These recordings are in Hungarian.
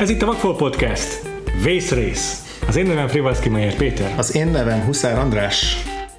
Ez itt a Vagfolt Podcast. Vészrész. Az én nevem Frivalszky Mayer Péter. Az én nevem Huszár András.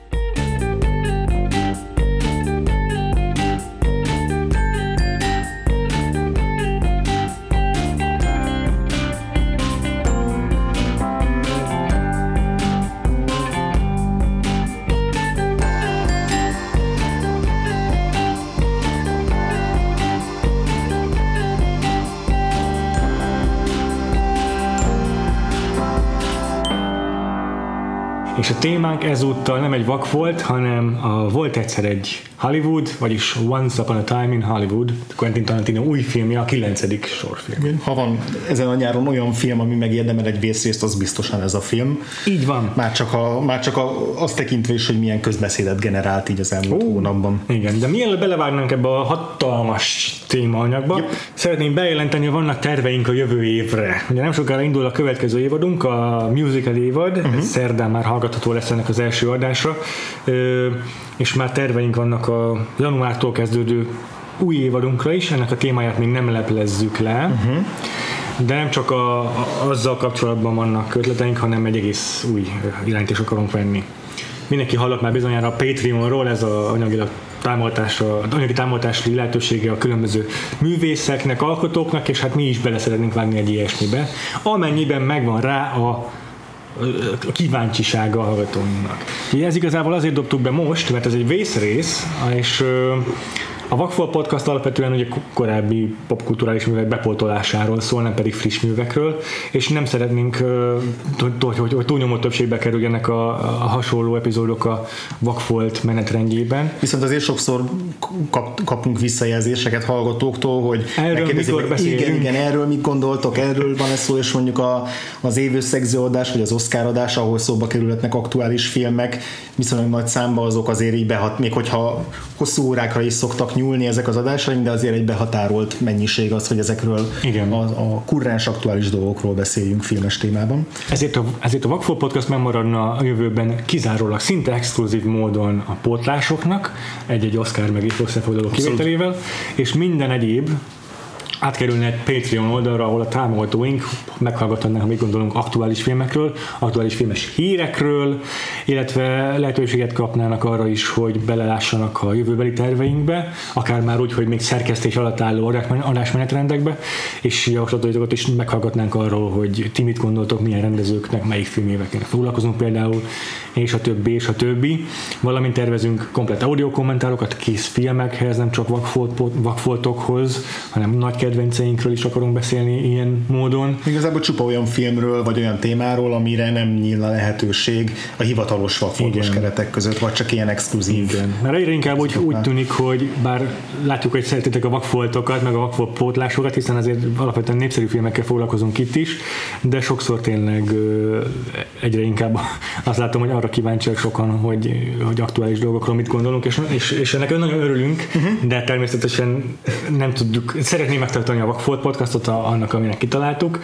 És a témánk ezúttal nem egy Vagfolt, hanem volt egyszer egy Hollywood, vagyis Once Upon a Time in Hollywood, Quentin Tarantino új filmje, a 9. sorfilm. Ha van ezen a nyáron olyan film, ami megérdemel egy vészrészt, az biztosan ez a film. Így van. Már csak azt tekintve is, hogy milyen közbeszédet generált így az elmúlt hónapban. Igen, de mielőtt belevágnánk ebbe a hatalmas témaanyagba, szeretném bejelenteni, hogy vannak terveink a jövő évre. Ugye nem sokára indul a következő évadunk, a musical évad, szerdán már hallgatható lesz ennek az első adásra, és már terveink vannak a januártól kezdődő új évadunkra is, ennek a témáját még nem leplezzük le, de nem csak azzal kapcsolatban vannak ötleteink, hanem egy egész új irányt is akarunk venni. Mindenki hallott már bizonyára a Patreonról, ez az anyagi támogatási lehetősége a különböző művészeknek, alkotóknak, és hát mi is bele szeretnénk vágni egy ilyesmibe, amennyiben megvan rá a kíváncsisága a hallgatóinknak. Ez igazából azért dobtuk be most, mert ez egy vészrész, és a Vagfolt Podcast alapvetően ugye korábbi popkulturális művek bepótolásáról szól, nem pedig friss művekről, és nem szeretnénk, hogy túlnyomó többségbe kerüljenek a hasonló epizódok a Vagfolt menetrendjében. Viszont azért sokszor kapunk visszajelzéseket hallgatóktól, hogy igen, erről mit gondoltok, erről van ez szó, és mondjuk az évösszegző adás, vagy az Oscar adás, ahol szóba kerülhetnek aktuális filmek, viszonylag nagy számba azok azért így behat, még hogyha hosszú órákra is szoktak nyúlni ezek az adásaink, de azért egy behatárolt mennyiség az, hogy ezekről a kurrens aktuális dolgokról beszéljünk filmes témában. Ezért a Vagfolt Podcast megmaradna a jövőben kizárólag szinte exkluzív módon a pótlásoknak, egy-egy Oscar meg összefoglaló kivételével, és minden egyéb átkerülne egy Patreon oldalra, ahol a támogatóink meghallgathatnánk, ha mit gondolunk aktuális filmekről, aktuális filmes hírekről, illetve lehetőséget kapnának arra is, hogy belelássanak a jövőbeli terveinkbe, akár már úgy, hogy még szerkesztés alatt álló adásmenetrendekbe, és javaslatokat is meghallgatnánk arról, hogy ti mit gondoltok, milyen rendezőknek melyik filmével kéne foglalkozunk például, és a többi. Valamint tervezünk komplett audio kommentárokat kész filmekhez, nem csak Vagfoltokhoz, hanem nagy kedvenceinkről is akarunk beszélni ilyen módon. Igazából csupa olyan filmről, vagy olyan témáról, amire nem nyílna lehetőség a hivatalos Vagfoltos keretek között, vagy csak ilyen exkluzív. Igen. Mert egyre inkább úgy tűnik, hogy bár látjuk, hogy szeretitek a Vagfoltokat, meg a Vagfolt pótlásokat, hiszen azért alapvetően népszerű filmekkel foglalkozunk itt is, de sokszor tényleg egyre inkább azt látom, hogy arra kíváncsiak sokan, hogy aktuális dolgokról mit gondolunk, és ennek nagyon örülünk, de természetesen nem tudjuk, szeretném megtartani a Vagfolt Podcastot annak, aminek kitaláltuk,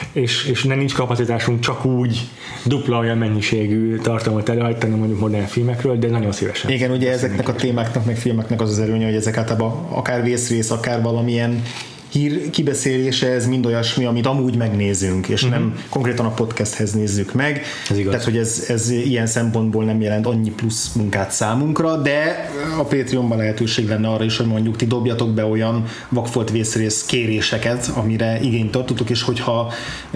és nem nincs kapacitásunk csak úgy dupla olyan mennyiségű tartalmat előállítani mondjuk modern filmekről, de nagyon szívesen. Igen, ugye ezeknek a témáknak, meg filmeknek az előnye, hogy ezek általában akár vészrész, akár valamilyen hír kibeszélése, ez mind olyasmi, amit amúgy megnézünk, és nem konkrétan a podcasthez nézzük meg. Tehát, hogy ez ilyen szempontból nem jelent annyi plusz munkát számunkra, de a Patreonban lehetőség lenne arra is, hogy mondjuk ti dobjatok be olyan Vagfolt vészrész kéréseket, amire igényt tartotok, és hogyha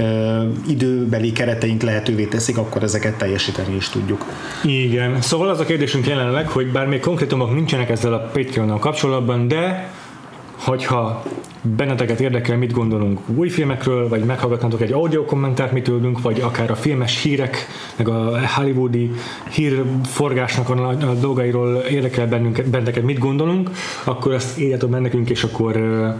időbeli kereteink lehetővé teszik, akkor ezeket teljesíteni is tudjuk. Igen. Szóval az a kérdésünk jelenleg, hogy bár még konkrétumok nincsenek ezzel a Patreonnal kapcsolatban, de hogyha benneteket érdekel, mit gondolunk új filmekről, vagy meghallgatnátok egy audio kommentárt, mit tőlünk, vagy akár a filmes hírek, meg a hollywoodi hírforgásnak a dolgairól érdekel benneteket, mit gondolunk, akkor azt írjátok meg nekünk, és akkor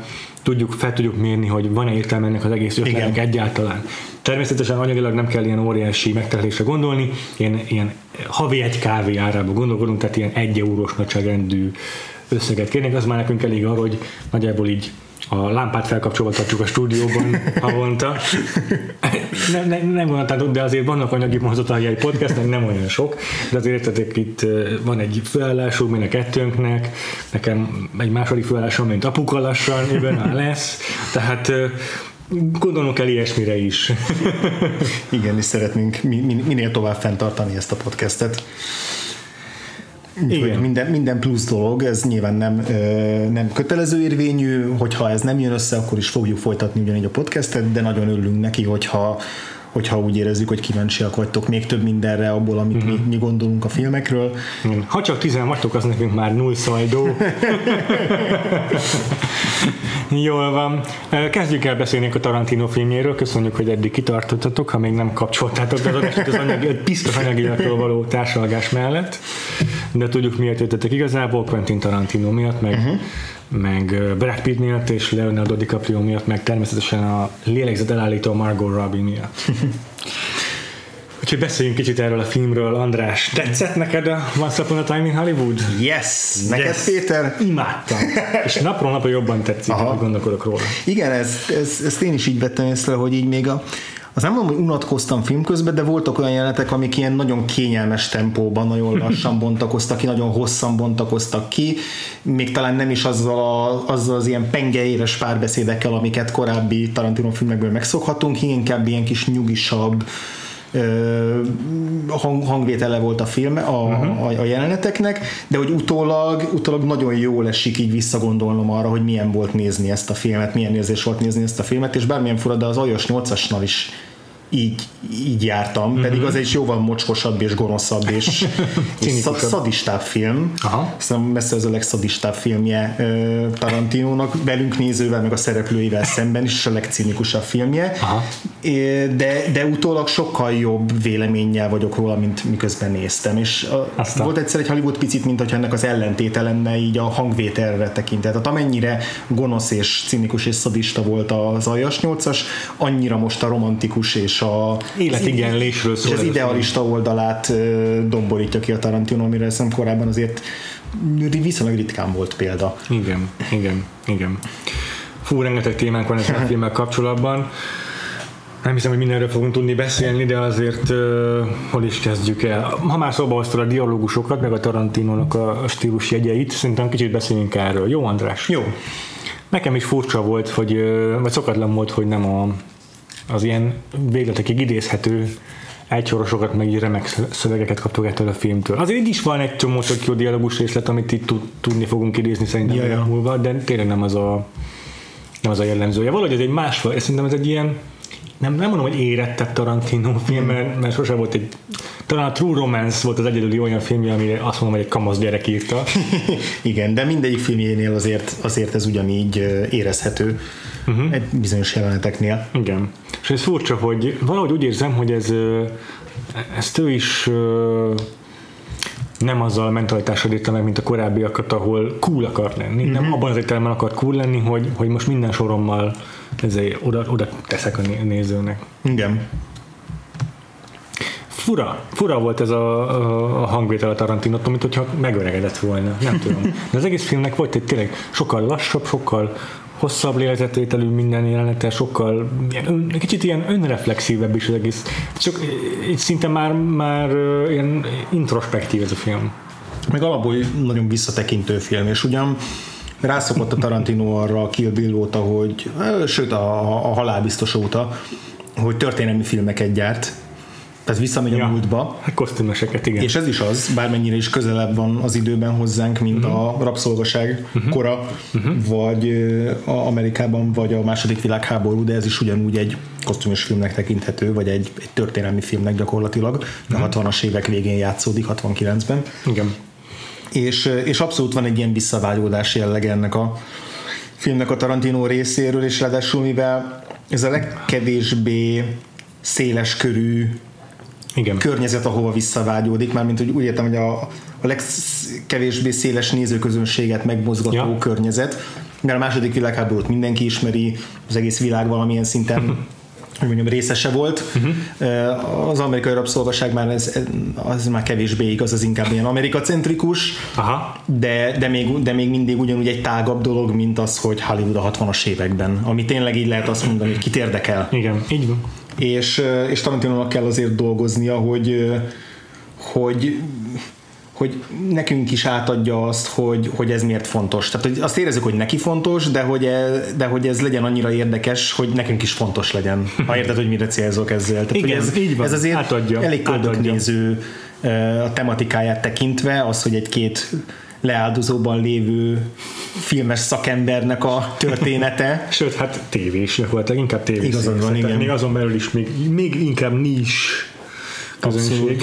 fel tudjuk mérni, hogy van-e értelme ennek az egész ötletnek egyáltalán. Természetesen anyagilag nem kell ilyen óriási megterhelésre gondolni, ilyen havi egy kávé árába gondolkodunk, tehát ilyen 1 eurós nagyságrendű összeget kérnénk, az már nekünk elég arra, hogy nagyjából így a lámpát felkapcsolva tartjuk a stúdióban havonta. Nem gondoltátok, de azért vannak anyagi mozdulatai egy podcastnek, nem olyan sok, de azért értetek, itt van egy felállásunk, mind a kettőnknek, nekem egy második felállásom, mint apuka lassan, évben lesz, tehát gondolnunk kell ilyesmire is. Igen, és szeretnénk minél tovább fenntartani ezt a podcastet. Minden plusz dolog, ez nyilván nem kötelező érvényű, hogyha ez nem jön össze, akkor is fogjuk folytatni ugyanígy a podcastet, de nagyon örülünk neki, hogyha úgy érezzük, hogy kíváncsiak vagytok még több mindenre abból, amit mi gondolunk a filmekről. Ha csak 10 vagytok, az nekünk már null szajdó. Jól van. Kezdjük el beszélni a Tarantino filmjéről. Köszönjük, hogy eddig kitartottatok, ha még nem kapcsoltátok be az biztos anyagiakról való társalgás mellett. De tudjuk, miért jöttetek igazából, Quentin Tarantino miatt, meg Brad Pitt miatt és Leonardo DiCaprio miatt, meg természetesen a lélegzet elállító Margot Robbie miatt. Úgyhogy beszéljünk kicsit erről a filmről. András, tetszett neked a Once Upon a Time in Hollywood? Yes! Neked, Péter? Imádtam. És napról napra jobban tetszik, hogy gondolkodok róla. Igen, ezt én is így vettem észre, hogy így még az nem mondom, hogy unatkoztam film közben, de voltak olyan jelenetek, amik ilyen nagyon kényelmes tempóban, nagyon lassan bontakoztak ki, nagyon hosszan bontakoztak ki, még talán nem is azzal az ilyen pengeéres párbeszédekkel, amiket korábbi Tarantino filmekből megszokhatunk, inkább ilyen kis nyugisabb hangvétele volt a film a jeleneteknek, de hogy utólag nagyon jól esik így visszagondolnom arra, hogy milyen volt nézni ezt a filmet, milyen érzés volt nézni ezt a filmet, és bármilyen fura, de az Aljas 8-asnal is így jártam, pedig az egy jóval mocskosabb és gonoszabb és szadistább film. Szerintem messze az a legszadistább filmje Tarantinónak, velünk nézővel, meg a szereplőivel szemben is a legcinikusabb filmje. De utólag sokkal jobb véleménnyel vagyok róla, mint miközben néztem. És volt egyszer egy Hollywood picit, mint hogyha ennek az ellentéte lenne így a hangvételre tekintett. Tehát amennyire gonosz és cinikus és szadista volt az Aljas 8-as, annyira most a romantikus és életigenlésről szól. És az idealista oldalát domborítja ki a Tarantino, amire hiszem korábban azért viszonylag ritkán volt példa. Igen. Fú, rengeteg témánk van ezzel a filmmel kapcsolatban. Nem hiszem, hogy mindenről fogunk tudni beszélni, de azért hol is kezdjük el. Ha már szóba hoztad a dialógusokat, meg a Tarantinónak a stílus jegyeit, szerintem kicsit beszéljünk erről. Jó, András? Jó. Nekem is furcsa volt, vagy szokatlan volt, hogy nem az ilyen végletekig idézhető egysorosokat, meg remek szövegeket kaptuk ettől a filmtől. Azért így is van egy csomó tök jó dialógus részlet, amit itt tudni fogunk idézni szerintem múlva, de tényleg nem az a jellemzője. Valahogy ez egy másfajta, szerintem ez egy ilyen, nem mondom, hogy érettebb Tarantino film, mert sosem volt talán a True Romance volt az egyedüli olyan filmje, amire azt mondom, hogy egy kamasz gyerek írta. Igen, de mindegyik filmjénél azért ez ugyanígy érezhető egy bizonyos jeleneteknél. Igen. És ez furcsa, hogy valahogy úgy érzem, hogy ezt ő is nem azzal a mentalitással írta meg, mint a korábbiakat, ahol cool akar lenni. Nem abban az értelemben akar cool lenni, hogy most minden sorommal oda teszek a nézőnek. Igen. Fura volt ez a hangvétel a Tarantinótól, mint hogyha megöregedett volna. Nem tudom. De az egész filmnek volt egy tényleg sokkal lassabb, sokkal hosszabb lélegzetvételű minden jelenete, sokkal kicsit ilyen önreflexívebb is az egész. Csak így szinte már ilyen introspektív ez a film. Meg alapból nagyon visszatekintő film, és ugyan rászokott a Tarantino arra a Kill Bill óta, sőt a halálbiztos óta, hogy történelmi filmeket gyárt. Tehát visszamegy a múltba. Kosztümöseket, igen. És ez is az, bármennyire is közelebb van az időben hozzánk, mint a rabszolgaság kora, vagy Amerikában, vagy a második világháború, de ez is ugyanúgy egy kosztümös filmnek tekinthető, vagy egy történelmi filmnek gyakorlatilag. A 60-as évek végén játszódik, 69-ben. Igen. És abszolút van egy ilyen visszavágyódás jellege ennek a filmnek a Tarantino részéről, és ráadásul mivel ez a legkevésbé széles körű környezet, ahova visszavágyódik, mármint úgy értem, hogy a legkevésbé széles nézőközönséget megmozgató környezet, mert a második világháborút mindenki ismeri, az egész világ valamilyen szinten hogy mondjam, részese volt. Az amerikai rabszolgaság már az már kevésbé igaz, az inkább ilyen amerikacentrikus, de még mindig ugyanúgy egy tágabb dolog, mint az, hogy Hollywood a 60-as években, ami tényleg így lehet azt mondani, hogy kit érdekel. Igen, így van. És Tarantinónak kell azért dolgoznia, hogy hogy nekünk is átadja azt, hogy ez miért fontos. Tehát hogy azt érezzük, hogy neki fontos, de hogy ez legyen annyira érdekes, hogy nekünk is fontos legyen. Ha érted, hogy mire célzok ezzel. Tehát, igen, így van. Ez azért átadja, elég köldöknéző a tematikáját tekintve, az, hogy egy-két leáldozóban lévő filmes szakembernek a története. Sőt, hát tévés voltak, inkább tévés. Igazad van, igen. Még azon belül is még inkább nis közönség.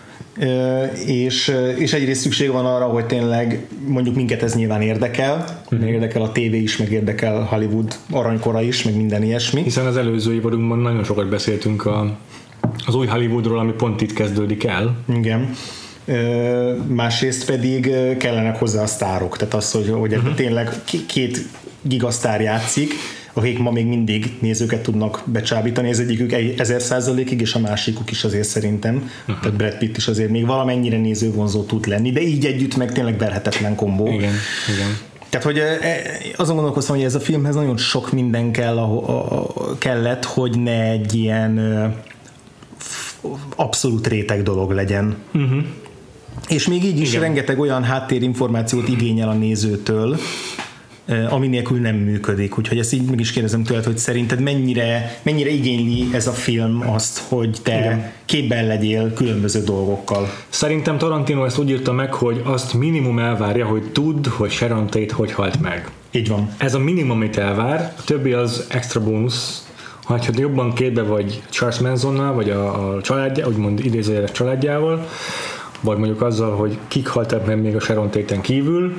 És egyrészt szükség van arra, hogy tényleg mondjuk minket ez nyilván érdekel, érdekel a tévé is, meg érdekel Hollywood aranykora is, meg minden ilyesmi. Hiszen az előző évadunkban nagyon sokat beszéltünk az új Hollywoodról, ami pont itt kezdődik el. Igen. Másrészt pedig kellenek hozzá a sztárok, tehát az, hogy tényleg két gigasztár játszik, akik ma még mindig nézőket tudnak becsábítani, ez egyikük 1000%-ig, és a másikuk is azért szerintem, tehát Brad Pitt is azért még valamennyire nézővonzó tud lenni, de így együtt meg tényleg verhetetlen kombó. Igen. Tehát, hogy azon gondolkoztam, hogy ez a filmhez nagyon sok minden kellett, hogy ne egy ilyen abszolút réteg dolog legyen. És még így is rengeteg olyan háttérinformációt igényel a nézőtől, ami nélkül nem működik. Úgyhogy ezt így meg is kérdezem tőled, hogy szerinted mennyire igényli ez a film azt, hogy te képben legyél különböző dolgokkal? Szerintem Tarantino ezt úgy írta meg, hogy azt minimum elvárja, hogy tudd, hogy Sharon Tate hogy halt meg. Így van. Ez a minimum, amit elvár, a többi az extra bónusz. Ha jobban képbe vagy Charles Mansonnal, vagy a családja, úgymond idézőjeles családjával, vagy mondjuk azzal, hogy kik haltak meg még a Sharon Tate-en kívül,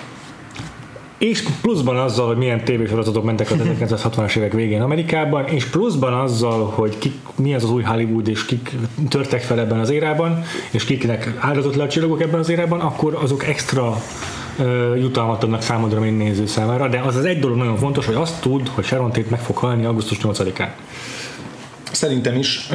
és pluszban azzal, hogy milyen tévésorozatok mentek az 1960-as évek végén Amerikában, és pluszban azzal, hogy mi az új Hollywood, és kik törtek fel ebben az érában, és kiknek áldozott le a csillagok ebben az érában, akkor azok extra jutalmat adnak számodra, mint néző számára, de az egy dolog nagyon fontos, hogy azt tudd, hogy Sharon Tate meg fog halni augusztus 8-án. Szerintem is.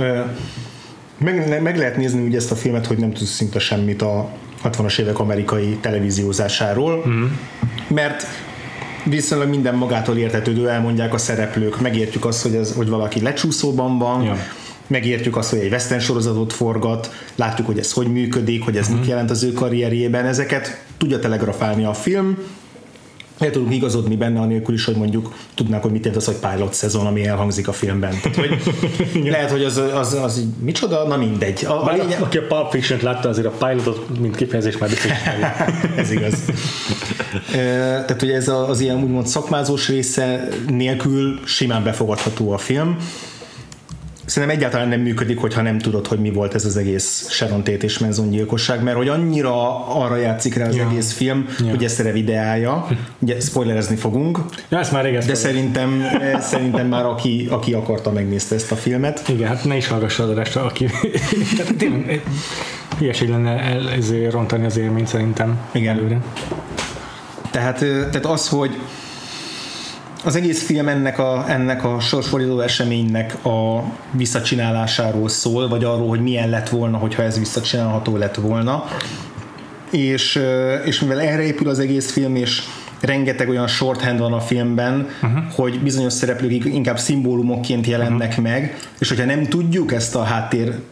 Meg lehet nézni úgy ezt a filmet, hogy nem tudsz szinte semmit a 60-as évek amerikai televíziózásáról, mert viszonylag minden magától értetődő, elmondják a szereplők, megértjük azt, hogy valaki lecsúszóban van, megértjük azt, hogy egy western sorozatot forgat, látjuk, hogy ez hogy működik, hogy ez mit jelent az ő karrierjében, ezeket tudja telegrafálni a film, el tudunk igazodni benne anélkül is, hogy mondjuk tudnánk, hogy mit jelent az, hogy pilot szezon, ami elhangzik a filmben. Tehát, hogy lehet, hogy az így, micsoda? Na mindegy. Aki a Pulp Fiction-t látta, azért a pilotot, mint kifejezés már biztos ez igaz. Tehát, hogy ez az ilyen úgymond szakmázós része nélkül simán befogadható a film. Szerintem egyáltalán nem működik, hogyha nem tudod, hogy mi volt ez az egész Sharon Tate és Manson gyilkosság, mert hogy annyira arra játszik rá az egész film, hogy ezt revideálja. Ugye spoilerezni fogunk. Ja, ezt már de szerintem már aki akarta, megnézte ezt a filmet. Igen, hát ne is hallgassa az adásra, aki... Tényleg hülyeség lenne ezért rontani az élményt szerintem. Igen. Előre. Tehát az, hogy az egész film ennek a sorsfordító eseménynek a visszacsinálásáról szól, vagy arról, hogy milyen lett volna, hogyha ez visszacsinálható lett volna. És mivel erre épül az egész film, és rengeteg olyan shorthand van a filmben, hogy bizonyos szereplők inkább szimbólumokként jelennek meg, és hogyha nem tudjuk ezt a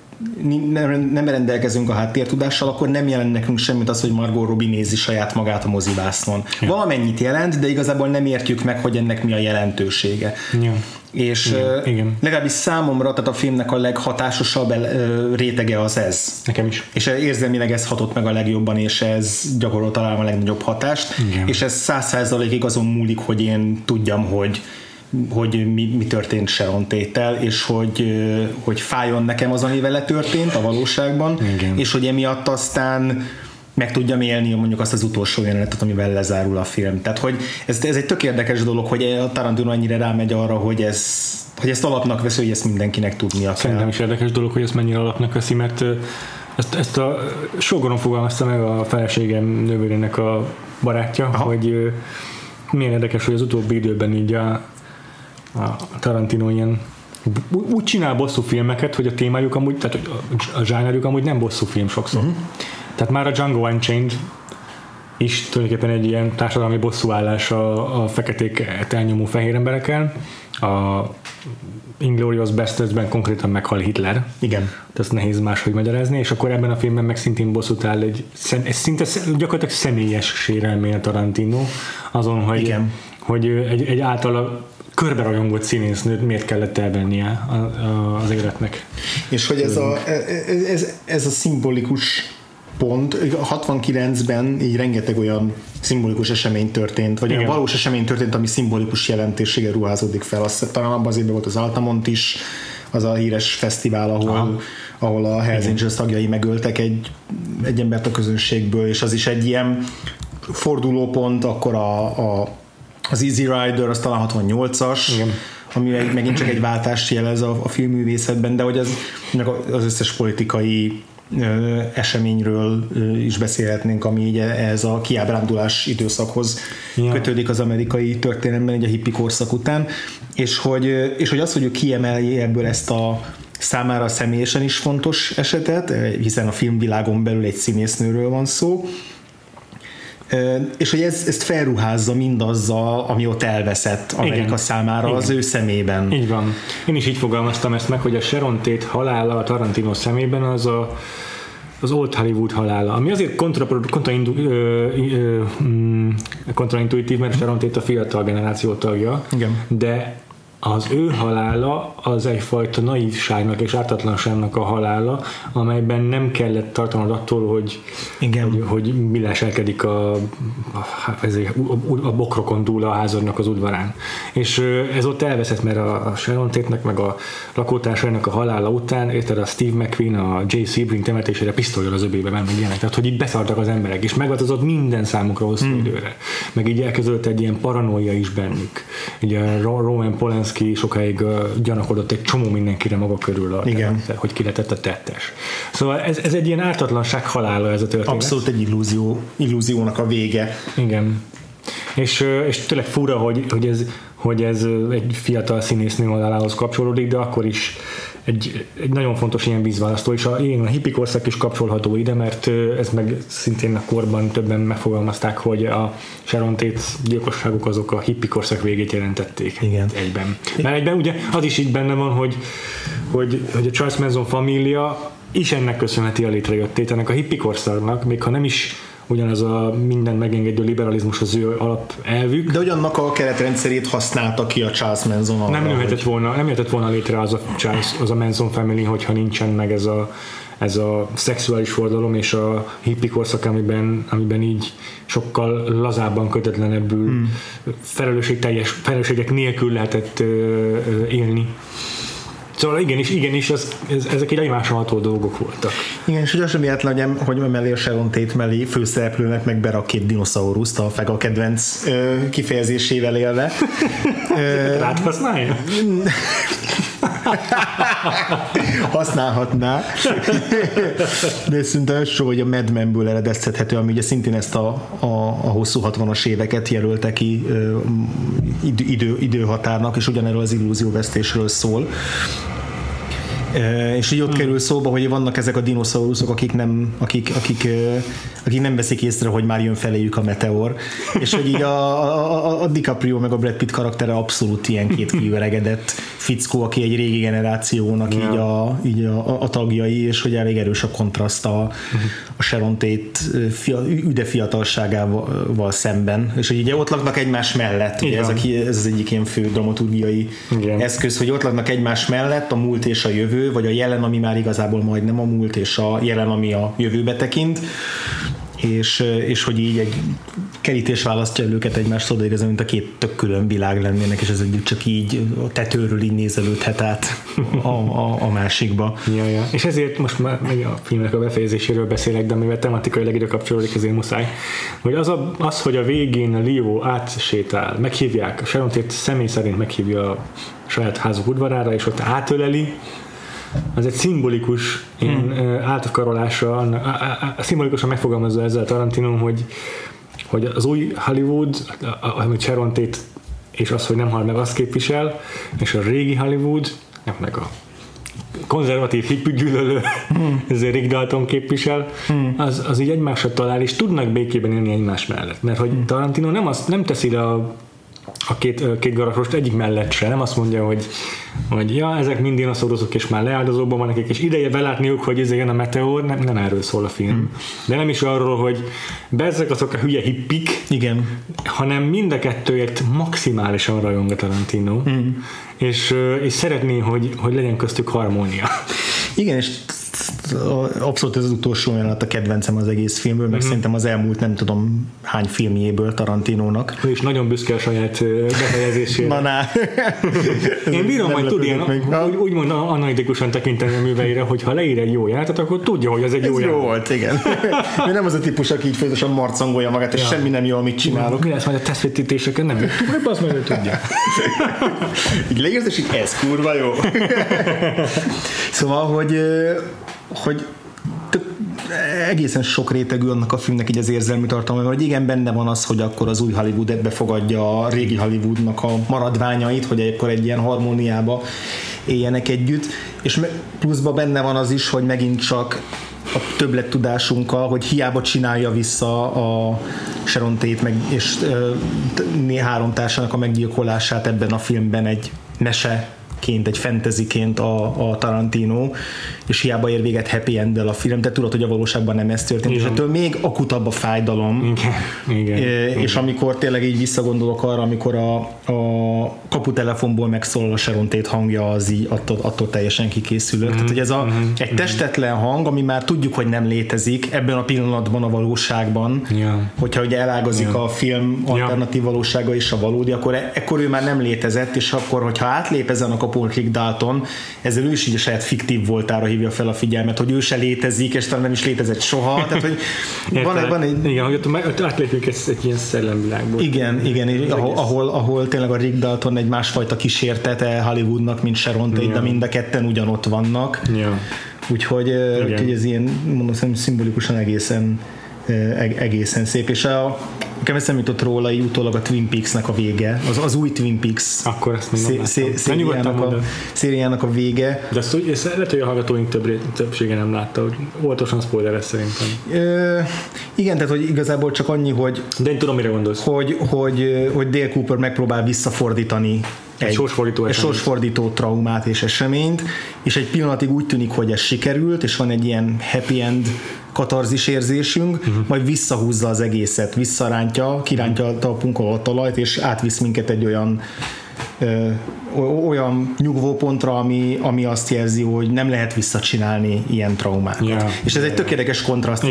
nem rendelkezünk a háttértudással, akkor nem jelent nekünk semmit az, hogy Margot Robbie nézi saját magát a mozivásznon. Valamennyit jelent, de igazából nem értjük meg, hogy ennek mi a jelentősége. Ja. És legalábbis számomra, tehát a filmnek a leghatásosabb rétege az ez. Nekem is. És érzelmileg ez hatott meg a legjobban, és ez gyakorolt talán a legnagyobb hatást. Igen. És ez 100%-ig azon múlik, hogy én tudjam, hogy mi történt Sharon Tate-tel, és hogy fájjon nekem az, ami vele történt a valóságban, igen. És hogy emiatt aztán meg tudjam élni mondjuk azt az utolsó jelenetet, amivel lezárul a film. Tehát, hogy ez egy tök érdekes dolog, hogy a Tarantino annyira rámegy arra, hogy ezt alapnak veszi, hogy ezt mindenkinek tudnia kell. Szerintem is érdekes dolog, hogy ezt mennyire alapnak veszi, mert ezt a sógoron fogalmazta meg a feleségem nővérének a barátja, hogy milyen érdekes, hogy az utóbbi időben így a Tarantino ilyen úgy csinál bosszú filmeket, hogy a témájuk amúgy, tehát a zsánerjuk amúgy nem bosszú film sokszor. Tehát már a Django Unchained is tulajdonképpen egy ilyen társadalmi bosszúállás a feketék elnyomó fehér embereken. a Inglourious Basterdsben konkrétan meghal Hitler. Igen. Ezt nehéz máshogy magyarázni, és akkor ebben a filmben meg szintén bosszút áll egy szinte gyakorlatilag személyes sérelmény a Tarantino azon, hogy egy általa körberajongott színésznőt miért kellett elvennie az életnek. És hogy ez a szimbolikus pont, 69-ben így rengeteg olyan szimbolikus esemény történt, vagy olyan valós esemény történt, ami szimbolikus jelentőséggel ruházódik fel. Azt talán abban az évben volt az Altamont is, az a híres fesztivál, ahol a Hells Angels tagjai megöltek egy embert a közönségből, és az is egy ilyen fordulópont, akkor az Easy Rider, az talán 68-as, ami megint csak egy váltást jelez a filmművészetben, de hogy az összes politikai eseményről is beszélhetnénk, ami így ez a kiábrándulás időszakhoz kötődik az amerikai történelemben, így a hippi korszak után, és hogy az, hogy ő kiemeli ebből ezt a számára személyesen is fontos esetet, hiszen a filmvilágon belül egy színésznőről van szó, és hogy ezt felruházza mindazzal, ami ott elveszett Amerika számára az ő szemében. Így van. Én is így fogalmaztam ezt meg, hogy a Sharon Tate halála a Tarantino szemében az Old Hollywood halála, ami azért kontraintuitív, mert Sharon Tate a fiatal generáció tagja, de az ő halála az egyfajta naivságnak és ártatlanságnak a halála, amelyben nem kellett tartanod attól, hogy mi leselkedik a bokrokon túl a házadnak az udvarán. És ez ott elveszett, mert a Sharon Tate-nek meg a lakótársainak a halála után, érted, a Steve McQueen a Jay Sebring temetésére pisztollyal az övébe ment, meg ilyenek. Tehát, hogy így beszartak az emberek, és megváltozott minden számukra hosszú időre. Meg így elkezdődött egy ilyen paranoia is bennük. Ugye Roman Polanski sokáig gyanakodott egy csomó mindenkire maga körül, hogy ki lett a tettes. Szóval ez egy ilyen ártatlanság halála ez a történet. Abszolút egy illúziónak a vége. Igen. És tényleg fura, hogy ez egy fiatal színésznő halálához kapcsolódik, de akkor is egy nagyon fontos ilyen vízválasztó, és a hippi korszak is kapcsolható ide, mert ez meg szintén a korban többen megfogalmazták, hogy a Sharon Tate gyilkosságok azok a hippi korszak végét jelentették. Egyben. Mert egyben ugye az is így benne van, hogy a Charles Manson família is ennek köszönheti a létrejöttét, ennek a hippi korszaknak, még ha nem is ugyanaz a minden megengedő liberalizmus az ő alapelvük. De ugyannak a keretrendszerét használta ki a Charles Manson arra. Nem jöhetett volna létre az a Manson family, hogyha nincsen meg ez a szexuális forradalom és a hippi korszak, amiben így sokkal lazábban, kötetlenebbül felelősségek nélkül lehetett élni. Szóval igenis ezek egy egymásra ható dolgok voltak. Igen, és hogy az sem véletlen, hogy mellé a Sharon Tate mellé főszereplőnek megberak két dinoszauruszt a Fega kedvenc kifejezésével élve. Rád használja? Használhatná. De szerintem so, hogy a Mad Men-ből eredeztethető, ami ugye szintén ezt a hosszú 60-as éveket jelölte ki időhatárnak, és ugyanerről az illúzióvesztésről szól. És így ott kerül szóba, hogy vannak ezek a dinoszauruszok, akik nem veszik észre, hogy már jön feléjük a meteor, és hogy így a DiCaprio meg a Brad Pitt karaktere abszolút ilyen két kiöregedett fickó, aki egy régi generációnak így a tagjai, és hogy elég erős a kontraszt a Sharon Tate üde fiatalságával szemben, és hogy ugye ott laknak egymás mellett, ugye ez az egyik ilyen fő dramaturgiai eszköz, hogy ott laknak egymás mellett a múlt és a jövő, vagy a jelen, ami már igazából majdnem a múlt, és a jelen, ami a jövőbe tekint, és hogy így egy kerítés választja őket egymástól, de igazán, mint a két tök külön világ lennének, és ez egyik csak így a tetőről így nézelődhet át a másikba. Ja. És ezért most már a filmnek a befejezéséről beszélek, de mivel tematikailag ide kapcsolódik, ezért muszáj, hogy az, hogy a végén a Leo átsétál, meghívják, a Sharon Tate személy szerint meghívja a saját házuk udvarára, és ott átöleli, az egy szimbolikus átkarolása, szimbolikusan megfogalmazza ezzel Tarantino, hogy az új Hollywood, amit Sharon Tate és az, hogy nem hal meg, azt képvisel, és a régi Hollywood, meg a konzervatív hippi gyűlölő, ezért Rick Dalton képvisel, az így egymásra talál, és tudnak békében élni egymás mellett. Mert hogy Tarantino nem teszi le a két garagyost egyik mellett se, nem azt mondja, hogy ja, ezek mind dinoszauruszok, és már leáldozóban vannak, és ideje belátniuk, hogy ez jön a meteor, nem erről szól a film. De nem is arról, hogy bezzek azok a hülye hippik, igen, hanem mind a kettőért maximálisan rajong a Tarantino, és szeretné, hogy legyen köztük harmónia. Igen, és abszolút ez az utolsó jelenet a kedvencem az egész filmből, meg szerintem az elmúlt nem tudom hány filmjéből Tarantinónak. Ő is nagyon büszke a saját befejezésére. Na. Én bírom majd tudni úgymond analitikusan tekinteni a műveire, hogy ha leír egy jó jelenetet, akkor tudja, hogy ez egy jó jelenet. Jó volt, igen. Ő nem az a típus, aki így folyamatosan marcangolja magát, és semmi nem jó, amit csinálok. Mi lesz majd a tesztvetítéseken? Nem jött, az majd ő tudja. Így leírsz, és így ez kurva jó. Szóval, hogy egészen sok rétegű annak a filmnek így az érzelmi tartalma, hogy igen, benne van az, hogy akkor az új Hollywood befogadja a régi Hollywoodnak a maradványait, hogy akkor egy ilyen harmóniába éljenek együtt, és pluszban benne van az is, hogy megint csak a többlettudásunkkal, hogy hiába csinálja vissza a Sharon Tate és 3 társának a meggyilkolását ebben a filmben egy meseként, egy fantasyként a Tarantino, és hiába ér véget happy enddel a film, de tudod, hogy a valóságban nem ez történt, és ettől még akutabb a fájdalom. Igen. És amikor tényleg így visszagondolok arra, amikor a kaputelefonból megszólal a Sharon Tate hangja, az így attól teljesen kikészülök. Tehát, hogy ez egy testetlen hang, ami már tudjuk, hogy nem létezik ebben a pillanatban a valóságban, hogyha ugye elágazik a film alternatív valósága és a valódi, akkor ő már nem létezett, és akkor, hogyha átlép ezen a kapun Rick Dalton, ezzel ő is így a saját fiktív voltára hívja fel a figyelmet, hogy ő se létezik, és talán nem is létezett soha. Tehát, hogy van egy... Igen, hogy ott átlépjük egy ilyen szellemvilágból. Igen, ahol tényleg a Rick Dalton egy másfajta kísértete Hollywoodnak, mint Sharon Tate, de mind a ketten ugyanott vannak. Úgyhogy ez ilyen, mondom, szimbolikusan egészen szép, és nekem eszembe jutott róla így utólag a Twin Peaks-nek a vége, az új Twin Peaks akkor ezt szériának a vége. De ezt lehet, hogy a hallgatóink többsége nem látta, hogy óvatosan spoiler szerintem. Igen, tehát hogy igazából csak annyi, hogy de én tudom, mire gondolsz. Hogy Dale Cooper megpróbál visszafordítani egy sorsfordító traumát és eseményt, és egy pillanatig úgy tűnik, hogy ez sikerült, és van egy ilyen happy end katarzis érzésünk, majd visszahúzza az egészet, kirántja a talpunkon a talajt, és átvisz minket egy olyan nyugvópontra, ami azt jelzi, hogy nem lehet visszacsinálni ilyen traumákat. És ez egy tökéletes kontraszt,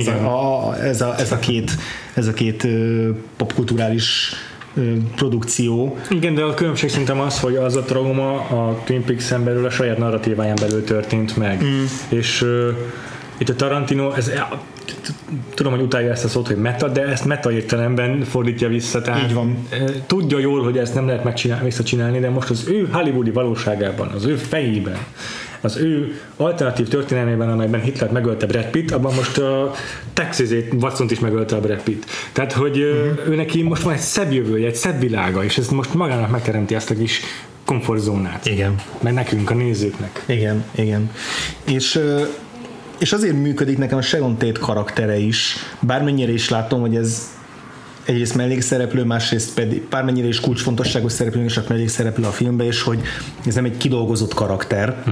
ez a két popkulturális produkció. Igen, de a különbség szerintem az, hogy az a trauma a Twin Peaks-en belül a saját narratíváján belül történt meg. És itt a Tarantino, tudom, hogy utálja ezt a szót, hogy meta, de ezt meta értelemben fordítja vissza. Tehát így van. Tudja jól, hogy ezt nem lehet visszacsinálni, de most az ő hollywoodi valóságában, az ő fejében, az ő alternatív történelmében, amelyben Hitlert megölte Brad Pitt, abban most a Texas-ét, Watsont is megölte a Brad Pitt. Tehát, hogy ő neki most van egy szebb jövője, egy szebb világa, és ez most magának megteremti ezt a kis komfortzónát. Igen. Mert nekünk, a nézőknek. Igen. És azért működik nekem a Sharon Tate karaktere is, bármennyire is látom, hogy ez egyrészt mellékszereplő, másrészt pedig bármennyire is kulcsfontosságos szereplő, és csak mellékszereplő a filmben, és hogy ez nem egy kidolgozott karakter,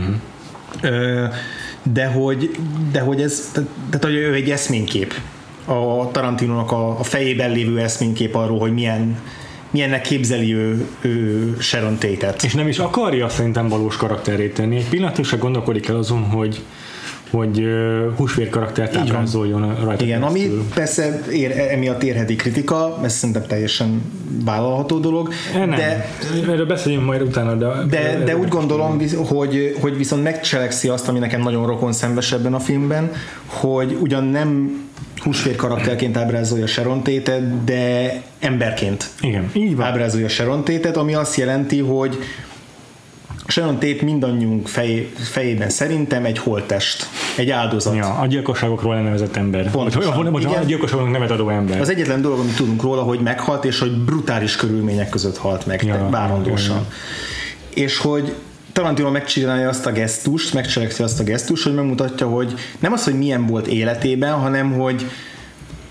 de hogy ez, tehát hogy ő egy eszménykép. A Tarantinónak a fejében lévő eszménykép arról, hogy milyennek képzeli ő Sharon Tate-et. És nem is akarja szerintem valós karakterét tenni. Egy pillanatig se gondolkodik el azon, hogy húsvér karaktert ábrázoljon rajta. Igen, ami persze emiatt érheti kritika, ez szerintem teljesen vállalható dolog. Erről beszéljünk majd utána. De úgy gondolom, hogy viszont megcselekszi azt, ami nekem nagyon rokonszenves ebben a filmben, hogy ugyan nem húsvér karakterként ábrázolja Sharon Tate-et, de emberként ábrázolja Sharon Tate-et, ami azt jelenti, hogy Sharon Tate mindannyiunk fejében szerintem egy holttest, egy áldozat. Ja, a gyilkosságokról elnevezett ember. A gyilkosságoknak nevet adó ember. Az egyetlen dolog, amit tudunk róla, hogy meghalt, és hogy brutális körülmények között halt meg, várandósan. És hogy Tarantino megcsinálja azt a gesztust, megcselekszi azt a gesztust, hogy megmutatja, hogy nem az, hogy milyen volt életében, hanem hogy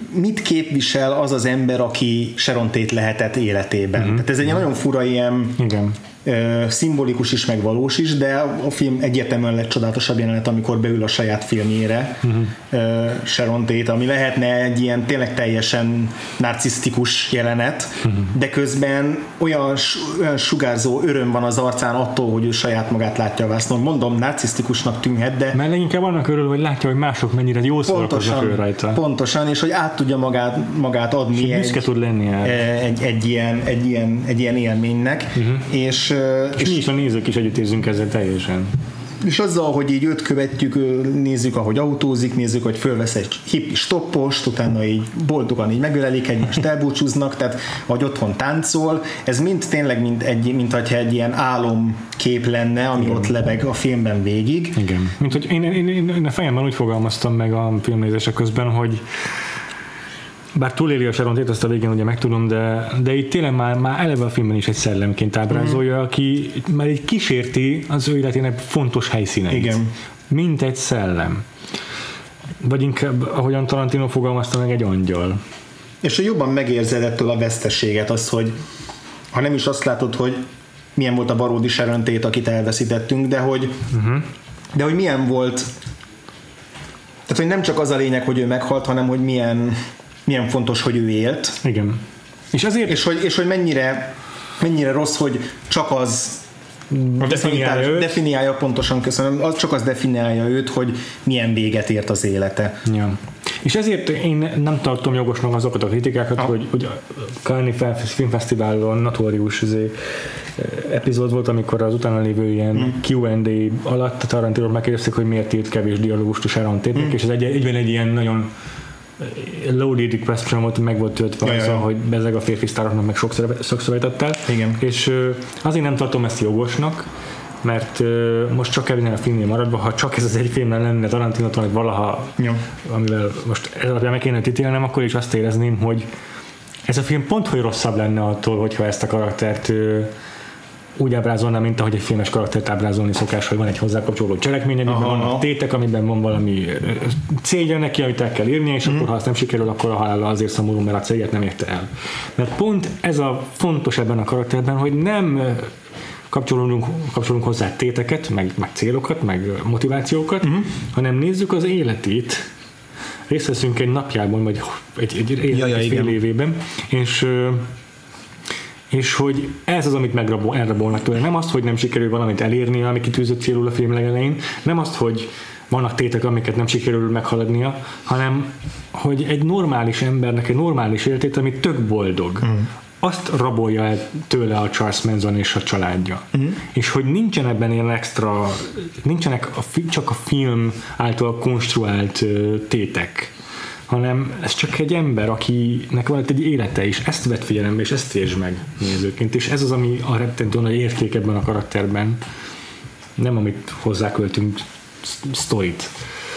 mit képvisel az az ember, aki Sharon Tate lehetett életében. Tehát ez egy nagyon fura ilyen szimbolikus is, meg valós is, de a film egyértelműen legcsodálatosabb jelenet, amikor beül a saját filmjére Sharon Tate, ami lehetne egy ilyen tényleg teljesen narcisztikus jelenet, de közben olyan sugárzó öröm van az arcán attól, hogy ő saját magát látja a vásznon. Mondom, narcisztikusnak tűnhet, de... Mert leginkább annak örül, hogy látja, hogy mások mennyire jól szórakoznak ő rajta. Pontosan, és hogy át tudja magát adni tud lenni egy ilyen élménynek, és mi is a nézők is együtt érzünk ezzel teljesen. És azzal, hogy így őt követjük, nézzük, ahogy autózik, nézzük, hogy fölvesz egy hippi stoppost, utána így boldogan így megölelik egymást, elbúcsúznak, tehát vagy otthon táncol, ez mind tényleg mint hogyha egy ilyen álomkép lenne, ami igen. ott lebeg a filmben végig. Igen. Mint hogy én a fejemben úgy fogalmaztam meg a filmnézése közben, hogy bár túléli a Sharon Tate, azt a végén ugye megtudom, de itt tényleg már eleve a filmben is egy szellemként ábrázolja, aki már így kísérti az ő életének fontos helyszíneit. Igen. Mint egy szellem. Vagy inkább, ahogyan Tarantino fogalmazta meg, egy angyal. És hogy jobban megérzed ettől a veszteséget, az, hogy ha nem is azt látod, hogy milyen volt a valódi Sharon Tate, akit elveszítettünk, de hogy milyen volt, tehát hogy nem csak az a lényeg, hogy ő meghalt, hanem hogy milyen fontos, hogy ő élt. Igen. És azért... És hogy mennyire rossz, hogy csak az definiálja, pontosan köszönöm, az csak az definiálja őt, hogy milyen véget ért az élete. Ja. És ezért én nem tartom jogosnak azokat a kritikákat, hogy a Cannes Filmfesztiválon notórius epizód volt, amikor az utána lévő ilyen Q&A alatt a Tarantinót megkérdezték, hogy miért írt kevés dialógust a Sharon Tate-nek, és ez egyben egy ilyen nagyon loaded question volt, meg volt töltve azzal, hogy bezeg a férfi sztároknak meg sokszor ejtettál. És azért nem tartom ezt jogosnak, mert most csak ebben a filmnél maradva, ha csak ez az egy filmben lenne Tarantinótól, hogy valaha, amivel most ez alapján meg kéne títélnem, akkor is azt érezném, hogy ez a film pont hogy rosszabb lenne attól, hogyha ezt a karaktert úgy ábrázolna, mint ahogy egy filmes karaktert ábrázolni szokás, hogy van egy hozzá kapcsolódó cselekmény, amiben vannak tétek, amiben van valami célja neki, amit el kell írnia, és akkor ha azt nem sikerül, akkor a halála azért szomorú, mert a célját nem érte el. Mert pont ez a fontos ebben a karakterben, hogy nem kapcsolunk hozzá téteket, meg célokat, meg motivációkat, hanem nézzük az életét, részt veszünk egy napjában, vagy egy fél évében, és hogy ez az, amit elrabolnak tőle. Nem azt, hogy nem sikerül valamit elérni, ami kitűzött célul a film legelején, nem azt, hogy vannak tétek, amiket nem sikerül meghaladnia, hanem hogy egy normális embernek egy normális életét, ami tök boldog. Azt rabolja el tőle a Charles Manson és a családja. És hogy nincsen ebben ilyen extra, nincsenek csak a film által konstruált tétek, hanem ez csak egy ember, akinek van egy élete is, ezt vett figyelembe, és ezt értsd meg nézőként, és ez az, ami a rettentő nagy érték ebben a karakterben, nem amit hozzáköltünk sztorit.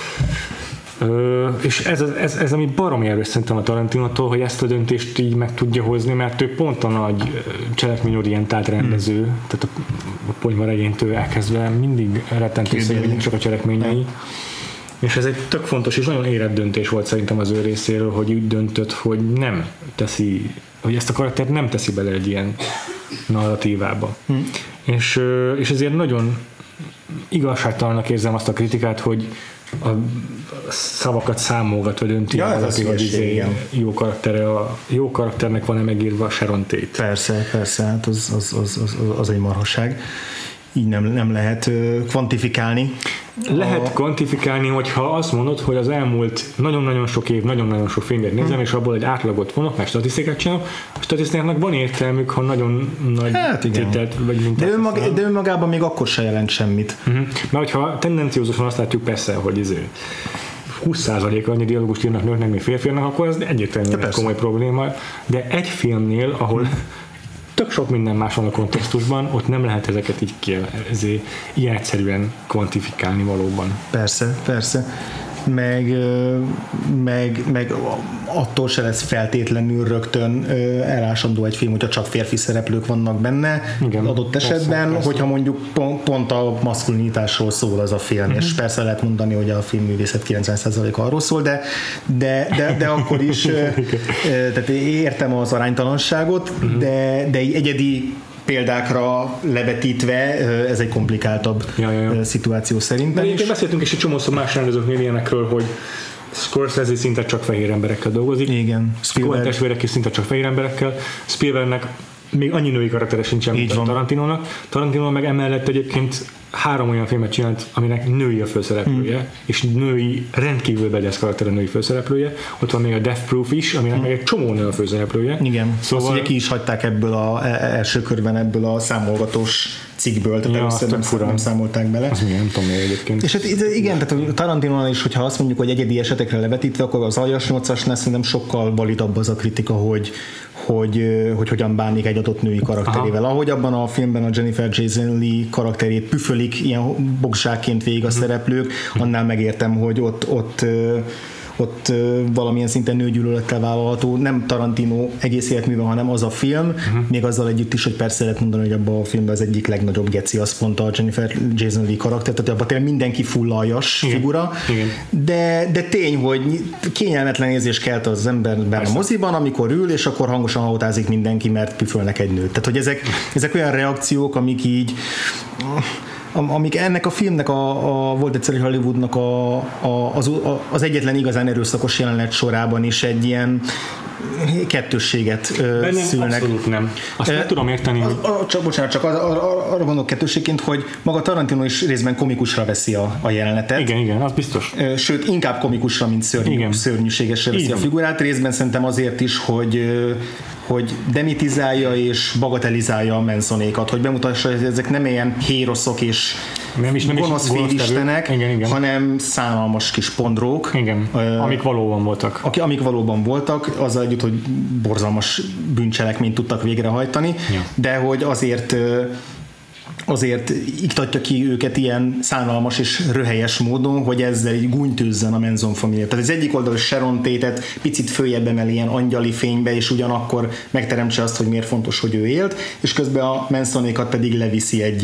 És ez ami baromi erős szerintem a Tarantinótól, hogy ezt a döntést így meg tudja hozni, mert ő pont a nagy cselekményorientált rendező, tehát a ponyva regénytől elkezdve mindig rettentő szépen csak a cselekményei. És ez egy tök fontos és nagyon érett döntés volt szerintem az ő részéről, hogy úgy döntött, hogy nem teszi, hogy ezt a karaktert nem teszi bele egy ilyen narratívába. És ezért nagyon igazságtalannak érzem azt a kritikát, hogy a szavakat számolgatva dönti el, hogy jó karakternek van-e megírva a Sharon Tate. Persze, hát az egy marhaság. Így nem lehet kvantifikálni. Lehet kvantifikálni, hogyha azt mondod, hogy az elmúlt nagyon-nagyon sok év, nagyon-nagyon sok filmet nézem, és abból egy átlagot vonok, mert statisztikát csinálok. A statisztikáknak van értelmük, ha nagyon nagy tételt vagy mintát. De önmagában még akkor se jelent semmit. Mert hogyha tendenciózusan azt látjuk persze, hogy 20% annyi dialógust írnak nőknek, mint férfiaknak, akkor ez egyértelműen egy komoly probléma. De egy filmnél, ahol tök sok minden más van a kontextusban, ott nem lehet ezeket így ilyen egyszerűen kvantifikálni valóban. Persze. meg attól se lesz feltétlenül rögtön elásandó egy film, hogyha csak férfi szereplők vannak benne. Igen, adott esetben, persze. Hogyha mondjuk pont a maszkulinitásról szól az a film, és persze lehet mondani, hogy a filmművészet 90% arról szól, de akkor is tehát értem az aránytalanságot, de egyedi példákra levetítve ez egy komplikáltabb szituáció szerintem. De beszéltünk is egy csomószor más rendezőknél ilyenekről, hogy Scorsese szinte csak fehér emberekkel dolgozik. Igen. Coen testvérek is szinte csak fehér emberekkel. Spielbergnek még annyi női karaktere sincsen, mint a Tarantinónak. Tarantino meg emellett egyébként 3 olyan filmet csinált, aminek női a főszereplője, és női, rendkívül begyász karakter a női főszereplője. Ott van még a Death Proof is, aminek meg egy csomó nő a főszereplője. Igen, szóval azt ugye ki is hagyták ebből első körben ebből a számolgatós cikkből, tehát először nem számolták bele. Azt nem tudom egyébként. És hát igen, tehát a Tarantinónál is, hogyha azt mondjuk, hogy egyedi esetekre levetítve, akkor az Aljas 8-asnál szerintem sokkal validabb az a kritika, hogy hogyan bánik egy adott női karakterével. Ahogy abban a filmben a Jennifer Jason Leigh karakterét püfölik ilyen bogzsákként végig a szereplők, annál megértem, hogy ott valamilyen szinten nőgyűlölettel vállalható, nem Tarantino egész életműve, hanem az a film, még azzal együtt is, hogy persze lehet mondani, hogy abban a filmben az egyik legnagyobb geci az pont a Jennifer Jason Leigh karakter, tehát abban tényleg mindenki full aljas figura, de tény, hogy kényelmetlen érzés kelt az emberben a moziban, amikor ül, és akkor hangosan hautázik mindenki, mert püfölnek egy nőt. Tehát, hogy ezek olyan reakciók, amik így amik ennek a filmnek volt egyszerű Hollywoodnak az egyetlen igazán erőszakos jelenet sorában is egy ilyen kettősséget szülnek. Abszolút nem. Azt nem tudom érteni, csak arra gondolok kettősségként, hogy maga Tarantino is részben komikusra veszi a jelenetet. Igen, az biztos. Sőt, inkább komikusra, mint szörnyűségesre veszi a figurát. Részben szerintem azért is, hogy demitizálja és bagatelizálja a Mansonékat, hogy bemutassa, hogy ezek nem ilyen héroszok és gonosz félistenek, hanem szánalmas kis pondrók. Igen, amik valóban voltak. Amik valóban voltak, azzal együtt, hogy borzalmas bűncselekményt tudtak végrehajtani, de hogy azért iktatja ki őket ilyen szánalmas és röhelyes módon, hogy ezzel így gúnytűzzen a Manson família. Tehát az egyik oldalon Sharon Tate-et picit följebb emel ilyen angyali fénybe, és ugyanakkor megteremtse azt, hogy miért fontos, hogy ő élt, és közben a Mansonékat pedig leviszi egy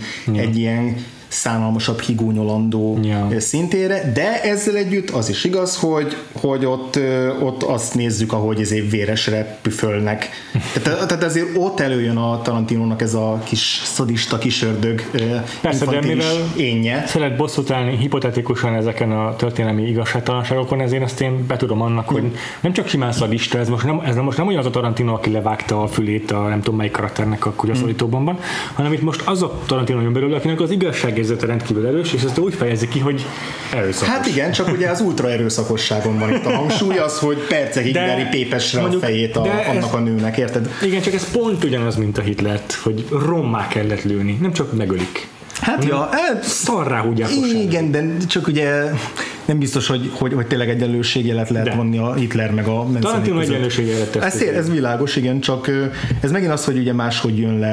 ilyen szánalmasabb, higúnyolandó szintére, de ezzel együtt az is igaz, hogy ott azt nézzük, ahogy ezért véresre püfölnek. Tehát azért ott előjön a Tarantinónak ez a kis szadista, kis ördög infantilis énje. Szeret bosszút állni hipotetikusan ezeken a történelmi igazságtalanságokon, ezért azt én betudom annak, hogy nem csak simán szadista, ez most nem olyan az a Tarantino, aki levágta a fülét a nem tudom melyik karakternek a kutyaszorító, hanem itt most az a Tarantino jön belőle, akinek az igazságérzete rendkívül erős, és ezt úgy fejezi ki, hogy erőszakos. Hát igen, csak ugye az ultra erőszakosságon van itt a hangsúly, az, hogy percekig veri pépesre a fejét annak a nőnek, érted? Igen, csak ez pont ugyanaz, mint a Hitlert, hogy rommá kellett lőni, nem csak megölik. Hát szarrá húgyják. Igen, de csak ugye nem biztos, hogy tényleg egyenlőségjelet lehet vonni a Hitler meg a Manson Tarantino egyenlőségjelet. Ez világos, igen, csak ez megint az, hogy ugye máshogy jön le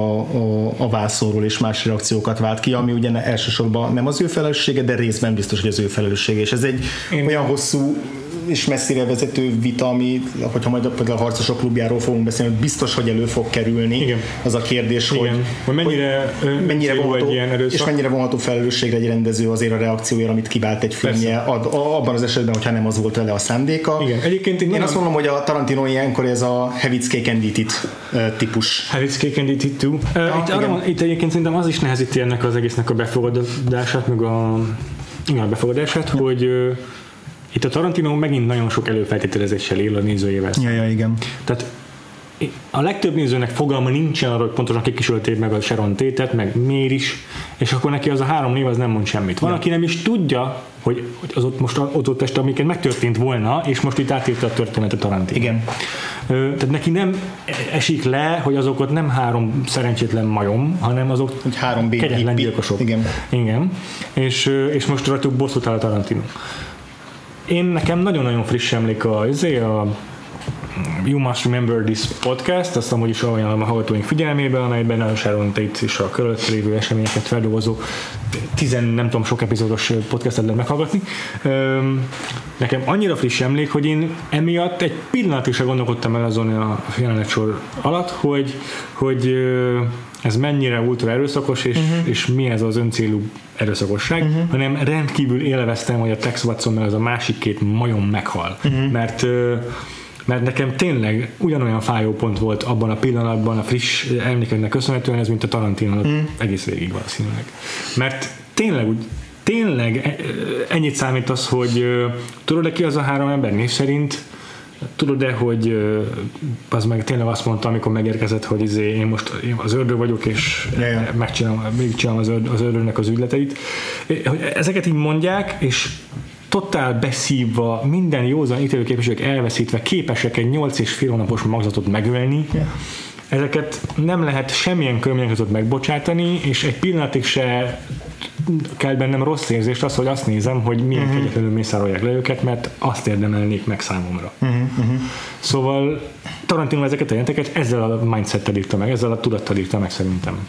a vászorról és más reakciókat vált ki, ami ugye elsősorban nem az ő felelőssége, de részben biztos, hogy az ő felelőssége, és ez egy olyan hosszú és messzire vezető vita, ami, hogyha majd például a Harcosok klubjáról fogunk beszélni, hogy biztos, hogy elő fog kerülni. Igen. Az a kérdés, hogy mennyire vonható, egy ilyen erőszak. És mennyire vonható felelősségre egy rendező azért a reakciójára, amit kivált egy filmje, abban az esetben, hogyha nem az volt vele a szándéka. Igen. Egyébként én azt mondom, hogy a Tarantino ilyenkor ez a Have Its Cake and Eat It típus. Have Its Cake and Eat It too. Itt egyébként szerintem az is nehezíti ennek az egésznek a befogadását, meg a befogadását, hogy itt a Tarantino megint nagyon sok előfeltételezéssel él a nézőjével. Ja, igen. Tehát a legtöbb nézőnek fogalma nincsen arra, hogy pontosan kik is ölték meg a Sharon Tate-et, meg miért is, és akkor neki az a 3 név az nem mond semmit. Van, aki nem is tudja, hogy az ott most ott este, amiket megtörtént volna, és most itt átírta a történetet Tarantino. Igen. Tehát neki nem esik le, hogy azokat nem 3 szerencsétlen majom, hanem azok 3 kegyetlen gyilkosok. Igen. És most rajtuk bosszút áll a Tarantino. Nekem nagyon-nagyon friss emlék a You Must Remember This podcast, azt amúgy is ajánlom a hallgatóink figyelmébe, amelyben a Sharon Tate és a körülött lévő eseményeket feldolgozó nem tudom, sok epizódos podcastet lehet meghallgatni. Nekem annyira friss emlék, hogy én emiatt egy pillanatig sem gondolkodtam el azon a jelenetsor alatt, hogy ez mennyire ultra erőszakos, és mi ez az öncélú erőszakosság, hanem rendkívül élveztem, hogy a Tex Watson meg az a másik két majom meghal. Mert nekem tényleg ugyanolyan fájó pont volt abban a pillanatban, a friss emlékednek köszönhetően ez, mint a Tarantino egész végig valószínűleg. Mert tényleg ennyit számít az, hogy tudod-e ki az a 3 ember név szerint, tudod-e, hogy az meg tényleg azt mondta, amikor megérkezett, hogy én most az ördög vagyok, és megcsinálom az ördögnek az ügyleteit. Ezeket így mondják, és totál beszívva, minden józan ítélőképességek elveszítve képesek egy 8,5 hónapos magzatot megölni. Ezeket nem lehet semmilyen körülmények között megbocsátani, és egy pillanatig se kell bennem rossz érzést az, hogy azt nézem, hogy milyen kegyetlenül mészárolják le őket, mert azt érdemelnék meg számomra. Szóval Tarantino ezeket a jelenteket ezzel a mindsettel írta meg, ezzel a tudattal írta meg szerintem.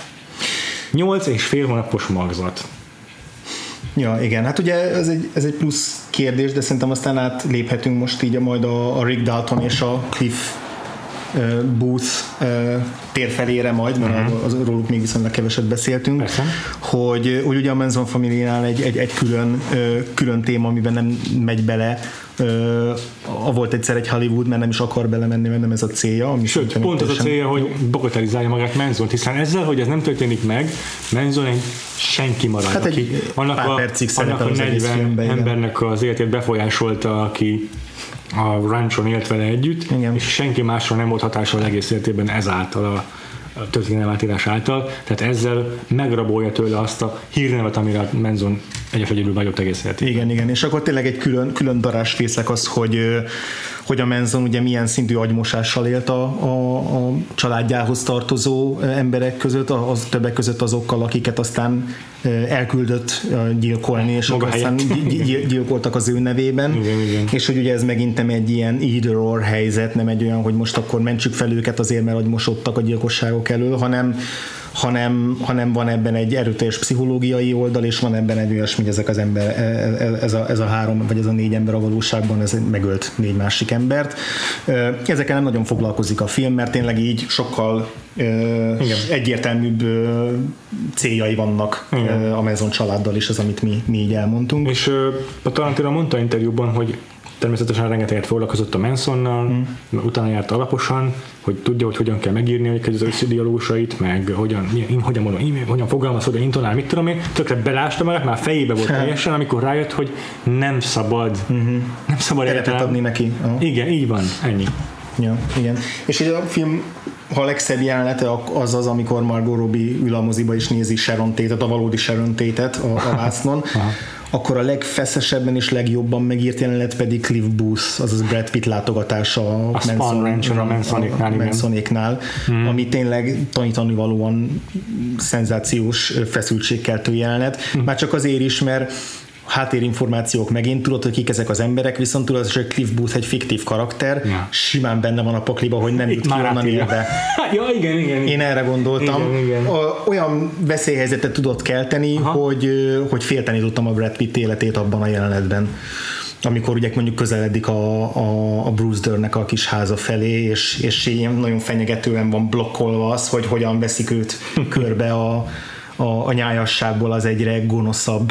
8,5 hónapos magzat. Ja, igen, hát ugye ez egy plusz kérdés, de szerintem aztán átléphetünk most így majd a Rick Dalton és a Cliff Booth térfelére majd, mert róluk még viszonylag keveset beszéltünk, hogy ugye a Manson Family-nál egy külön téma, amiben nem megy bele, volt egyszer egy Hollywood, mert nem is akar belemenni, mert nem ez a célja. Sőt, pont az a célja, hogy bagatelizálja magát Manson, hiszen ezzel, hogy ez nem történik meg, Manson egy senki marad, hát aki annak a 40 embernek az életét befolyásolta, aki a ranchon élt vele együtt, igen. És senki másra nem volt hatással egész életében ezáltal a történelem átírás által, tehát ezzel megrabolja tőle azt a hírnevet, amire Manson egyedül vagyott egész életében. Igen, és akkor tényleg egy külön darásfészek az, hogy a Manson ugye milyen szintű agymosással élt a családjához tartozó emberek között, az többek között azokkal, akiket aztán elküldött gyilkolni, és aztán gyilkoltak az ő nevében, igen. És hogy ugye ez megint nem egy ilyen either or helyzet, nem egy olyan, hogy most akkor mentsük fel őket azért, mert agymosodtak a gyilkosságok elől, hanem van ebben egy erőteljes pszichológiai oldal, és van ebben egy olyasmi, hogy ezek az ember, ez a 3 vagy ez a 4 ember a valóságban, ez megölt 4 másik embert. Ezekkel nem nagyon foglalkozik a film, mert tényleg így sokkal egyértelműbb céljai vannak a Manson családdal is, az, amit mi így elmondtunk. És a Tarantino mondta interjúban, hogy természetesen rengeteget foglalkozott a Mansonnal, utána járt alaposan, hogy tudja, hogy hogyan kell megírni az összedialógusait, meg hogyan fogalmaz, hogyan intonál, mit tudom én, tökre belásta magát, már fejébe volt teljesen, amikor rájött, hogy nem szabad teretet adni neki. Igen, így van, ennyi. Ja, igen. És ugye a film a legszebb jelenete az, amikor Margot Robbie ül a moziba és nézi Sharon Tate-et, a valódi Sharon Tate-et a vásznon, akkor a legfeszesebben és legjobban megírt jelenet pedig Cliff Booth, azaz Brad Pitt látogatása a Mansonéknál, ami tényleg tanítanivalóan szenzációs feszültségkeltő jelenet. Már csak azért is, mert háttérinformációk megint, tudod, hogy kik ezek az emberek, viszont tudod, hogy Cliff Booth egy fiktív karakter, simán benne van a pakliba, hogy nem jut ki onnan élve. Ja, igen. Én erre gondoltam. Igen. Olyan veszélyhelyzetet tudott kelteni, hogy félteni tudtam a Brad Pitt életét abban a jelenetben. Amikor ugye mondjuk közeledik a Bruce Dernnek a kis háza felé, és ilyen nagyon fenyegetően van blokkolva az, hogy hogyan veszik őt körbe a nyájasságból az egyre gonoszabb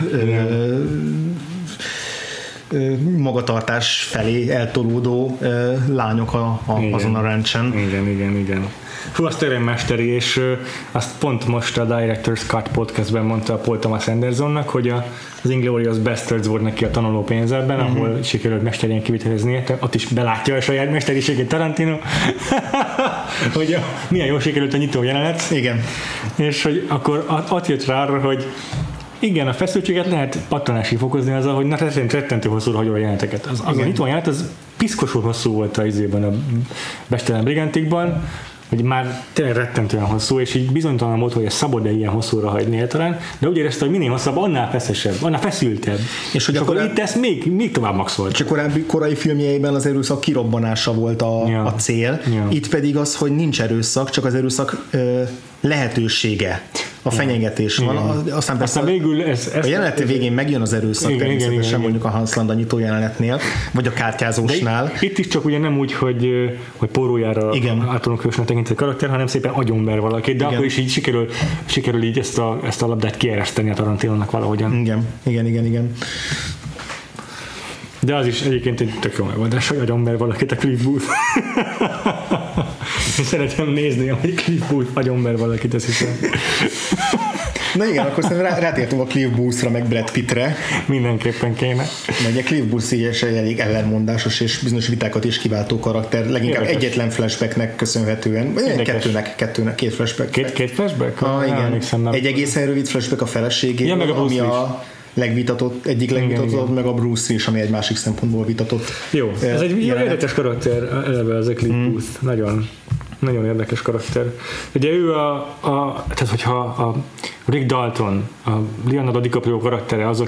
magatartás felé eltolódó lányok azon a rancsen. Igen. Hú, az törőmesteri, és azt pont most a Director's Cut podcastben mondta a Paul Thomas Andersonnak, hogy az Inglourious Basterds volt neki a tanuló pénzben, ahol sikerült mesterien kiviteleznie, ott is belátja a saját mesteriségét Tarantino, hogy milyen jól sikerült a nyitó jelenet. Igen. És hogy akkor ott jött rá arra, hogy igen, a feszültséget lehet pattanásig fokozni azzal, hogy rettentő hosszúra hagyja a jeleneteket. Az a nyitó jelenet, az piszkosul hosszú volt a Bestelen Brigantikban, már tényleg rettentően hosszú, és így bizonytalan volt, hogy ezt szabad-e ilyen hosszúra hagyni talán, de úgy érezte, hogy minél hosszabb, annál feszesebb, annál feszültebb. És akkor itt ezt még tovább maxolt. És a korai filmjeiben az erőszak kirobbanása volt a cél, itt pedig az, hogy nincs erőszak, csak az erőszak lehetősége. A fenyegetés van. Aztán végül a jelenet végén megjön az erőszak, természetesen mondjuk a Hans Landa nyitó jelenetnél, vagy a kártyázósnál. Itt is csak ugye nem úgy, hogy pórójára általunk hősnek tekintett karakter, hanem szépen agyonver valakit, de akkor is így sikerül így ezt a labdát kiereszteni a Tarantinónak valahogyan. Igen. De az is egyébként egy tök jó megoldás, hogy agyonver valakit a Cliff Booth. Én szeretem nézni, hogy Cliff Booth agyonver valakit, ezt hiszem. Na igen, akkor szerintem rátértünk a Cliff Boothra, meg Brad Pittre. Mindenképpen kéne. Mert a Cliff Booth így elég ellenmondásos és bizonyos vitákat is kiváltó karakter, leginkább egyetlen flashbacknek köszönhetően. Kettőnek, két flashback. Két flashback? Igen. Egy egészen rövid flashback a feleségéről, ami a egyik legvitatott, meg a Bruce is, ami egy másik szempontból vitatott. Jó, ez egy érdekes karakter, eleve az a Cliff Booth. Nagyon érdekes karakter. Ugye ő tehát hogyha a Rick Dalton, a Leonardo DiCaprio karaktere az,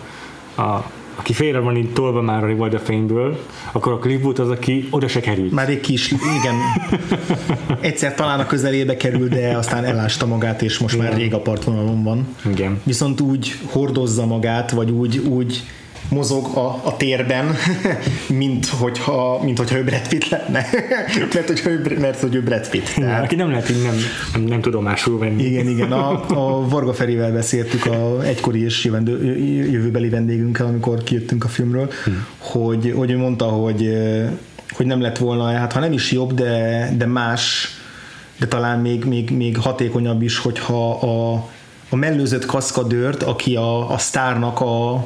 aki félre van itt tolva már a Rivalda fényből, akkor a Cliff Booth az, aki oda se került. Már egy kis, igen. Egyszer talán a közelébe kerül, de aztán elásta magát, és most már rég a partvonalon van. Igen. Viszont úgy hordozza magát, vagy úgy mozog a térben, mint hogyha ő Brad Pitt lenne. mert hogy ő Brad Pitt. Tehát... Aki nem lehet így nem tudomásul venni. Igen. A Varga Ferivel beszéltük a egykori és jövőbeli vendégünkkel, amikor kijöttünk a filmről, hogy ő mondta, hogy nem lett volna, hát ha nem is jobb, de más, de talán még hatékonyabb is, hogyha a mellőzött kaszkadőrt, aki a sztárnak a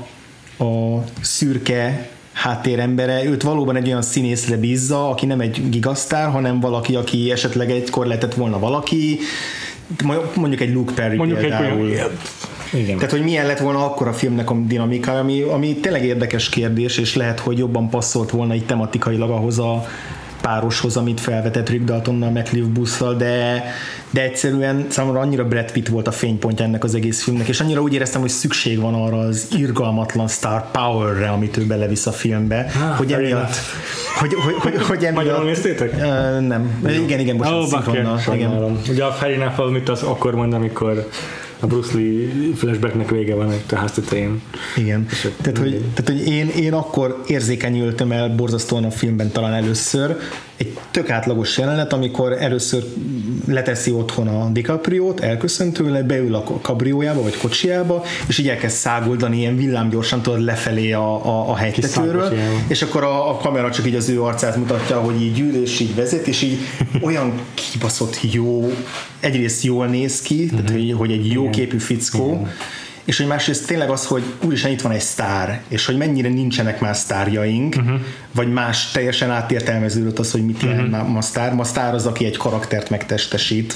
szürke háttérembere, őt valóban egy olyan színészre bízza, aki nem egy gigasztár, hanem valaki, aki esetleg egykor lehetett volna valaki, mondjuk egy Luke Perry például. Igen. Tehát, hogy milyen lett volna akkor a filmnek a dinamikája, ami tényleg érdekes kérdés, és lehet, hogy jobban passzolt volna így tematikailag ahhoz a pároshoz, amit felvetett Rick Daltonnal, meg Cliff Booth-szal, de egyszerűen számomra annyira Brad Pitt volt a fénypontja ennek az egész filmnek, és annyira úgy éreztem, hogy szükség van arra az irgalmatlan star power-re, amit ő belevisz a filmbe, hogy emiatt... Magyarul néztétek? Nem. Igen, most szinkronnal. Ugye a Fair Enough amit az akkor mond, amikor a Bruce Lee flashbacknek vége van a háztetején. Igen. Tehát, hogy én akkor érzékenyültem el borzasztóan a filmben talán először egy tök átlagos jelenet, amikor először leteszi otthon a DiCapriót, elköszönt tőle, beül a kabriójába vagy kocsijába, és így elkezd száguldani ilyen villámgyorsan tudod lefelé a hegytetőről, és akkor a kamera csak így az ő arcát mutatja, hogy így ül és így vezet, és így olyan kibaszott jó, egyrészt jól néz ki, tehát hogy egy jó képű fickó, és hogy másrészt tényleg az, hogy úristen itt van egy sztár, és hogy mennyire nincsenek már sztárjaink, vagy más teljesen átértelmeződött az, hogy mit jelent ma sztár. Ma sztár az, aki egy karaktert megtestesít,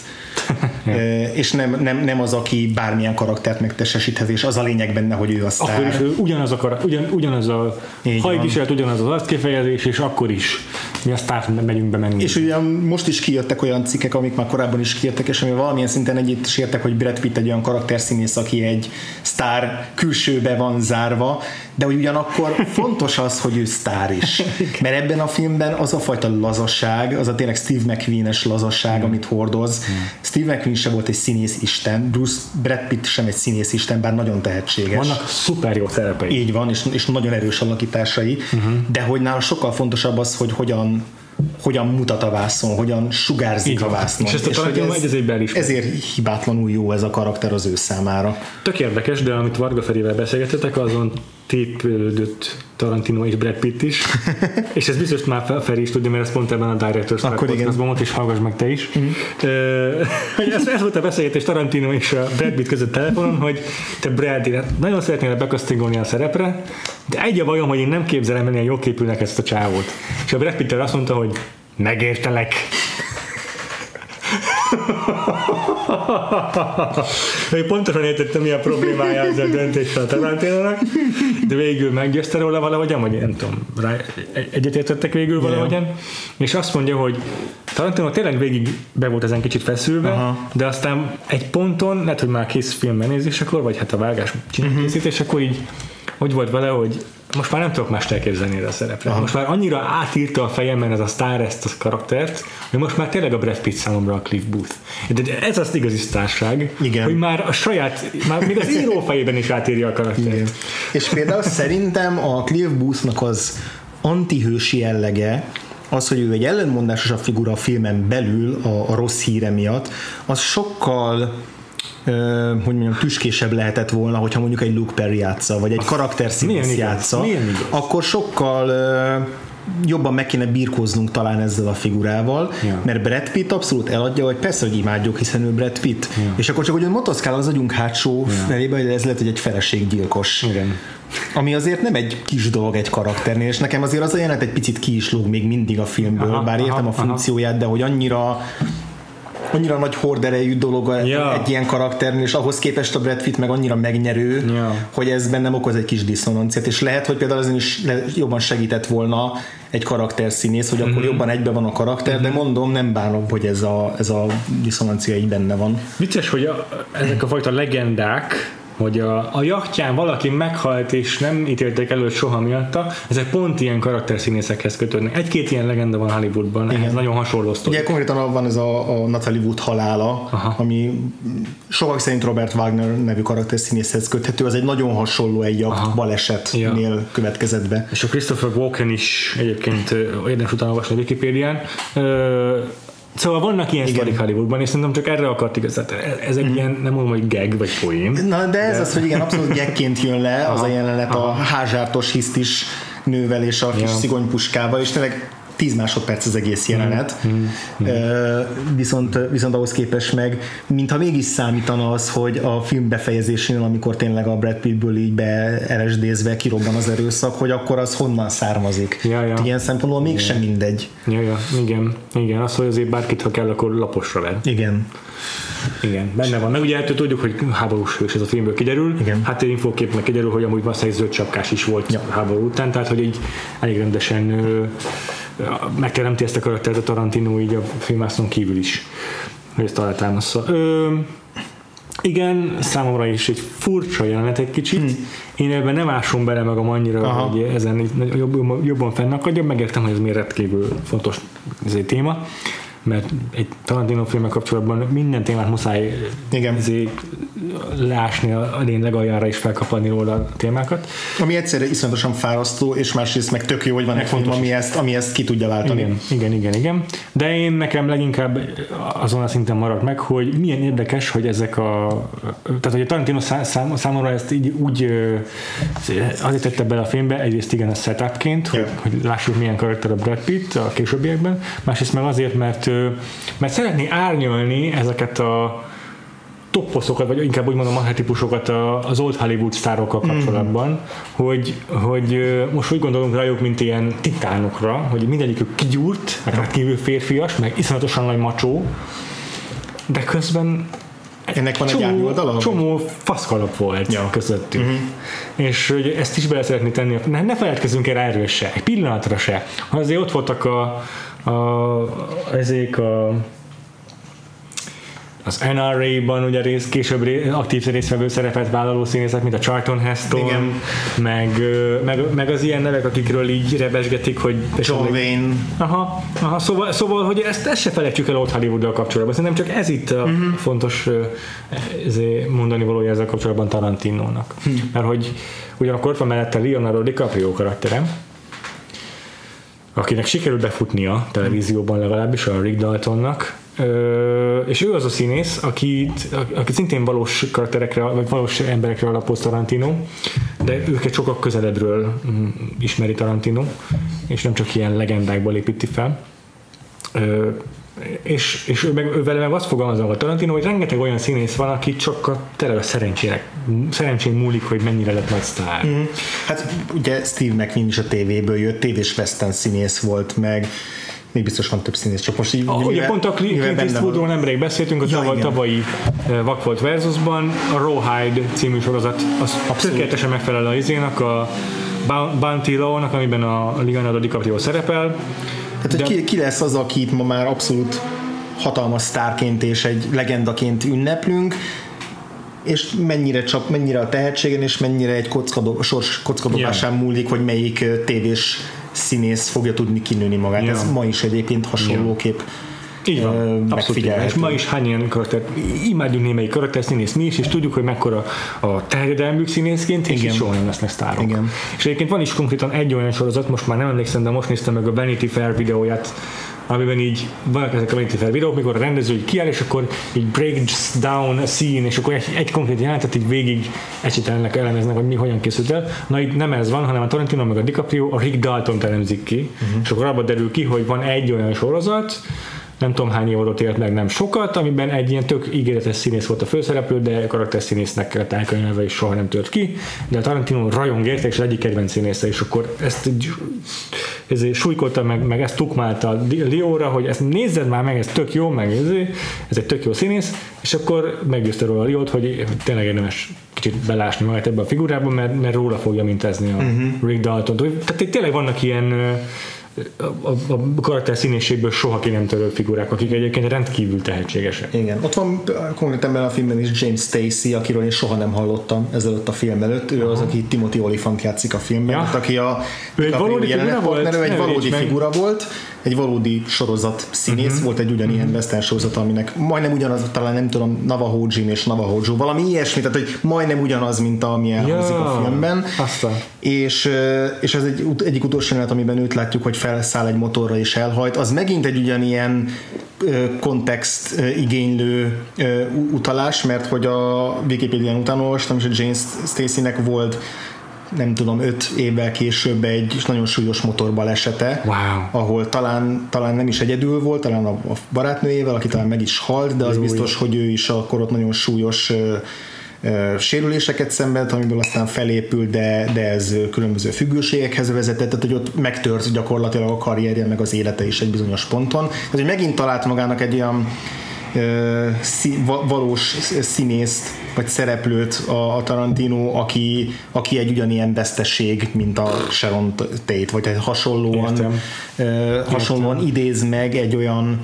és nem az, aki bármilyen karaktert megtestesíthet, és az a lényeg benne, hogy ő a sztár. Akkor is ugyanaz a hajviselet, ugyanaz az arckifejezés, és akkor is mi a sztárt megyünk bemenni. És ugye most is kijöttek olyan cikkek, amik már korábban is kijöttek, és ami valamilyen szinten együtt is értek, hogy Brad Pitt egy olyan karakterszínész, aki egy sztár külsőbe van zárva, de hogy ugyanakkor fontos az, hogy ő sztár is. Mert ebben a filmben az a fajta lazaság, az a tényleg Steve McQueen-es lazaság, amit hordoz. Steve McQueen sem volt egy színészisten, Brad Pitt sem egy színészisten, bár nagyon tehetséges. Vannak szuper jó szerepei. Így van, és nagyon erős alakításai, de hogy nála sokkal fontosabb az, hogy hogyan mutat a vászon, hogyan sugárzik a vászon. És ezt a Tarantino egyezében is. Ezért hibátlanul jó ez a karakter az ő számára. Tök érdekes, de amit Varga Ferivel beszélgetetek, azon tépődött Tarantino és Brad Pitt is, és ez biztos már Feri is tudja, mert ez pont ebben a Director's Podcastban volt, és hallgass meg te is. Ez volt a beszélgetés Tarantino és a Brad Pitt között telefonon, hogy te Brad, nagyon szeretnél bekasztingolni a szerepre, de egy a bajom, hogy én nem képzelem ennél jóképűnek ezt a csávót. És a Brad Pitt azt mondta, hogy megértelek. Pontosan értettem, mi a problémája ezzel a döntéssel a Tarantinónak, de végül meggyőzte róla valahogyan, vagy nem tudom, egyetértettek végül valahogyan, és azt mondja, hogy Tarantino tényleg végig be volt ezen kicsit feszülve, de aztán egy ponton, lehet, hogy már kész film megnézésekor, vagy hát a vágás készítésekor így úgy volt vele, hogy most már nem tudok mást elképzelni erre a szerepre. Most már annyira átírta a fejemben ez a sztár ezt a karaktert, hogy most már tényleg a Brad Pitt számomra a Cliff Booth. De ez az igazi sztárság, hogy már a saját, már még az író fejében is átírja a karaktert. Igen. És például szerintem a Cliff Boothnak az antihősi jellege, az, hogy ő egy ellenmondásosabb figura a filmen belül a rossz híre miatt, az sokkal hogy mondjam, tüskésebb lehetett volna, hogyha mondjuk egy Luke Perry játsza, vagy egy karakterszínész játsza, akkor sokkal jobban meg kéne birkóznunk talán ezzel a figurával, mert Brad Pitt abszolút eladja, hogy persze, hogy imádjuk, hiszen ő Brad Pitt. És akkor csak, hogy motoszkál az agyunk hátsó felébe, hogy ez lehet, hogy egy feleséggyilkos. Igen. Ami azért nem egy kis dolog egy karakternél, és nekem azért az a jelenet egy picit ki is lóg még mindig a filmből, bár értem a funkcióját, de hogy annyira nagy horderejű dolog egy ilyen karakternél, és ahhoz képest a Brad Pitt meg annyira megnyerő, hogy ez bennem okoz egy kis diszonanciát, és lehet, hogy például ezen is jobban segített volna egy karakterszínész, hogy akkor jobban egybe van a karakter, de mondom, nem bánom, hogy ez a diszonancia így benne van. Vicces, hogy ezek a fajta legendák, hogy a jachtján valaki meghalt és nem ítélték elő soha miatta, ezek pont ilyen karakterszínészekhez kötődnek. Egy-két ilyen legenda van Hollywoodban, ez nagyon hasonló sztori. Ugye konkrétan van ez a Natalie Wood halála, ami sokak szerint Robert Wagner nevű karakterszínészhez köthető, az egy nagyon hasonló egy jacht balesetnél következett be. És a Christopher Walken is egyébként érdemes utána olvasni a Wikipédián. Szóval vannak ilyen sztorik Hollywoodban, és szerintem csak erre akart igazát. Ez egy ilyen, nem mondom, hogy gag vagy poén. Na, de ez az, hogy igen, abszolút gagként jön le az a jelenet a házsártos hisztis nővel és a kis szigonypuskával, és tényleg 10 másodperc az egész jelenet. Viszont ahhoz képest meg, mintha mégis számítana az, hogy a film befejezésénél, amikor tényleg a Brad Pittből így beeresdézve kirobban az erőszak, hogy akkor az honnan származik. Ilyen szempontból mégsem mindegy. Igen, az, hogy azért bárkit, ha kell, akkor laposra ver. Igen, benne van. Meg ugye tudjuk, hogy háborús hős ez a filmből kiderül. Háttérinfókép meg kiderül, hogy amúgy valószínűleg zöld sapkás is volt háború után, tehát hogy így elég rendesen megteremti ezt a karaktert a Tarantino így a filmászon kívül is, hogy ezt alátámaszza. Igen, számomra is egy furcsa jelenet egy kicsit. Én ebben nem ásom bele magam annyira, hogy ezen jobban fennakadja, megértem, hogy ez miért rendkívül fontos ez egy téma, mert egy Tarantino filmmel kapcsolatban minden témát muszáj leásni a lény legaljára és felkapadni róla a témákat. Ami egyszerre iszonyatosan fárasztó, és másrészt meg tök jó, hogy van egy film, ami ezt ki tudja váltani. Igen. De én nekem leginkább azon a szinten maradt meg, hogy milyen érdekes, hogy ezek tehát hogy a Tarantino számomra ezt így úgy azért tette bele a filmbe, egyrészt igen a setupként, hogy lássuk milyen karakter a Brad Pitt a későbbiekben, másrészt meg azért, mert szeretné árnyalni ezeket a topposzokat, vagy inkább úgy mondom archetípusokat az old Hollywood sztárokkal kapcsolatban, hogy most úgy gondolunk rájuk, mint ilyen titánokra, hogy mindegyikük kigyúrt, meg kívül férfias, meg iszonyatosan nagy macsó, de közben ennek van egy árnyoldala? Csomó faszkalap volt közöttük. És hogy ezt is bele szeretné tenni. Ne feledkezzünk el erről se, egy pillanatra se. Azért ott voltak ezek az NRA-ban ugye később aktív résztvevő szerepet vállaló színészek, mint a Charlton Heston, meg az ilyen nevek, akikről így rebesgetik, hogy John Wayne. Szóval, hogy ezt se felejtsük el Old Hollywooddal kapcsolatban. Szerintem csak ez itt a fontos mondani valója ezzel kapcsolatban Tarantinónak. Mert hogy ugyanakkor ott van mellette Leonardo DiCaprio karakterem, akinek sikerült befutnia televízióban legalábbis, a Rick Daltonnak, és ő az a színész, aki szintén valós karakterekre, vagy valós emberekre alapoz Tarantino, de őket sokkal közelebbről ismeri Tarantino, és nem csak ilyen legendákból építi fel. És ő vele meg azt fogalmazza a Tarantino, hogy rengeteg olyan színész van, aki csak tényleg a szerencsén múlik, hogy mennyire lett nagy sztár. Hát ugye Steve McQueen is a tévéből jött, tévés western színész volt, meg még biztos van több színész, csak most így ugye pont a Clint Eastwoodról nemrég beszéltünk a tavalyi Vakfolt Versusban, a Rawhide című sorozat az tökéletesen megfelel a izének, a Bounty Law-nak, amiben a Leonardo DiCaprio szerepel. Tehát, hogy ki lesz az, akit ma már abszolút hatalmas sztárként és egy legendaként ünneplünk, és mennyire a tehetségen, és mennyire egy kockadobásán múlik, hogy melyik tévés színész fogja tudni kinőni magát. Yeah. Ez ma is egyébként hasonlóképp megfigyelhető. Ma is hány ilyen karakter, imádjunk némelyik karakterszínész mi is, és tudjuk, hogy mekkora a terjedelmük színészként, és soha nem lesznek sztárok. Igen. És egyébként van is konkrétan egy olyan sorozat, most már nem emlékszem, de most néztem meg a Vanity Fair videóját, amiben így vannak ezek a Vanity Fair videók, mikor a rendező így kiáll, és akkor így breaks down a scene, és akkor egy konkrét jelenetet így végig ecsítelnek, elemeznek, hogy mi hogyan készült el. Na itt nem ez van, hanem a Tarantino meg a DiCaprio a Rick Daltont elemzik ki, és akkor abban derül ki, hogy van egy olyan sorozat, nem tudom hány évadot élt meg, nem sokat, amiben egy ilyen tök ígéretes színész volt a főszereplő, de karakterszínésznek kellett elkönyvelve, és soha nem tört ki, de a Tarantino rajong érte, és egyik kedvenc színésze, és akkor ezt súlykolta meg ezt tukmálta Leóra, hogy ezt nézzed már meg, ez tök jó, meg ez egy tök jó színész, és akkor meggyőzte róla Leót, hogy tényleg érdemes kicsit belásni magát ebbe a figurába, mert róla fogja mintázni a Rick Dalton. Tehát tényleg vannak ilyen a karakter színészségből soha ki nem törő figurák, akik egyébként rendkívül tehetségesek. Igen. Ott van konkrétan ebben a filmben is James Stacey, akiről én soha nem hallottam ezelőtt a film előtt. Ő az, aki Timothy Olyphant játszik a filmben, aki egy valódi figura volt? Ő egy valódi figura volt, egy valódi sorozat színész, volt egy ugyanilyen western sorozat, aminek majdnem ugyanaz, talán nem tudom, Navajo Jim és Navajo Joe, valami ilyesmi, tehát hogy majdnem ugyanaz, mint ami elhangzik a filmben. És ez egyik utolsó jelenet, amiben őt látjuk, hogy felszáll egy motorra és elhajt, az megint egy ugyanilyen kontext igénylő utalás, mert hogy a Wikipédián utána olvastam, és a James Stacey-nek volt nem tudom, 5 évvel később egy nagyon súlyos motorbalesete, ahol talán nem is egyedül volt, talán a barátnőjével, aki talán meg is halt, de az biztos, hogy ő is akkor ott nagyon súlyos sérüléseket szenvedt, amiből aztán felépült, de ez különböző függőségekhez vezetett, tehát hogy ott megtört gyakorlatilag a karrierje, meg az élete is egy bizonyos ponton. Tehát, hogy megint talált magának egy olyan valós színészt vagy szereplőt a Tarantino, aki egy ugyanilyen veszteség, mint a Sharon Tate, vagy hasonlóan idéz meg egy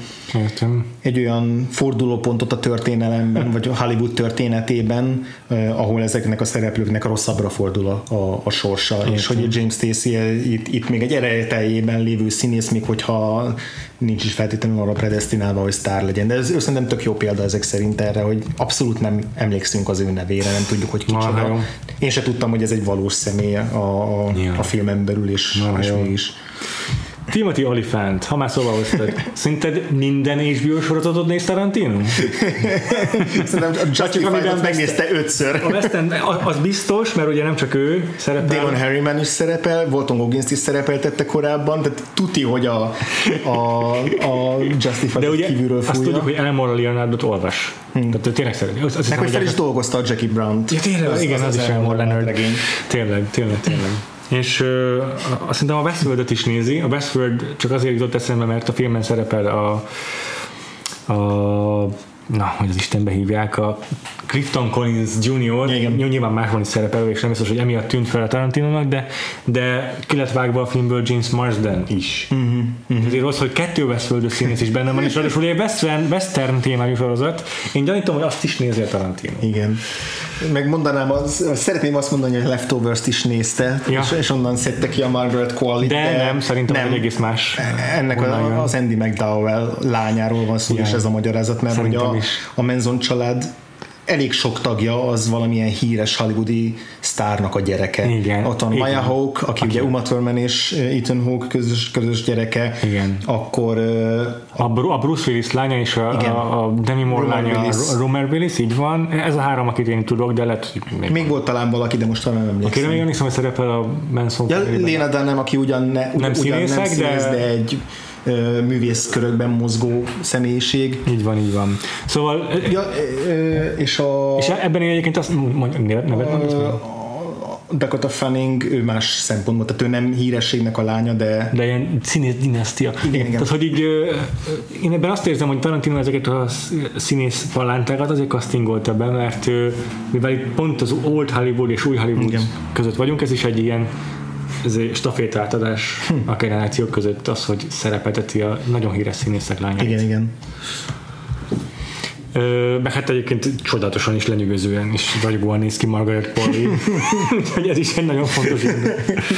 olyan fordulópontot a történelemben, vagy a Hollywood történetében, ahol ezeknek a szereplőknek rosszabbra fordul a sorsa, és hogy James Stacey itt még egy erejteljében lévő színész, még hogyha nincs is feltétlenül arra predesztinálva, hogy sztár legyen. De ez szerintem tök jó példa ezek szerint erre, hogy abszolút nem emlékszünk az ő nevére, nem tudjuk, hogy kicsoda. Én se tudtam, hogy ez egy valós személy a filmen belül, és mégis. Timothy Olyphant, ha már szóval hoztad, szerinted minden HBO sorozatot néz Tarantino? Szerintem a Justified-ot megnézte 5-ször. A West End, az biztos, mert ugye nem csak ő szerepel. Damon Harriman is szerepel, Walton Goggins is szerepeltette korábban, tehát tuti, hogy a Justified-ot kívülről fújja. Azt tudjuk, hogy Elmore Leonardot olvas. Tehát tényleg szereti. Meg hogy fel is dolgozta a Jackie Brown-t. Ja, tényleg, igen, az is Elmore Leonard. Tényleg. És azt hiszem a Westworld-öt is nézi. A Westworld csak azért jutott eszembe, mert a filmben szerepel hogy az Istenbe hívják, a Clifton Collins Jr. Nyilván máshol is szerepel, és nem biztos, hogy emiatt tűnt fel a Tarantinónak, de ki lett vágva a filmből James Marsden is. Ezért az, hogy 2 Westworld színész is benne van, és ráadásul egy western témájú sorozat. Én gyanítom, hogy azt is nézi a Tarantino. Igen. Megmondanám, szeretném azt mondani, hogy Leftovers-t is nézte, és onnan szedte ki a Margaret Qualley. De nem, szerintem nem. Egész más. Ennek az Andy McDowell lányáról van szó, és ez a magyarázat, mert hogy a Manson család elég sok tagja az valamilyen híres hollywoodi sztárnak a gyereke. Igen. Ott van Maya Hawke, aki ugye Uma Thurman és Ethan Hawke közös gyereke. Igen. Akkor a Bruce Willis lánya és a Demi Moore lánya, a Rumor Willis, így van. Ez a 3, akit én tudok, de lehet, hogy még volt talán valaki, de most talán nem emlékszem. Akire még emlékszem, hogy szerepel a Manson. Lena Dunham, aki ugyan nem színész, de egy művészkörökben mozgó személyiség. Így van. Szóval és ebben egyébként azt nevet Dakota Fanning, ő más szempontból, tehát ő nem hírességnek a lánya, de ilyen színész dinasztia. Igen. Tehát, hogy így én ebben azt érzem, hogy Tarantino ezeket a színész palántákat azért castingolta be, mert mivel itt pont az Old Hollywood és új Hollywood Igen. között vagyunk, ez is egy ilyen stafétátadás a generációk között, az, hogy szerepelteti a nagyon híres színészek lányait. igen. Meg hát egyébként csodálatosan is lenyűgözően és ragyogóan néz ki Margaret Qualley. Úgyhogy ez is egy nagyon fontos ember.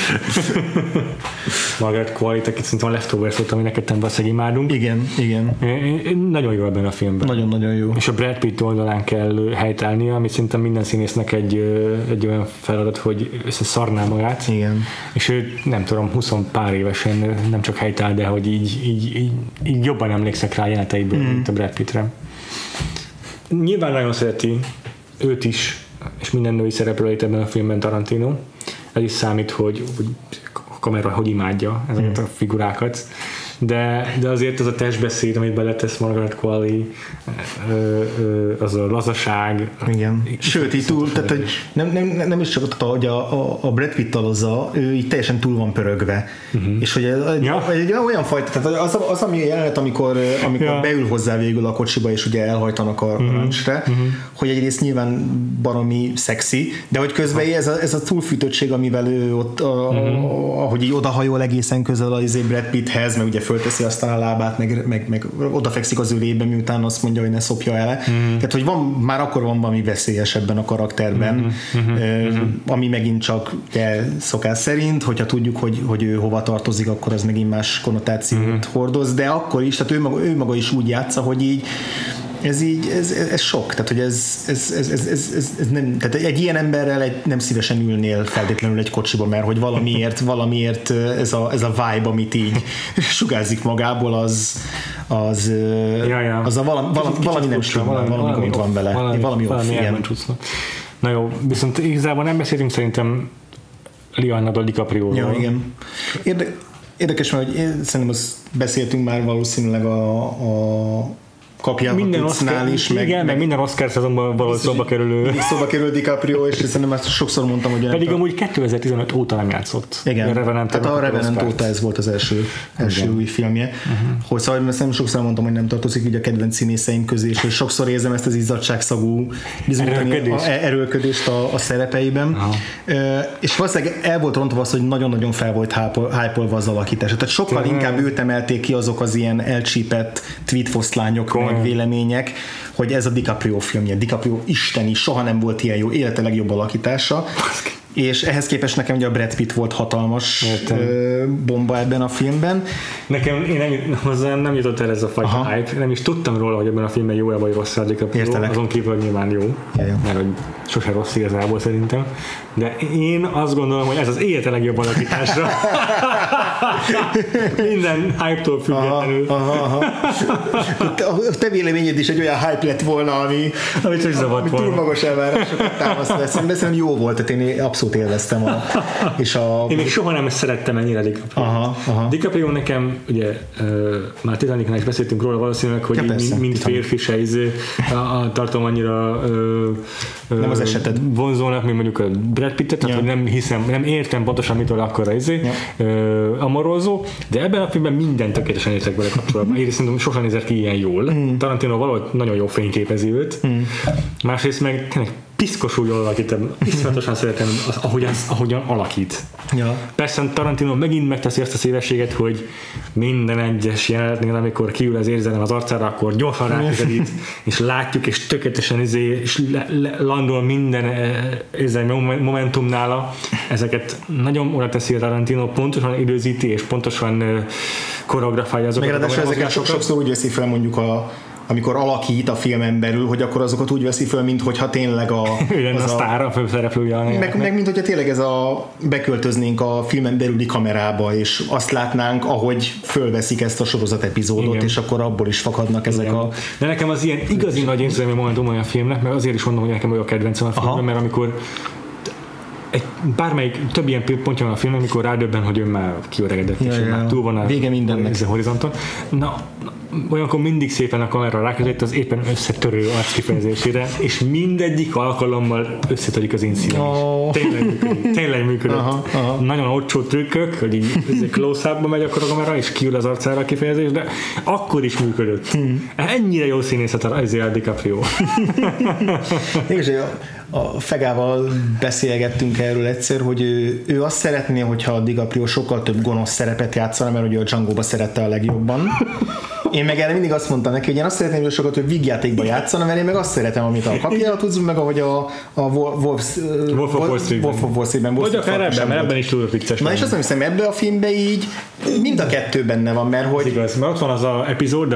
Margaret Qualley, akit szerintem a Leftovers volt, ami neked valószínűleg imádunk. Igen. Nagyon jó ebben a filmben. Nagyon jó. És a Brad Pitt oldalán kell helytállnia, ami szerintem minden színésznek egy olyan feladat, hogy összeszarná magát. Igen. És ő nem tudom, 20 pár évesen nem csak helytáll, de hogy így jobban emlékszek rá jeleneteiből, mint a Brad Pittre. Nyilván nagyon szereti őt is, és minden női szereplőjét ebben a filmben Tarantino. Ez is számít, hogy a kamera hogy imádja ezeket a figurákat. De azért az a testbeszéd, amit beletesz Margaret Qualley, az a lazaság. Igen. Sőt, így túl, tehát, hogy nem is csak hogy a Brad Pitt alozza, ő így teljesen túl van pörögve. És hogy egy olyan fajta, tehát az ami jelenet, amikor beül hozzá végül a kocsiba, és ugye elhajtanak a rancsre, hogy egyrészt nyilván baromi szexi, de hogy közben ez a túlfűtöttség, amivel ő ott, ahogy így odahajol egészen közel az Brad Pitthez, meg ugye fölteszi aztán a lábát, meg odafekszik az ölébe, miután azt mondja, hogy ne szopja el. Tehát, hogy már akkor van valami veszélyes ebben a karakterben, ami megint csak szokás szerint, hogyha tudjuk, hogy ő hova tartozik, akkor az megint más konnotációt hordoz, de akkor is, tehát ő maga is úgy játsza, hogy így ez sok, tehát hogy ez nem, tehát egy ilyen emberrel nem szívesen ülnél feltétlenül egy kocsiba, mert hogy valamiért ez a vibe, amit így sugárzik magából, az valami nem stimmel, valami gond van vele, valami elmencsúsznak. Na jó, viszont igazából nem beszélünk szerintem Leonardo DiCaprio-ról. Ja, igen. Érdekes, mert hogy szerintem azt beszéltünk már valószínűleg a kapja minden Oscar, is, meg minden Oscar szezonban valahol szóba kerülő. Szóba kerül DiCaprio, és szerintem ezt sokszor mondtam, hogy... Pedig amúgy 2015 óta nem játszott. Igen, tehát a Revenant óta ez volt az első új filmje. Hogy szóval szerintem sokszor mondtam, hogy nem tartozik így a kedvenc színészeim közé, és sokszor érzem ezt az izzadságszagú erőlködést a szerepeiben. És valószínűleg el volt rontva az, hogy nagyon-nagyon fel volt hype-olva az alakítása. Tehát sokkal inkább őt emelték ki azok az ilyen elcsípett tweetfoszlányok, vélemények, hogy ez a DiCaprio filmje. DiCaprio isteni, soha nem volt ilyen jó, élete legjobb alakítása. És ehhez képest nekem ugye a Brad Pitt volt hatalmas bomba ebben a filmben. Nekem hozzám nem jutott el ez a fajta hype, nem is tudtam róla, hogy ebben a filmben jó-e vagy rossz a DiCaprio, azon kívül nyilván jó, mert hogy sose rossz igazából szerintem. De én azt gondolom, hogy ez az élete legjobb alakításra. Minden hype-tól függetlenül. A te véleményed is egy olyan hype lett volna, ami túl magas elvárásokat támaszt lesz. De szerintem jó volt, tehát én abszolút élveztem. Én még soha nem szerettem ennyire DiCaprio-t. DiCaprio nekem, ugye már Titanicnál is beszéltünk róla valószínűleg, hogy mint férfi se tartom annyira nem az eseted vonzónak, mint mondjuk a Brad Pittet, tehát hogy nem értem pontosan mitől akkora amorózó, de ebben a filmben minden tökéletesen értek vele kapcsolatban. Egyrészt szerintem sosem nézett ki ilyen jól. Tarantino valahogy nagyon jó fényképezi őt. Másrészt meg tényleg piszkosul jól alakítom. Iszonyatosan szeretem, ahogyan alakít. Ja. Persze Tarantino megint megteszi azt a szívességet, hogy minden egyes jelenetnél, amikor kiül az érzelem az arcára, akkor gyorsan ráközelít, és látjuk, és tökéletesen és landol minden érzelmi momentum nála. Ezeket nagyon oda teszi a Tarantino, pontosan időzíti, és pontosan koreografálja azokat. Meg ráadásul ezeket sokszor úgy veszi fel mondjuk amikor alakít a filmen belül, hogy akkor azokat úgy veszi föl, minthogyha tényleg a sztár, a főszereplője. Meg minthogyha tényleg beköltöznénk a filmen belüli kamerába, és azt látnánk, ahogy fölveszik ezt a sorozat epizódot, igen. És akkor abból is fakadnak ezek a... De nekem az ilyen igazi nagy érzelmi momentum olyan filmnek, mert azért is mondom, hogy nekem olyan kedvencem a filmben, mert amikor bármelyik több ilyen pontja van a filmben, amikor rádöbben, hogy ő már kiöregedett, és már túl van vége mindennek a horizonton. Na, olyankor mindig szépen a kamera ráközelít az éppen összetörő arckifejezésére, és mindegyik alkalommal összetörik az inszíven is. Tényleg működött. Nagyon olcsó trükkök, hogy így close-upba megy akkor a kamera, és kiül az arcára a kifejezés, de akkor is működött. Ennyire jó színészet az DiCaprio. És a Fegával beszélgettünk erről egyszer, hogy ő azt szeretné, hogyha a DiCaprio sokkal több gonosz szerepet játszana, mert ugye a Django-ba szerette a legjobban. Én meg erre mindig azt mondtam neki, hogy én azt szeretném, hogy sokkal több vígjátékba játszana, mert én meg azt szeretem, amit a kapjára tudsz, meg ahogy a Wolf of Wall Street-ben. Vagy akár ebben is tudok vicces. Na és azt hiszem, ebben a filmben így mind a kettő benne van, mert hogy... Igaz, mert ott van az a epizód,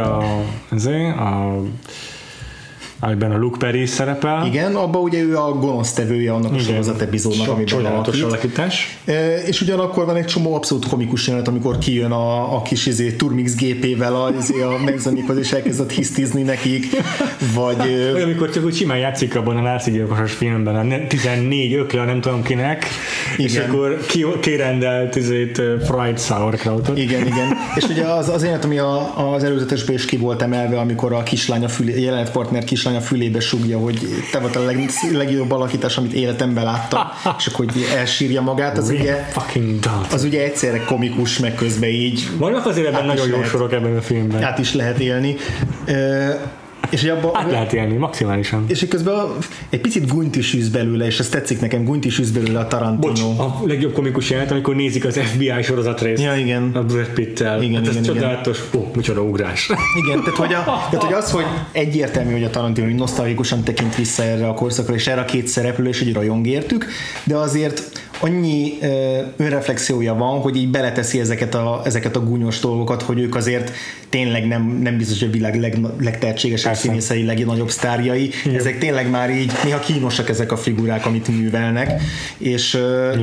amiben a Luke Perry szerepel. Igen, abban ugye ő a gonosztevője annak a sorozat epizódnak, amiben alakítás. És ugyanakkor van egy csomó abszolút komikus jelenet, amikor kijön a kis Turmix gépével a megzanikhoz, és elkezdett hisztizni nekik, vagy... Vagy amikor csak úgy simán játszik abban a náci gyilkosos filmben, a 14 ökle, nem tudom kinek, igen. És akkor kirendelt fried sauerkrautot. Igen. És ugye az jelenet, ami az előzetesben is ki volt emelve, amikor a kislány a jelenetpartner kislány a fülébe sugja, hogy te volt a legjobb alakítás, amit életemben láttam, és akkor elsírja magát, az ugye egyszerre komikus, meg közben így. Vannak azért ebben nagyon jó sorok ebben a filmben. Át is lehet élni. És át lehet élni, maximálisan. És közben egy picit gúnyt is űz belőle, és ez tetszik nekem, gúnyt is űz belőle a Tarantino. Bocs, a legjobb komikus jelenet, amikor nézik az FBI sorozatrészt. Ja, igen. A Brad Pitt-tel. Igen, ez csodálatos. Micsoda ugrás. Igen, tehát hogy az, hogy egyértelmű, hogy a Tarantino nosztalgikusan tekint vissza erre a korszakra, és erre a két szereplőre, és egy rajong értük, de azért annyi önreflexiója van, hogy így beleteszi ezeket a gúnyos dolgokat, hogy ők azért tényleg nem biztos, hogy a világ legtehetségesebb színészei, legnagyobb sztárjai. Igen. Ezek tényleg már így néha kínosak ezek a figurák, amit művelnek, és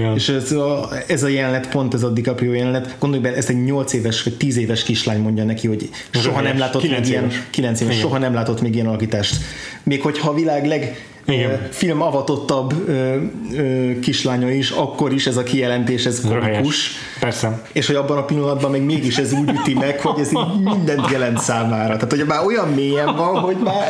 ez a jelenet, pont ez a DiCaprio jelenet, gondolj be, ezt egy 8 éves vagy 10 éves kislány mondja neki, hogy soha nem látott még ilyen 9 éves, soha nem látott még ilyen alakítást. Még hogyha a világ film avatottabb kislánya is, akkor is ez a kijelentés, ez komikus. Persze. És hogy abban a pillanatban meg mégis ez úgy üti meg, hogy ez így mindent jelent számára. Tehát, hogy már olyan mélyen van, hogy már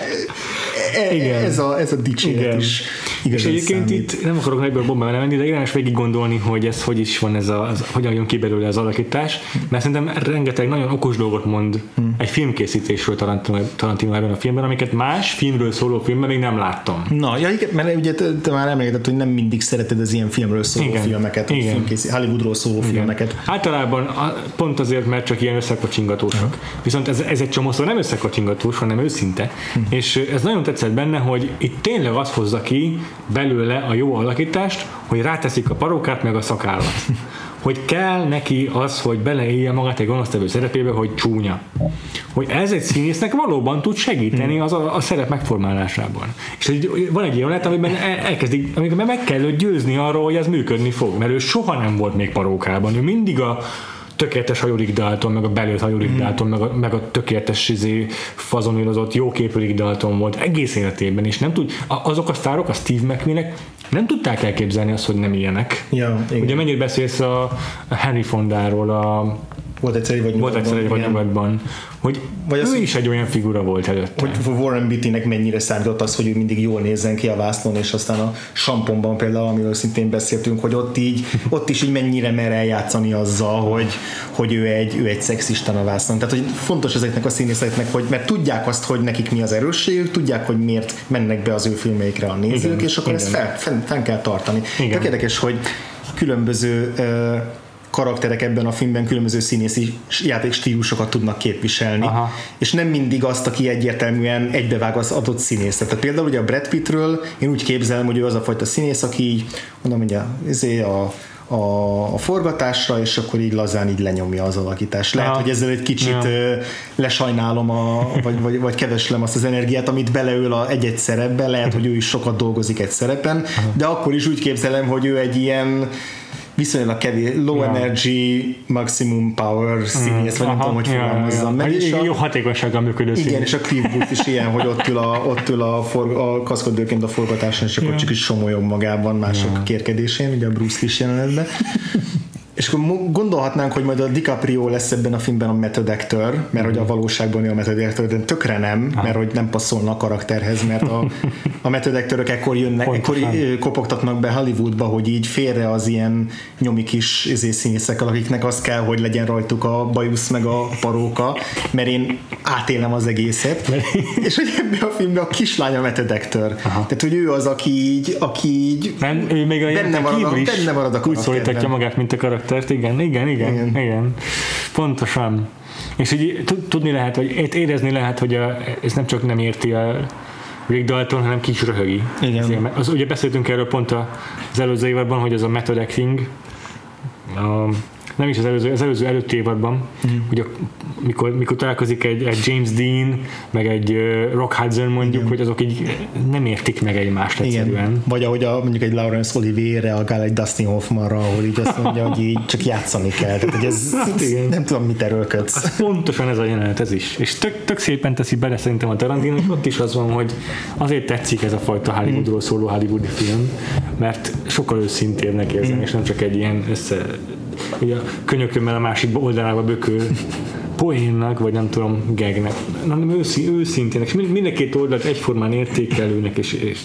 ez a dicséret is igazán és egyébként számít. Itt nem akarok egyből bombába menni, de érdemes végig gondolni, hogy ez hogy is van, hogyan jön ki belőle az alakítás, mert szerintem rengeteg nagyon okos dolgot mond egy filmkészítésről Tarantino ebben a filmben, amiket más filmről szóló filmben még nem láttam. Na, ja, mert ugye te már emlékezted, hogy nem mindig szereted az ilyen filmről szóló filmeket, Hollywoodról szóló filmeket. Általában pont azért, mert csak ilyen összekocsingatósak. Viszont ez egy csomószor nem összekocsingatós, hanem őszinte. És ez nagyon tetszett benne, hogy itt tényleg az hozza ki belőle a jó alakítást, hogy ráteszik a parókát meg a szakállat. Hogy kell neki az, hogy beleélje magát egy gonosztevő szerepébe, hogy csúnya. Hogy ez egy színésznek valóban tud segíteni a szerep megformálásában. És van egy jelenet, amiben meg kell győzni arról, hogy ez működni fog, mert ő soha nem volt még parókában. Ő mindig a tökéletes hajórik Dalton, meg a belőtt hajórik Dalton, meg a tökéletes fazonírozott, jóképű Rick Dalton volt egész életében, és nem tud, azok a sztárok, a Steve McQueen-ek nem tudták elképzelni azt, hogy nem ilyenek. Ja, ugye mennyire beszélsz a Henry Fondáról, Volt egyszer vagy nyugatban, hogy ő is egy olyan figura volt előtte. Hogy Warren Beatty-nek mennyire számított az, hogy ő mindig jól nézzen ki a vásznon, és aztán a Samponban például, amiről szintén beszéltünk, hogy ott is így mennyire mer eljátszani azzal, hogy ő egy szexisten a vásznon. Tehát, hogy fontos ezeknek a színészeknek, hogy mert tudják azt, hogy nekik mi az erősségük, tudják, hogy miért mennek be az ő filmeikre a nézők, és akkor ezt fenn kell tartani. Tehát érdekes, hogy különböző karakterek ebben a filmben különböző színészi játékstílusokat tudnak képviselni. Aha. És nem mindig azt, aki egyértelműen egybevág az adott színész. Tehát például ugye a Brad Pittről én úgy képzelem, hogy ő az a fajta színész, aki így, mondom, ugye a forgatásra, és akkor így lazán így lenyomja az alakítást. Lehet, hogy ezzel egy kicsit lesajnálom, vagy keveslem azt az energiát, amit beleöl egy-egy szerepbe. Lehet, hogy ő is sokat dolgozik egy szerepen, de akkor is úgy képzelem, hogy ő egy ilyen viszonylag kevés, low energy, maximum power színész, vagy nem tudom, hogy fogalmazzam meg. Jó hatékonysággal működő színész. Igen, és a Cliff Booth is ilyen, hogy ott ül a kaszkadőrként a forgatáson, és akkor csak is somolyog magában mások kérkedésén, ugye a Bruce Lee jelenetben. És akkor gondolhatnánk, hogy majd a DiCaprio lesz ebben a filmben a method actor, mert hogy a valóságban a method actor, de tökre nem, mert hogy nem passzolna a karakterhez, mert a method actorok ekkor kopogtatnak be Hollywoodba, hogy így félre az ilyen nyomi kis színészekkel, akiknek az kell, hogy legyen rajtuk a bajusz meg a paróka, mert én átélem az egészet. És hogy ebben a filmben a kislány a method actor. Tehát, hogy ő az, aki így nem, ő még benne marad a úgy szólítatja magát, mint a karakter. Igen. Pontosan. És így tudni lehet, vagy érezni lehet, hogy ez nem csak nem érti a Rick Dalton, hanem ki is röhögi. Igen. Ugye beszéltünk erről pont az előző évadban, hogy az a method acting, nem is az előző előtti évadban, hogy mikor találkozik egy James Dean, meg egy Rock Hudson mondjuk, hogy azok így nem értik meg egymást egyszerűen. Igen. Vagy ahogy mondjuk egy Laurence Olivier reagál egy Dustin Hoffmanra, ahol így azt mondja, hogy így csak játszani kell. Tehát, hogy ez nem tudom, mit erőlködsz. Pontosan ez a jelenet, ez is. És tök szépen teszi bele szerintem a Tarantino, hogy ott is az van, hogy azért tetszik ez a fajta Hollywoodról szóló hollywoodi film, mert sokkal őszintébbnek érzem, és nem csak egy ilyen ugye a könyökömmel a másik oldalába bökő poénnak, vagy nem tudom, gagnek, hanem őszintének, és mind a két oldalt egyformán értékelőnek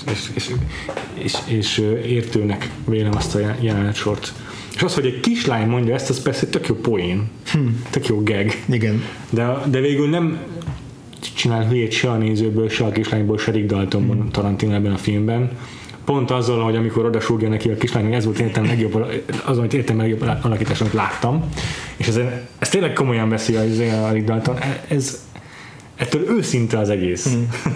és értőnek vélem azt a jelenetsort. És az, hogy egy kislány mondja ezt, az persze tök jó poén, tök jó gag. Igen. De végül nem csinál hülyét se a nézőből, se a kislányból, se Rick Daltonban Tarantino ebben a filmben. Pont azzal, hogy amikor odasúgja neki a kislány, ez volt értem legjobb, az, amit értem legjobb alakítás, amit láttam. És ez tényleg komolyan veszi a Rick Dalton. Ettől őszinte az egész.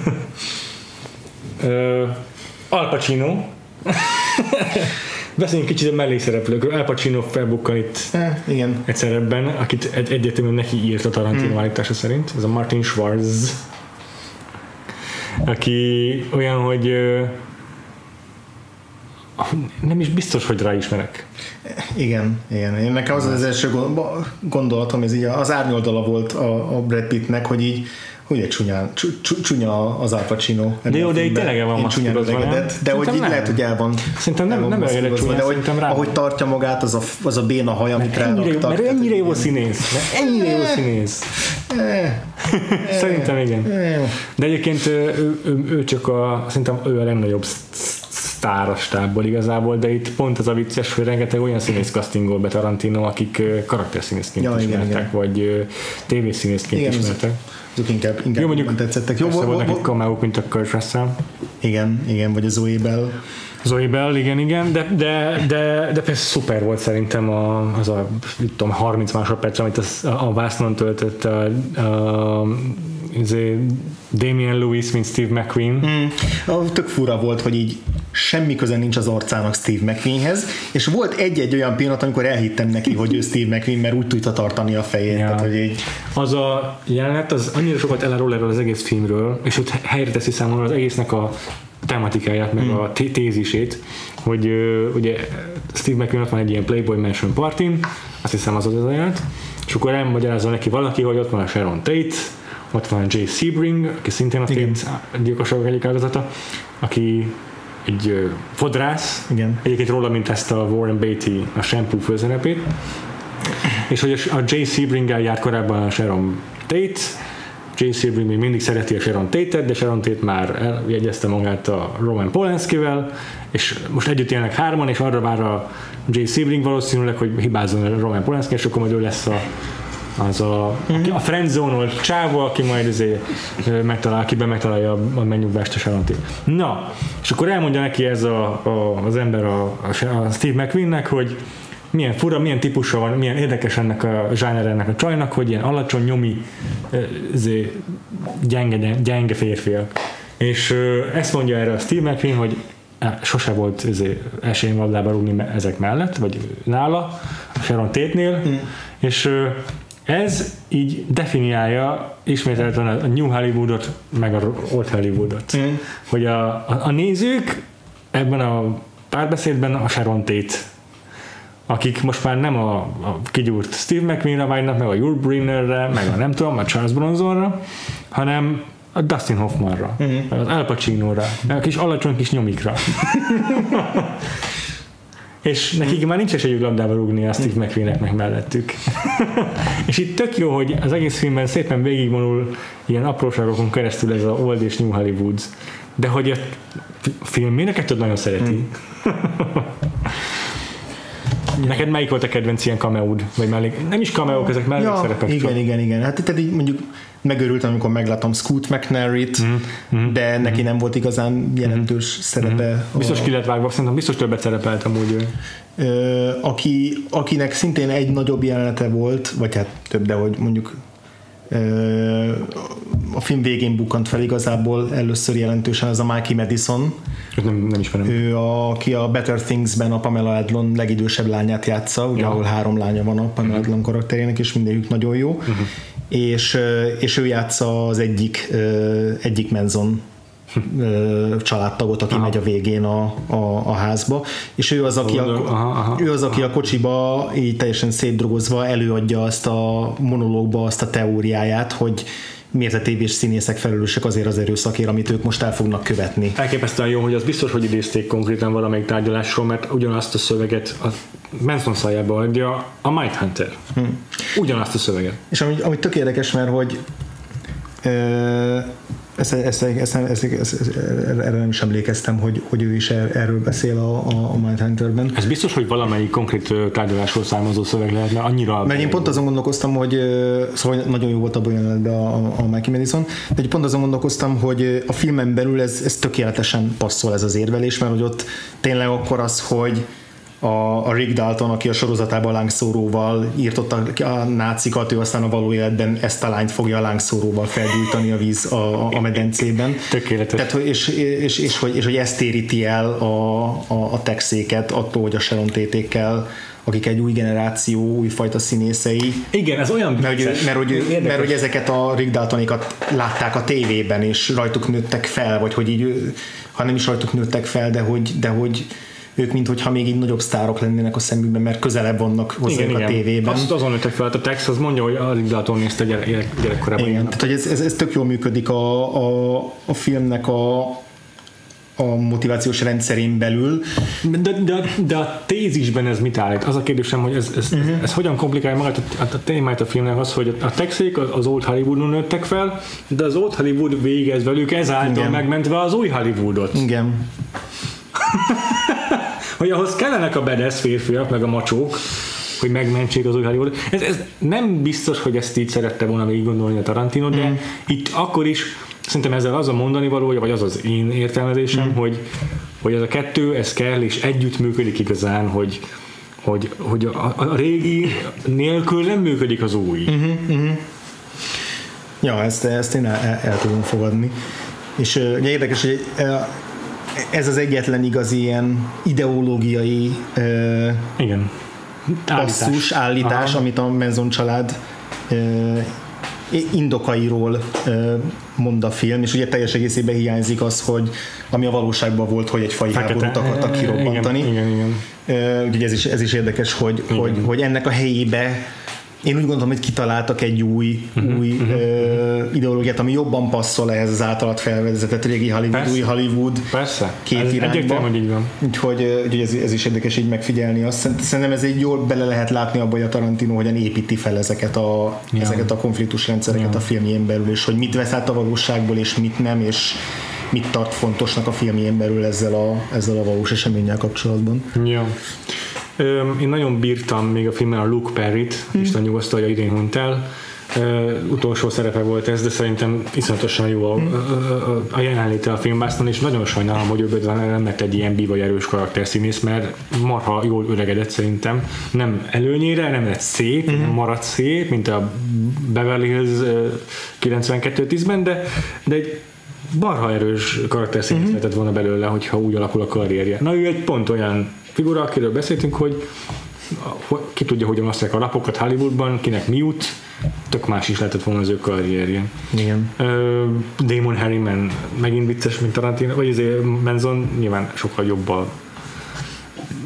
Al Pacino. Beszéljünk kicsit a mellékszereplőkről. Al Pacino felbukkan itt egyszer ebben, akit egyértelműen neki írt a Tarantino állítása szerint. Ez a Martin Schwarz, aki olyan, hogy nem is biztos, hogy ráismerek. Igen. Én nekem az első gondolatom, ez így az árnyoldala volt a Brad Pittnek, hogy így ugye csúnya az Al Pacino. De jó, de itt tényleg van maszkírozva, de hogy így lehet, hogy el van. Szerintem nem öregedett csúnya, de ahogy tartja magát, az a béna haj, amit ráraktak. Mert ennyire jó színész. Szerintem igen. De egyébként ő csak szerintem ő a legnagyobb sztár a stábból igazából, de itt pont az a vicces, hogy rengeteg olyan színész castingol be Tarantino, akik karakterszínészként ismertek, vagy tévészínészként ismertek. Azok inkább jó, mondjuk tetszettek. Jó, volt nekik kameók, mint a Kurt Russell. Igen, vagy a Zoe Bell. Igen, de persze szuper volt szerintem az a 30 másodperc, amit a vásznon töltött Damian Lewis, mint Steve McQueen. Tök fura volt, hogy így semmi köze nincs az arcának Steve McQueenhez, és volt egy-egy olyan pillanat, amikor elhittem neki, hogy ő Steve McQueen, mert úgy tudta tartani a fejét. Ja. Tehát, hogy így... Az a jelenet, az annyira sokat elárul erről az egész filmről, és ott helyre teszi számomra az egésznek a tematikáját, meg a tézisét, hogy ugye Steve McQueen ott van egy ilyen Playboy Mansion partin, azt hiszem az a jelenet, és akkor elmagyarázza neki valaki, hogy ott van a Sharon Tate, ott van Jay Sebring, aki szintén a Tate gyilkosságok egyik áldozata, aki egy fodrász, egyébként róla, mint ezt a Warren Beatty a Shampoo főszerepét, és hogy a Jay Sebring-gel járt korábban a Sharon Tate, Jay Sebring még mindig szereti a Sharon Tate-et, de Sharon Tate már eljegyezte magát a Roman Polanskivel, és most együtt élnek hárman, és arra vár a Jay Sebring valószínűleg, hogy hibázzon a Roman Polanski, és akkor majd ő lesz a friendzone-olt csáva, aki majd akiben megtalálja a megnyugvást a Sharon Tate. Na, és akkor elmondja neki ez az ember a Steve McQueennek, hogy milyen fura, milyen típusa van, milyen érdekes ennek a zsáner ennek a csajnak, hogy ilyen alacsony, nyomi, gyenge férfiak. És ezt mondja erre a Steve McQueen, hogy sose volt esélyem labdába rúgni ezek mellett, vagy nála, a Sharon Tate-nél, és ez így definiálja ismételten a New Hollywoodot, meg a Old Hollywoodot. Hogy a nézők ebben a párbeszédben a Sharon Tate akik most már nem a kigyúrt Steve McQueen-ra vágynak, meg a Yul Brynnerre, meg a nem tudom, a Charles Bronsonra, hanem a Dustin Hoffmanra, az Al Pacino-ra, a kis alacsony kis nyomikra. És nekik már nincs esélyük labdába rúgni a Steve McQueen-nek meg mellettük. És itt tök jó, hogy az egész filmben szépen végigvonul ilyen apróságokon keresztül ez a Old és New Hollywood. De hogy a film mindenket nagyon szereti. Neked melyik volt a kedvenc ilyen cameód? Vagy nem is cameók, ezek mellékszerepek. Igen. Hát tehát így mondjuk megörültem, amikor meglátom Scoot McNairy-t, de neki nem volt igazán jelentős szerepe. Biztos ki lett vágva, szerintem biztos többet szerepelt amúgy ő. Akinek szintén egy nagyobb jelenete volt, vagy hát több, de hogy mondjuk a film végén bukkant fel igazából először jelentősen, ez a Mikey Madison. Nem ismerem. Ő, aki a Better Things-ben a Pamela Adlon legidősebb lányát játsza, ugye, ahol 3 lánya van a Pamela Adlon karakterének, és mindegyik nagyon jó. És ő játsza az egyik Manson családtagot, aki megy a végén a házba, és ő az, aki a kocsiba így teljesen szétdrogozva előadja azt a monológba azt a teóriáját, hogy miért a tévés színészek felelősek azért az erőszakért, amit ők most el fognak követni. Elképesztően jó, hogy az biztos, hogy idézték konkrétan valamelyik tárgyalásról, mert ugyanazt a szöveget a Manson szájába adja a Mindhunter. Ugyanazt a szöveget. És amit tök érdekes, mert hogy erre nem is emlékeztem, hogy ő is erről beszél a Mindhunterben. Ez biztos, hogy valamelyik konkrét tárgyalásról származó szöveg lehet, mert annyira... Mert én pont azon gondolkoztam, hogy szóval nagyon jó volt abban jelenetben a Mikey Madison, de pont azon gondolkoztam, hogy a filmen belül ez tökéletesen passzol ez az érvelés, mert hogy ott tényleg akkor az, hogy a Rick Dalton, aki a sorozatában lángszóróval írtotta a nácikat, ő aztán a való életben ezt a lányt fogja a lángszóróval felgyújtani a víz a medencében. Tökéletes. Tehát, és hogy ezt téríti el a Texéket attól, hogy a Sharon Tate-ékkel, akik egy új generáció, újfajta színészei. Igen, ez olyan mert hogy ezeket a Rick Daltonikat látták a tévében, és rajtuk nőttek fel, vagy hogy így, ha nem is rajtuk nőttek fel, de hogy ők minthogyha még így nagyobb sztárok lennének a szemükben, mert közelebb vannak hozzájuk a tévében. Azt azon nőttek fel, a Tex az mondja, hogy az Dalton nézte gyerekkorában. Igen, tehát hogy ez tök jól működik a filmnek a motivációs rendszerén belül. De a tézisben ez mit állít? Az a kérdésem, hogy ez hogyan komplikálja magát a témát a filmnek az, hogy a Texék az Old Hollywoodon nőttek fel, de az Old Hollywood végez velük ezáltal megmentve az új Hollywoodot. Igen. Hogy ahhoz kellenek a badass férfiak, meg a macsók, hogy megmentsék az új Hollywoodot. Ez nem biztos, hogy ezt így szerette volna végig gondolni a Tarantino, de itt akkor is szerintem ezzel az a mondani valója, vagy az az én értelmezésem, hogy ez a kettő, ez kell, és együtt működik igazán, hogy a régi nélkül nem működik az új. Ja, ezt én el tudom fogadni. És ugye érdekes, hogy ez az egyetlen igazi ilyen ideológiai igen. állítás, amit a Manson család indokairól mond a film, és ugye teljes egészében hiányzik az, hogy ami a valóságban volt, hogy egy faji háborút akartak kirobbantani. Igen. Ugye ez is érdekes, hogy ennek a helyébe én úgy gondolom, hogy kitaláltak egy új ideológiát, ami jobban passzol ehhez az általat felvezetett régi Hollywood, új Hollywood két irányba. Úgyhogy ez is érdekes így megfigyelni. Szerintem ez egy jól bele lehet látni abban, hogy a Tarantino hogyan építi fel ezeket a konfliktusrendszereket a filmjén belül, és hogy mit vesz át a valóságból, és mit nem, és mit tart fontosnak a filmjén belül ezzel a valós eseménnyel kapcsolatban. Ja. Én nagyon bírtam még a filmben a Luke Perryt, Isten nyugosztalja, idén hunyt el. Utolsó szerepe volt ez, de szerintem iszonyatosan jó a jelenléte a filmbászton, és nagyon sajnálom, hogy ő nem lett egy ilyen bívaj erős karakterszínész, mert marha jól öregedett szerintem. Nem előnyére, nem lett szép, nem maradt szép, mint a Beverly Hills 92-10-ben, de egy marha erős karakterszínész lehetett volna belőle, hogyha úgy alakul a karrierje. Na, ő egy pont olyan figura, akiről beszéltünk, hogy ki tudja, hogyan osztják a lapokat Hollywoodban, kinek mi jut, tök más is lehetett volna az ő karrierje. Igen. Damon Harriman megint vicces, mint Tarantino, vagy azért Manson nyilván sokkal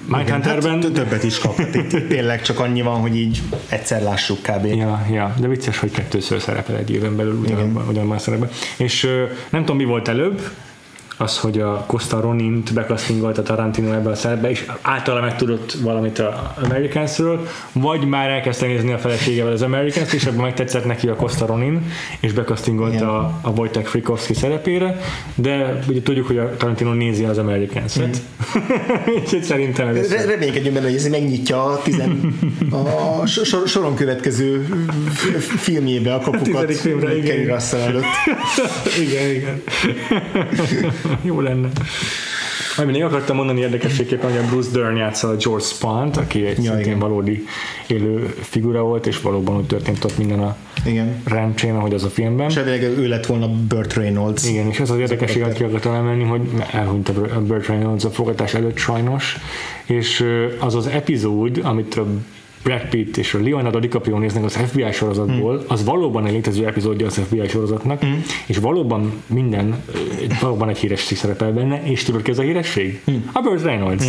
Mindhunterben... Többet is kap. Itt tényleg csak annyi van, hogy így egyszer lássuk kb. Ja, de vicces, hogy 2-ször szerepel egy éven belül ugyanabban a szerepben. És nem tudom, mi volt előbb, az, hogy a Costa Ronint bekasztingolta Tarantino ebbe a szerepbe, és általa megtudott valamit az Americansről, vagy már elkezdte nézni a feleségevel az Americans, és ebben megtetszett neki a Costa Ronin, és bekasztingolta a Wojtek Frykowski szerepére, de ugye tudjuk, hogy a Tarantino nézi az Americans-et. Úgyhogy szerintem reménykedjünk benne, hogy ez megnyitja a soron következő filmjébe a kapukat Kerry Russell előtt. Igen. Jó lenne. Majd még akartam mondani érdekességképpen, hogy a Bruce Dern játsza a George Spahnt, aki egy szintén valódi élő figura volt, és valóban úgy történt ott minden a rancsén, ahogy az a filmben. És ő lett volna Burt Reynolds. Igen, és ez az érdekességet ki akartam emelni, hogy elhunyt a Burt Reynolds a forgatás előtt sajnos, és az az epizód, amit a Brad Pitt és a Leonardo DiCaprio néznek az FBI sorozatból, az valóban egy létező epizódja az FBI sorozatnak, és valóban valóban egy híresség szerepel benne, és tudod ki ez a híresség? A Burt Reynolds.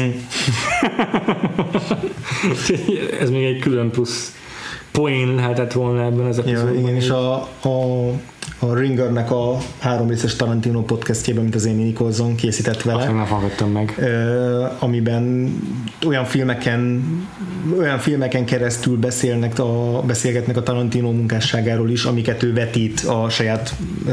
Ez még egy külön plusz poén lehetett volna ebben az epizódban. Ja, igen, és a Ringernek a 3 részes Tarantino podcastjében, mint az Amy Nicholson készített vele. Azt nem hallgattam meg. Amiben olyan filmeken keresztül beszélgetnek a Tarantino munkásságáról is, amiket ő vetít a saját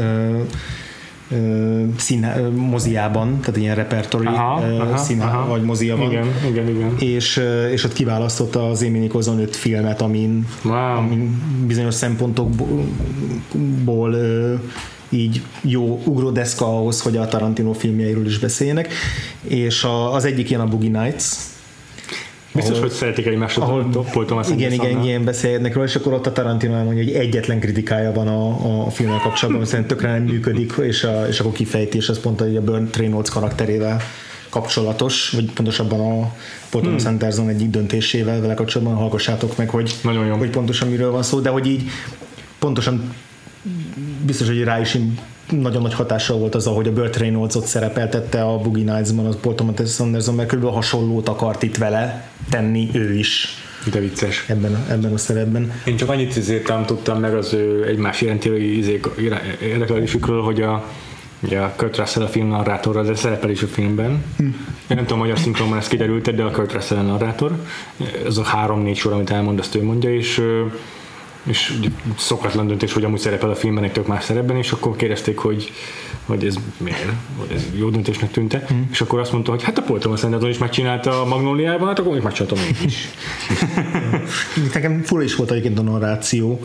moziában, tehát ilyen repertory színház vagy mozia van. Igen. És ott kiválasztotta az Amy Nicholson 5 filmet, amin bizonyos szempontokból így jó ugródeszka ahhoz, hogy a Tarantino filmjeiről is beszéljenek. És az egyik ilyen a Boogie Nights. Biztos, hogy szeretik egymást, igen, ilyen beszélgetnek róla, és akkor ott a Tarantino elmondja, hogy egyetlen kritikája van a filmmel kapcsolatban, hogy szerintem tökre nem működik, és akkor kifejti, és azt mondta, hogy a Burt Reynolds karakterével kapcsolatos, vagy pontosabban a Paul Thomas Anderson egyik döntésével vele kapcsolatban, hallgassátok meg, hogy pontosan miről van szó, de hogy így pontosan biztos, hogy rá is nagyon nagy hatással volt az, ahogy a Burt Reynolds-ot szerepeltette a Boogie Nights-ban, az Paul Thomas Anderson, mert körülbelül hasonlót akart itt vele tenni ő is. De vicces. Ebben a szerepben. Én csak annyit tudtam meg az egymás iránti érdeklődésükről, hogy a Kurt Russell a film narrátora, de szerepel is a filmben. Én nem tudom, hogy a szinkronban ez kiderült, de a Kurt Russell a narrátor. Ez a 3-4 sor, amit elmond, azt ő mondja, és szokatlan döntés, hogy amúgy szerepel a filmben egy tök más szerepben, és akkor kérdezték, hogy ez miért, hogy ez jó döntésnek tűnt-e, és akkor azt mondta, hogy hát a Paul Thomas Anderson is megcsinálta a Magnóliában, hát akkor még megcsináltam én is. Nekem fura is volt egyébként a narráció.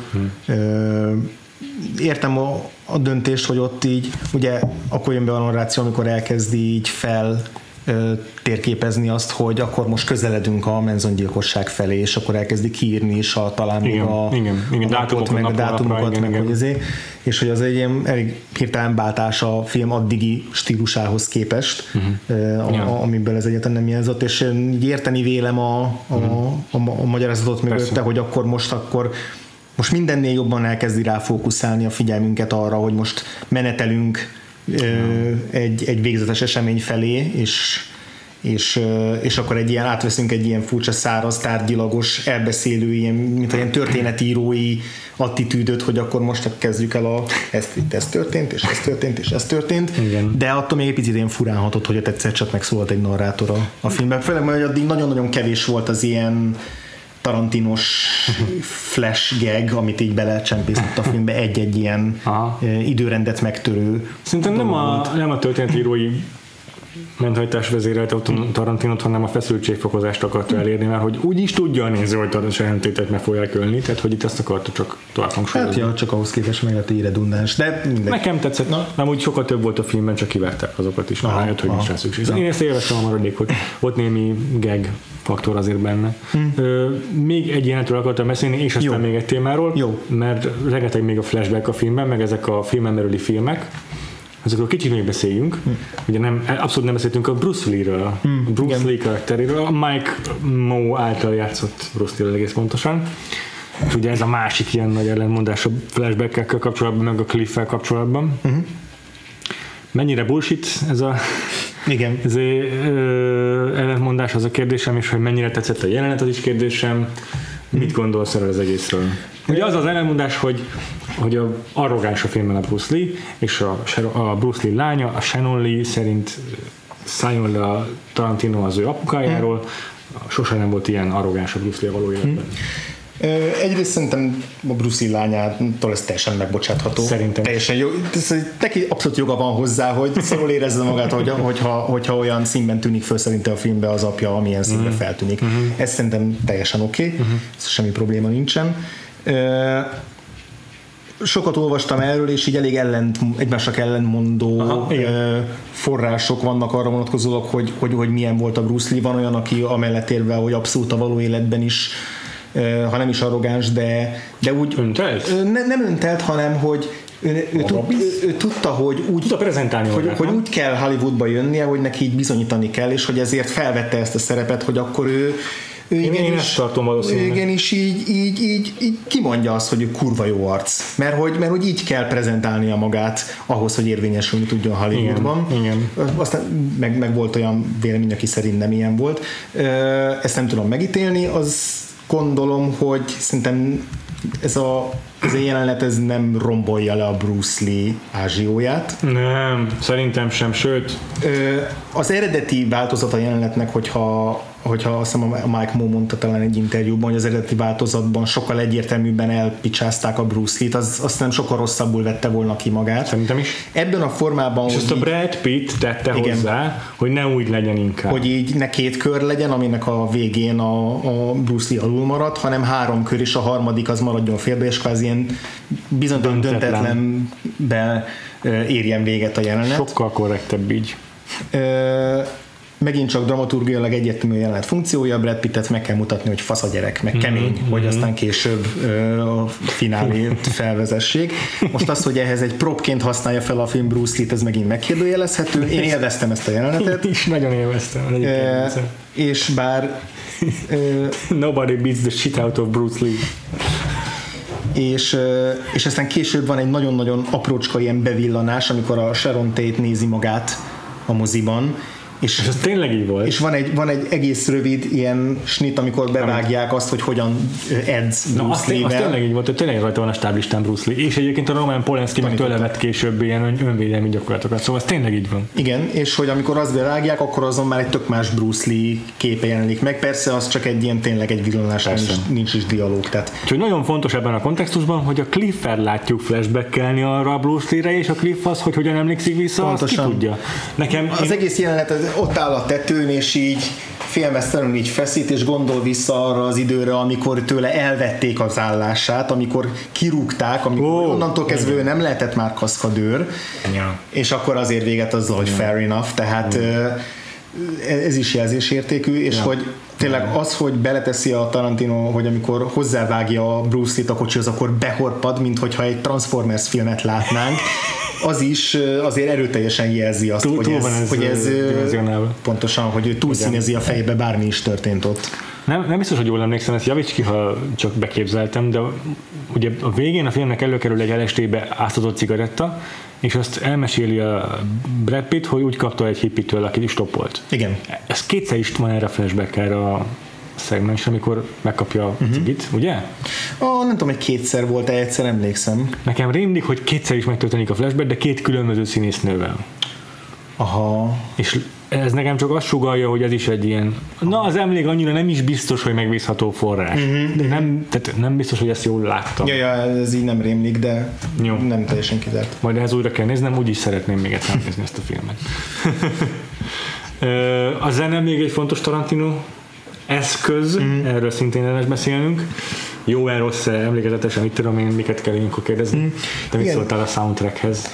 Értem a döntést, hogy ott így, ugye akkor jön be a narráció, amikor elkezdi így térképezni azt, hogy akkor most közeledünk a Manson gyilkosság felé, és akkor elkezdik kiírni is talán a dátumokat, és hogy az egy ilyen elég hirtelen váltás a film addigi stílusához képest, amiből ez egyáltalán nem jelzott, és így érteni vélem a magyarázatot mögötte, hogy akkor most mindennél jobban elkezdi ráfókuszálni a figyelmünket arra, hogy most menetelünk egy végzetes esemény felé, és akkor átveszünk egy ilyen furcsa, száraz, tárgyilagos, elbeszélő, mint ilyen történetírói attitűdöt, hogy akkor most kezdjük el ez történt, és ez történt, és ez történt. Igen. De attól még egy picit ilyen furán hatott, hogy egyszer csak megszólalt egy narrátor a filmben. Főleg, mert addig nagyon-nagyon kevés volt az ilyen Tarantinos flash gag, amit így belecsempészott a filmbe, egy-egy ilyen időrendet megtörő. Szerintem nem a történetírói mentalitás vezérelte Tarantinot, hanem a feszültségfokozást akarta elérni, mert hogy úgy is tudja a néző, hogy a jelentétet meg fogják ölni, tehát hogy itt ezt akarta csak tovább hangsúlyozni. Hát csak ahhoz képest meg lett így redundáns, de mindegy. Nekem tetszett, nem úgy sokkal több volt a filmben, csak kivettek azokat is, mert rájött, hogy nincs rá szükség. Én ezt élveztem a maradékot, ott némi gag faktor azért benne. Még egy ilyenetről akartam beszélni, és aztán még egy témáról, mert rengeteg még a flashback a filmben, meg ezek a filmen belüli filmek. Ezekről kicsit még beszéljünk. Ugye abszolút nem beszéltünk a Bruce Lee-ről, Bruce Lee karakteréről, a Mike Moe által játszott Bruce Lee-ről egész pontosan. És ugye ez a másik ilyen nagy ellentmondás a flashback-ekkel kapcsolatban, meg a Cliff-fel kapcsolatban. Mennyire bullshit ez a ellentmondás ellenmondás, az a kérdésem, és hogy mennyire tetszett a jelenet, az is kérdésem. Mit gondolsz erről az egészről? Ugye az az ellenmondás, hogy arrogáns a filmben a Bruce Lee, és a Bruce Lee lánya, a Shannon Lee szerint szálljon le a Tarantino az ő apukájáról, sosem nem volt ilyen arrogáns a Bruce Lee való életben. Egyrészt szerintem a Bruce Lee lányától ez teljesen megbocsátható. Szerintem. Teljesen jó. Neki abszolút joga van hozzá, hogy szarul érezze magát, hogyha olyan színben tűnik föl szerinte a filmbe az apja, amilyen színben feltűnik. Ez szerintem teljesen oké. Semmi probléma nincsen. Sokat olvastam erről, és így elég egymásnak ellentmondó források vannak arra vonatkozólag, hogy milyen volt a Bruce Lee. Van olyan, aki amellett érve, hogy abszolút a való életben is, ha nem is arrogáns, de úgy nem öntelt, hanem hogy ő tudta, hogy úgy prezentálni hogy úgy kell Hollywoodba jönnie, hogy neki így bizonyítani kell, és hogy ezért felvette ezt a szerepet, hogy akkor ő én ezt tartom valószínűleg. Igenis így kimondja azt, hogy ő kurva jó arc. Mert hogy így kell prezentálnia magát ahhoz, hogy érvényesülni tudjon Hollywoodban. Igen. Aztán meg volt olyan vélemény, aki szerint nem ilyen volt. Ezt nem tudom megítélni, az gondolom, hogy szerintem ez a jelenet ez nem rombolja le a Bruce Lee ázsióját. Nem, szerintem sem, sőt. Az eredeti változata a jelenetnek, hogyha azt hiszem a Mike Moore mondta talán egy interjúban, hogy az eredeti változatban sokkal egyértelműbben elpicsázták a Bruce Lee-t, azt nem sokkal rosszabbul vette volna ki magát. Szerintem is. Ebben a formában... És ezt a Brad Pitt tette hozzá, hogy ne úgy legyen inkább. Hogy így ne 2 kör legyen, aminek a végén a Bruce Lee alul marad, hanem 3 kör, és a harmadik az maradjon félbe, és kvázi ilyen bizonytalan döntetlenben érjen véget a jelenet. Sokkal korrektebb így. Megint csak dramaturgiailag egyértelmű jelenet funkciója, Brad Pittet meg kell mutatni, hogy fasz a gyerek, meg kemény, hogy aztán később a finálét felvezessék. Most az, hogy ehhez egy propként használja fel a film Bruce Lee-t, ez megint megkérdőjelezhető. Én élveztem ezt a jelenetet. Én is nagyon élveztem. És bár nobody beats the shit out of Bruce Lee. És aztán később van egy nagyon-nagyon aprócska ilyen bevillanás, amikor a Sharon Tate nézi magát a moziban, és ez tényleg így volt. És van egy egész rövid ilyen snit, amikor bevágják azt, hogy hogyan edz Bruce Lee-vel. Az tényleg így volt, hogy tényleg rajta van a stáblistán Bruce Lee. És egyébként a Roman Polanski meg tőle vett később ilyen önvédelmi gyakorlatokat. Szóval ez tényleg így van. Igen, és hogy amikor azt bevágják, akkor azon már egy tök más Bruce Lee képe jelenik meg. Persze az csak egy ilyen tényleg egy villanás, nincs is dialóg. Úgyhogy nagyon fontos ebben a kontextusban, hogy a Cliffet látjuk flashbackelni arra a Bruce Lee-re, és a Cliff az, hogy hogyan emlékszik vissza, azt ki tudja. Az egész jelenet ott áll a tetőn, és így félmeztelenül így feszít, és gondol vissza arra az időre, amikor tőle elvették az állását, amikor kirúgták, amikor onnantól kezdve ő nem lehetett már kaszkadőr, és akkor azért véget azzal, hogy fair enough, tehát ez is jelzésértékű, és hogy tényleg az, hogy beleteszi a Tarantino, hogy amikor hozzávágja a Bruce Lee-t a kocsihoz, akkor behorpad, mint hogyha egy Transformers filmet látnánk, az is azért erőteljesen jelzi azt, hogy ez pontosan, hogy ő túlszínezi a fejbe, bármi is történt ott. Nem biztos, hogy jól emlékszem, ezt javíts ki, ha csak beképzeltem, de ugye a végén a filmnek előkerül egy LSD-be áztatott cigaretta, és azt elmeséli a Brad Pitt, hogy úgy kapta egy hippitől, aki stoppolt. Igen. Ez kétszer is van erre flashback erre a szegmens, amikor megkapja a cigit, ugye? Nem tudom, hogy kétszer volt, de egyszer emlékszem. Nekem rémlik, hogy kétszer is megtörténik a flashback, de 2 különböző színésznővel. Aha. És ez nekem csak azt sugallja, hogy ez is egy ilyen... Na, az emlék annyira nem is biztos, hogy megbízható forrás. Tehát nem biztos, hogy ezt jól láttam. Ja, ez így nem rémlik, de jó. Nem teljesen kizárt. Majd ehhez újra kell néznem, úgyis szeretném még egyszer nézni ezt a filmet. A zene még egy fontos Tarantino eszköz, erről szintén érdemes beszélnünk. Jó-e, rossz-e, emlékezetesen, mit tudom én, miket kell ilyenkor kérdezni. Te mit szóltál a soundtrackhez?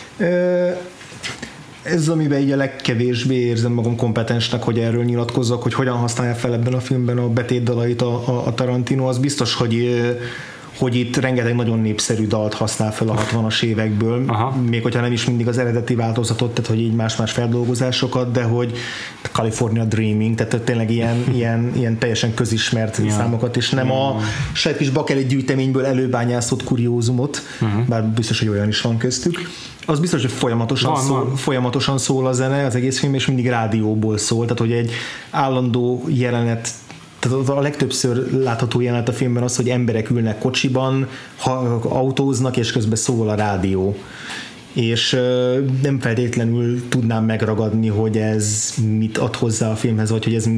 Ez, amiben így a legkevésbé érzem magam kompetensnek, hogy erről nyilatkozzak, hogy hogyan használja fel ebben a filmben a betétdalait a Tarantino, az biztos, hogy itt rengeteg nagyon népszerű dalt használ fel a 60-as évekből, még hogyha nem is mindig az eredeti változatot, tehát hogy így más-más feldolgozásokat, de hogy California Dreaming, tehát tényleg ilyen teljesen közismert számokat, és nem a saját kis bakeli gyűjteményből előbányászott kuriózumot, bár biztos, hogy olyan is van köztük. Az biztos, hogy folyamatosan szól a zene, az egész film, és mindig rádióból szól, tehát hogy egy állandó jelenet, tehát a legtöbbször látható jelenet a filmben az, hogy emberek ülnek kocsiban, autóznak, és közben szól a rádió. És nem feltétlenül tudnám megragadni, hogy ez mit ad hozzá a filmhez, vagy hogy ez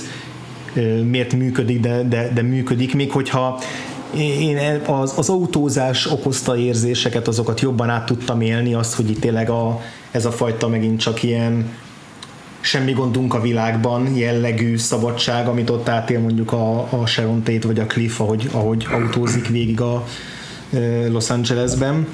miért működik, de működik, még hogyha én az autózás okozta érzéseket, azokat jobban át tudtam élni, azt, hogy itt tényleg ez a fajta megint csak ilyen semmi gondunk a világban jellegű szabadság, amit ott átél mondjuk a Sharon Tate vagy a Cliff, ahogy autózik végig a Los Angelesben.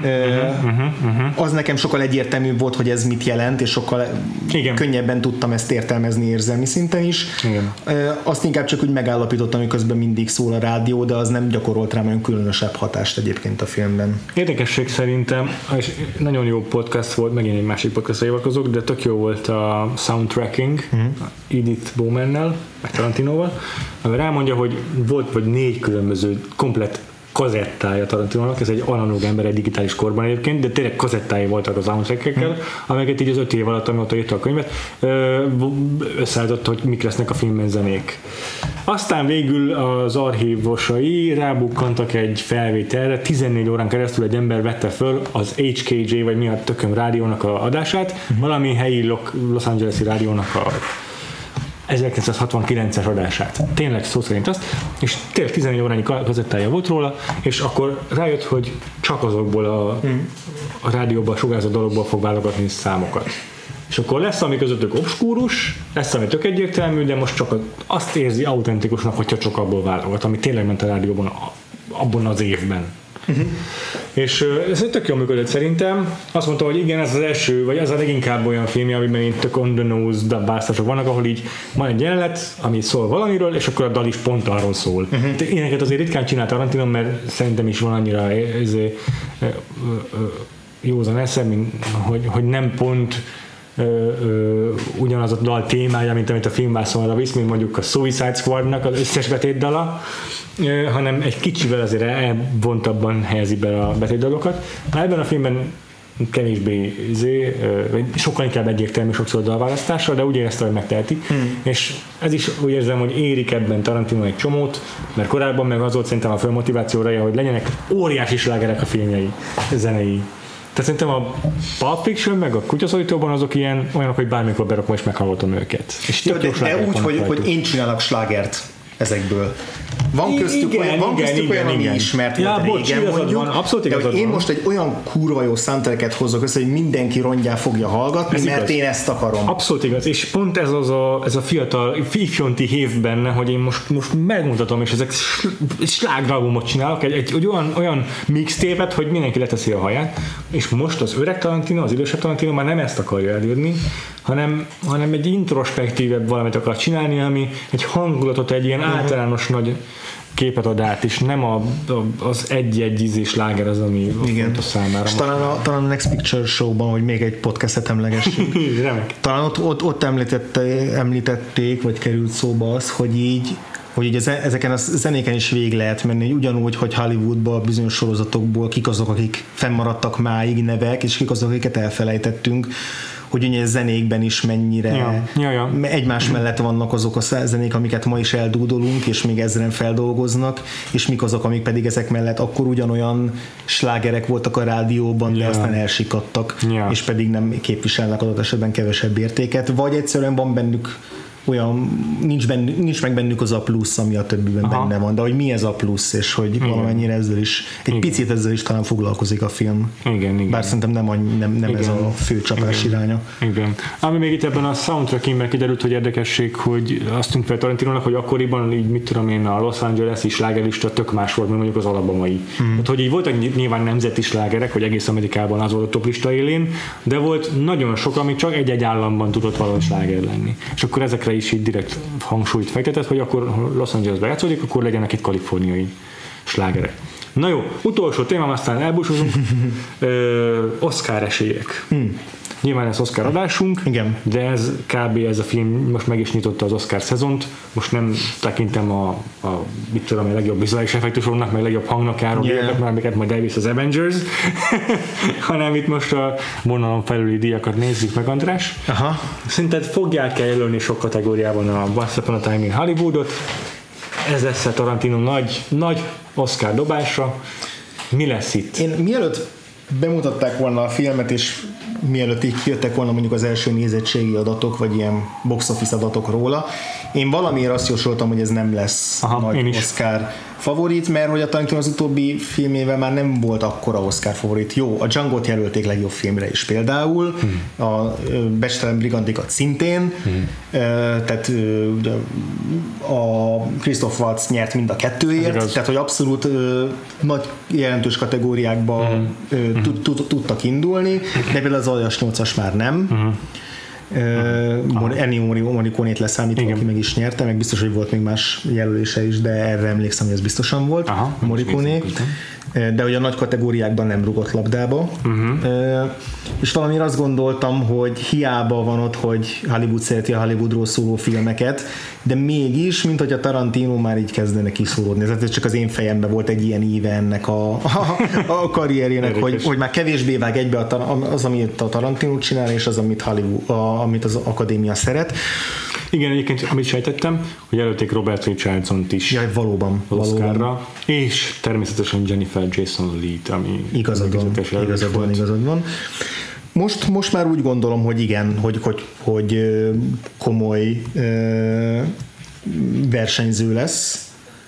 Az nekem sokkal egyértelműbb volt, hogy ez mit jelent, és sokkal könnyebben tudtam ezt értelmezni érzelmi szinten is. Igen. Azt inkább csak úgy megállapítottam, hogy közben mindig szól a rádió, de az nem gyakorolt rám olyan különösebb hatást egyébként a filmben. Érdekesség szerintem, és nagyon jó podcast volt, megint egy másik podcastra hivatkozok, de tök jó volt a soundtracking Edith Bowmannel, meg Tarantinoval, amivel elmondja, hogy volt vagy 4 különböző komplett kazettája Tarantinónak, ez egy analóg ember egy digitális korban egyébként, de tényleg kazettái voltak az soundtrackekkel, amelyeket így az 5 év alatt, amióta írta a könyvet, összeállította, hogy mik lesznek a filmben zenék. Aztán végül az archívosai rábukkantak egy felvételre, 14 órán keresztül egy ember vette föl az HKJ, vagy mi a tököm rádiónak a adását, valami helyi Los Angeles-i rádiónak a 1969-es adását. Tényleg szó szerint azt, és tényleg 14 órányi kazettája volt róla, és akkor rájött, hogy csak azokból a rádióban sugárzott dologból fog válogatni számokat. És akkor lesz, ami közöttük obskúrus, lesz, ami tök egyértelmű, de most csak azt érzi autentikusnak, hogyha csak abból válogat, ami tényleg ment a rádióban abban az évben. És ez tök jól működött szerintem. Azt mondta, hogy igen, ez az első, vagy ez a leginkább olyan film, amiben itt tök on the nose dabászások vannak, ahol így van egy jelenet, ami szól valamiről, és akkor a dal is pont arról szól. Ilyeneket azért ritkán csinált Tarantino, mert szerintem is van annyira józan eszem, hogy nem pont ugyanaz a dal témája, mint amit a filmvászonra visz, mint mondjuk a Suicide Squadnak az összes betétdala, hanem egy kicsivel azért elvontabban helyezi be a betétdalokat. Ebben a filmben kevésbé sokkal inkább egyértelmű sokszor a dalválasztással, de úgy érezte, hogy megteheti. És ez is úgy érzem, hogy érik ebben Tarantino egy csomót, mert korábban meg az volt szerintem a fölmotivációra, hogy legyenek óriási slágerek a filmjei, zenei. Tehát szerintem a Pulp Fiction meg a Kutyaszorítóban azok olyanok, hogy bármikor berakom és meghallgatom őket. És de úgy, hogy én csinálok slágert ezekből. Van köztük olyan, ami ismert volt régen, mondjuk, abszolút de hogy én most egy olyan kurva jó soundtracket hozok össze, hogy mindenki rongyá fogja hallgatni, ez mert igaz. Én ezt akarom. Abszolút igaz, és pont ez a fiatal ifjonti hév benne, hogy én most megmutatom, és ezek slágralbumot csinálok, egy olyan mixtépet, hogy mindenki leteszi a haját, és most az öreg Tarantino, az idősebb Tarantino már nem ezt akarja elérni, hanem egy introspektívebb valamit akar csinálni, ami egy hangulatot, egy ilyen általános nagy képet ad át, és nem az egy ízés sláger az, ami fontos számára. És talán a Next Picture Show-ban, hogy még egy podcastet emlegessük. Talán ott említették, vagy került szóba az, hogy ezeken a zenéken is végig lehet menni, ugyanúgy, hogy Hollywoodban bizonyos sorozatokból kik azok, akik fennmaradtak máig nevek, és kik azok, akiket elfelejtettünk, hogy ugye a zenékben is mennyire egymás mellett vannak azok a zenék, amiket ma is eldúdolunk, és még ezren feldolgoznak, és mik azok, amik pedig ezek mellett akkor ugyanolyan slágerek voltak a rádióban, de aztán elsikadtak, és pedig nem képviselnek adott esetben kevesebb értéket, vagy egyszerűen van bennük olyan, nincs meg bennük az a plusz, ami a többiben benne van, de hogy mi ez a plusz, és hogy valamennyire ezzel is, picit ezzel is talán foglalkozik a film. Igen. Bár szerintem nem ez a fő csapás iránya. Igen. Ami még itt ebben a soundtrackingben kiderült, hogy érdekesség, hogy azt tűnt fel Tarantinónak, hogy akkoriban így mit tudom én, a Los Angeles-i slágerlista tök más volt, mint mondjuk az alabamai. Tehát, hogy így voltak nyilván nemzeti slágerek, hogy egész Amerikában az volt a toplista élén, de volt nagyon sok, ami csak egy-egy államban tudott valahogy sláger lenni. És akkor ezekre is így direkt hangsúlyt fektetett, hogy akkor Los Angelesbe játszódik, akkor legyenek itt kaliforniai slágerek. Na jó, utolsó témám, aztán elbúcsúzunk. Oscar esélyek. Nyilván lesz Oscar adásunk, igen. de ez a film most meg is nyitotta az Oscar szezont. Most nem tekintem a legjobb vizuális effektusoknak, meg a legjobb hangnak járó díjakat, amiket majd elvisz az Avengers, hanem itt most a vonalon felüli díjakat nézzük meg, András. Aha. Szerinted fogják el jelölni sok kategóriában a Once Upon a Time in Hollywoodot? Ez lesz a Tarantino nagy Oscar dobásra. Mi lesz itt? Én mielőtt bemutatták volna a filmet, és mielőtt így jöttek volna mondjuk az első nézettségi adatok, vagy ilyen box office adatok róla, én valamiért azt jósoltam, hogy ez nem lesz nagy Oscar favorit, mert hogy a Tarantino az utóbbi filmével már nem volt akkora Oscar favorit. Jó, a Django-t jelölték legjobb filmre is például, a Becstelen Brigandikat szintén, tehát a Christoph Waltz nyert mind a kettőért, tehát hogy abszolút nagy jelentős kategóriákban tudtak indulni, de például az Aljas 8-as már nem. Ennio Morricone-t leszámítva, aki meg is nyerte, meg biztos, hogy volt még más jelölése is, de erre emlékszem, hogy ez biztosan volt, Morricone. De hogy a nagy kategóriákban nem rugott labdába. És valamiért azt gondoltam, hogy hiába van ott, hogy Hollywood szereti a Hollywoodról szóló filmeket, de mégis, mint hogy a Tarantino már így kezdene kiszóródni. Ez csak az én fejemben volt egy ilyen íve ennek a karrierjének, hogy már kevésbé vág egybe az, amit a Tarantino csinál, és az, amit az akadémia szeret. Igen, egyébként, amit sejtettem, hogy előtték Robert Richardsont is. Ja, valóban. Oscarra, és természetesen Jennifer Jason Leigh-t, ami igazad van. Most már úgy gondolom, hogy igen, hogy komoly versenyző lesz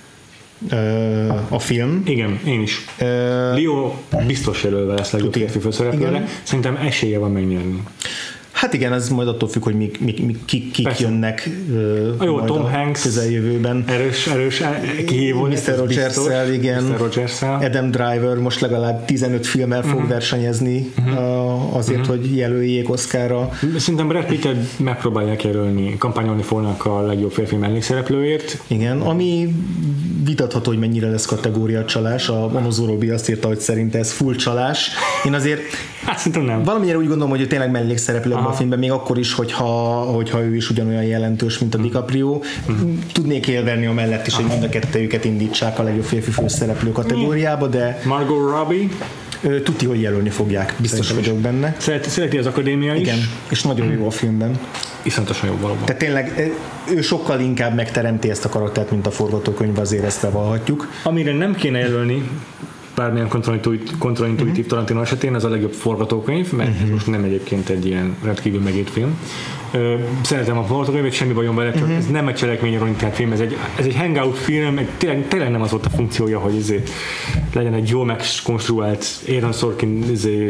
a film. Igen, én is. Leo biztos jelölve lesz legjobb férfi főszereplőre. Szerintem esélye van megnyerni. Hát igen, ez majd attól függ, hogy kik jönnek jó, Tom Hanks közeljövőben. Erős kihívó. Mr. Rogers-szel, igen. Adam Driver most legalább 15 filmmel fog versenyezni azért, hogy jelöljék Oscarra. Szerintem Brad Pittet megpróbálják jelölni, kampányolni fognak a legjobb férfi mellékszereplőért. Igen, ami vitatható, hogy mennyire lesz kategória csalás. A Manozó Robi azt írta, hogy szerint ez full csalás. Én azért szerintem nem. Valamiért úgy gondolom, hogy ő tényleg mellékszereplő a filmben, még akkor is, hogyha ő is ugyanolyan jelentős, mint a DiCaprio. Tudnék élverni amellett is, hogy mind a kettőjüket indítsák a legjobb férfi főszereplő kategóriába, de Margot Robbie tuti, hogy jelölni fogják, biztos vagyok benne. Szereti az akadémia is. Igen, és nagyon jó a filmben. Iszonyatosan jó valóban. Tehát tényleg ő sokkal inkább megteremti ezt a karaktert, mint a forgatókönyv, azért ezt bevallhatjuk. Amire nem kéne jelölni bármilyen kontraintuitív Tarantino esetén, az a legjobb forgatókönyv, mert ez most nem egyébként egy ilyen rendkívül megírt film. Szeretem a forgatókönyvet, semmi bajom vele, csak ez nem egy cselekményorientált film, ez egy hangout film, tényleg nem az volt a funkciója, hogy legyen egy jól megkonstruált Aaron Sorkin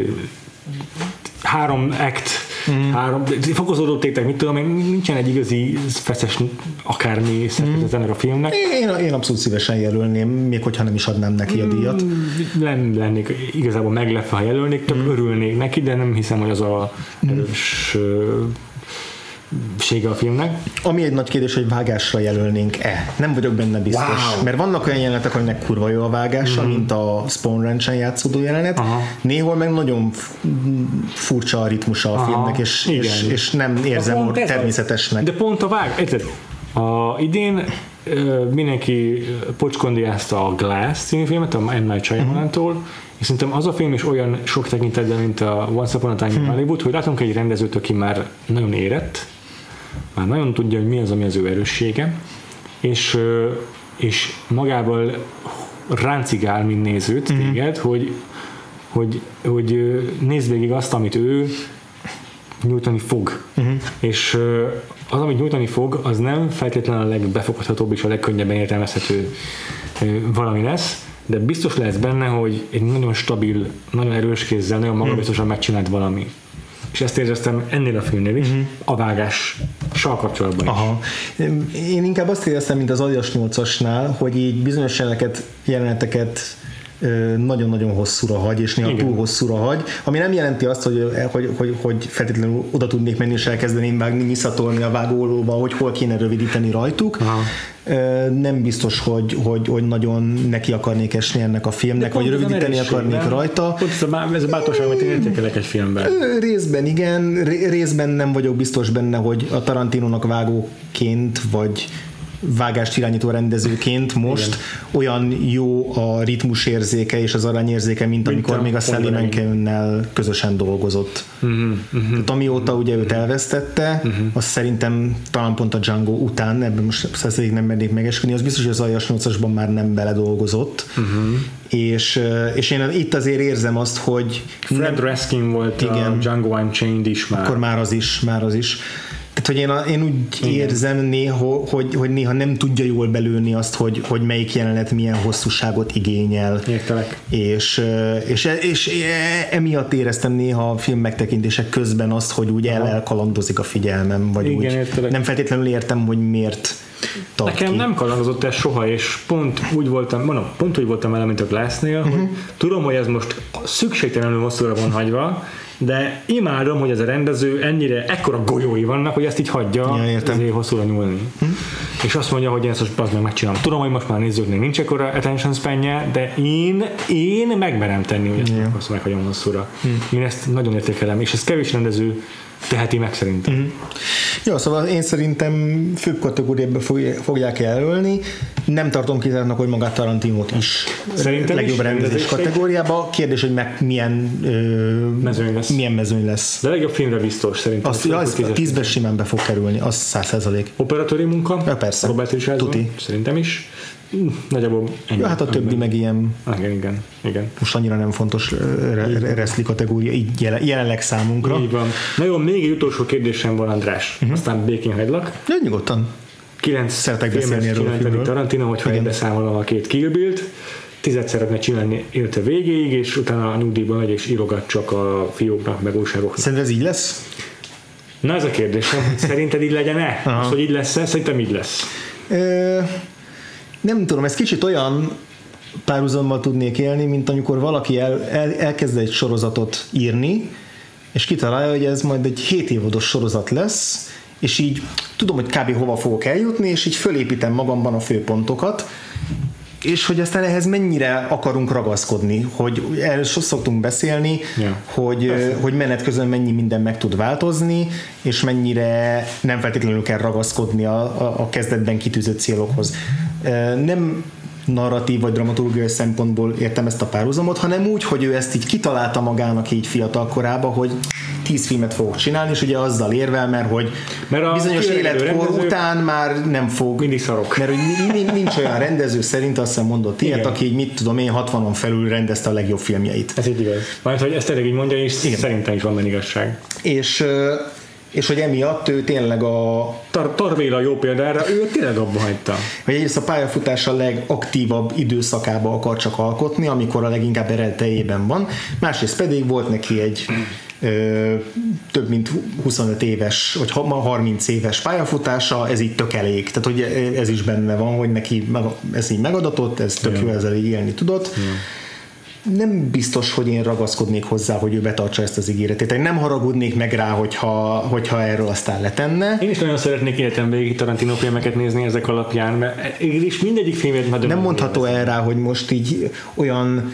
3 act, 3 fokozódó tétek, mit tudom, nincsen egy igazi feszes akármi szerkezet ennek a filmnek. Én abszolút szívesen jelölném, még hogyha nem is adnám neki a díjat. Nem lennék igazából meglepve, ha jelölnék, csak örülnék neki, de nem hiszem, hogy az a erős sége a filmnek. Ami egy nagy kérdés, hogy vágásra jelölnénk-e. Nem vagyok benne biztos. Mert vannak olyan jelenetek, aminek kurva jó a vágása, mint a Spawn Ranch-en játszódó jelenet. Néhol meg nagyon furcsa a ritmusa a filmnek, és nem érzem természetesnek. De pont a idén mindenki pocskondiázta a Glass című filmet, a M. Night Shyamalantól, és szerintem az a film is olyan sok tekintetben, mint a Once Upon a Time in Hollywood, hogy látunk egy rendezőt, aki már nagyon érett, már nagyon tudja, hogy mi az, ami az ő erőssége, és magával ráncigál, mint nézőt téged, hogy nézd végig azt, amit ő nyújtani fog. És az, amit nyújtani fog, az nem feltétlenül a legbefoghatóbb és a legkönnyebben értelmezhető valami lesz, de biztos lesz benne, hogy egy nagyon stabil, nagyon erős kézzel, nagyon magabiztosan megcsinált valami. És ezt éreztem ennél a filmnél is, a vágással kapcsolatban is. Én inkább azt éreztem, mint az Aljas 8-asnál, hogy így bizonyos jeleneteket nagyon-nagyon hosszúra hagy, és néha túl hosszúra hagy, ami nem jelenti azt, hogy feltétlenül oda tudnék menni, és elkezdeném vágni, nyiszatolni a vágólóba, hogy hol kéne rövidíteni rajtuk. Aha. Nem biztos, hogy nagyon neki akarnék esni ennek a filmnek, vagy rövidíteni akarnék rajta. Pont ez a bátorság, amit én értékelek egy filmben. Részben igen, részben nem vagyok biztos benne, hogy a Tarantinónak vágóként, vagy vágást irányító rendezőként most igen. olyan jó a ritmusérzéke és az arányérzéke, mint amikor még a Sally Menken-nel közösen dolgozott. Tehát amióta ugye őt elvesztette, az szerintem talán pont a Django után, ebben most szerzőig nem mernék megesküdni, az biztos, hogy az Aljas 8-asban már nem beledolgozott. És én itt azért érzem azt, hogy Fred Raskin volt igen, a Django Unchained is már. Akkor már az is. Tehát, hogy én úgy érzem néha, hogy néha nem tudja jól belőni azt, hogy melyik jelenet milyen hosszúságot igényel. Értelek. És emiatt éreztem néha a film megtekintések közben azt, hogy úgy elkalandozik a figyelmem, vagy igen, úgy értelek. Nem feltétlenül értem, hogy miért tart nekem ki. Nem kalandozott ez soha, és pont úgy voltam vele, mint a Glassnél, hogy tudom, hogy ez most szükségtelenül hosszúra van hagyva, de imádom, hogy ez a rendező ekkora golyói vannak, hogy ezt így hagyja ezért hosszúra nyúlni. És azt mondja, hogy én ezt most megcsinálom. Tudom, hogy most már nézőknél nincs ekkora attention span-je, de én megmerem tenni, hogy ezt meghagyom hosszúra. Én ezt nagyon értékelem, és ez kevés rendező teheti meg szerintem. Jó, szóval én szerintem főbb kategóriába fogják jelölni. Nem tartom kizártnak, hogy magát Tarantinót is szerintem legjobb rendezés kategóriába. Kérdés, hogy milyen mezőny lesz. De legjobb filmre biztos szerintem. Az 10-ben simán be fog kerülni, az 100%. Operatőri munka? Ja, persze. Robert Richardson? Szerintem is. Nagyjából ennyi. Ja, hát a többi meg ilyen. Igen. Most annyira nem fontos wrestling kategória így jelenleg számunkra. Így van. Na jó, még egy utolsó kérdésem van, András. Aztán békén hagylak. Ja, nyugodtan. 9 filmet csinálni Tarantino, hogyha egybeszámolom a 2 Kill Bill-t. 10 szeretne csinálni élete végéig, és utána a nyugdíjban megy és írogat csak a fióknak, meg újságoknak. Szerinted ez így lesz? Na ez a kérdésem, hogy szerinted így legyen-e? Azt, hogy így lesz-e? Szerintem így lesz. Nem tudom, ez kicsit olyan párhuzammal tudnék élni, mint amikor valaki elkezd egy sorozatot írni, és kitalálja, hogy ez majd egy 7 évados sorozat lesz, és így tudom, hogy kb. Hova fogok eljutni, és így fölépítem magamban a főpontokat, és hogy aztán ehhez mennyire akarunk ragaszkodni, hogy erről szoktunk beszélni, hogy menet közben mennyi minden meg tud változni, és mennyire nem feltétlenül kell ragaszkodni a kezdetben kitűzött célokhoz. Nem narratív vagy dramaturgiai szempontból értem ezt a párhuzamot, hanem úgy, hogy ő ezt így kitalálta magának így fiatal korában, hogy 10 filmet fogok csinálni, és ugye azzal érvel, mert bizonyos életkor után már nem fog. Mindig szarok. Mert hogy nincs olyan rendező szerint, azt hiszem mondott ilyet, aki mit tudom én 60-on felül rendezte a legjobb filmjeit. Ez így igaz. Majd, hogy ezt tényleg így mondja, és igen. Szerintem is van benne igazság. És hogy emiatt ő tényleg a... Tarvéla jó példára, ő tényleg abba hagyta. Hogy egyrészt a pályafutása legaktívabb időszakába akar csak alkotni, amikor a leginkább eredetejében van. Másrészt pedig volt neki egy több mint 25 éves, vagy 30 éves pályafutása, ez így tök elég. Tehát, hogy ez is benne van, hogy neki ez így megadatott, ez tök jó, ezzel így élni tudott. Nem biztos, hogy én ragaszkodnék hozzá, hogy ő betartsa ezt az ígéretét. Én nem haragudnék meg rá, hogyha erről aztán letenne. Én is nagyon szeretnék életem végig Tarantino filmeket nézni ezek alapján, mert és mindegyik filmét nagyon nem mondható el rá, hogy most így olyan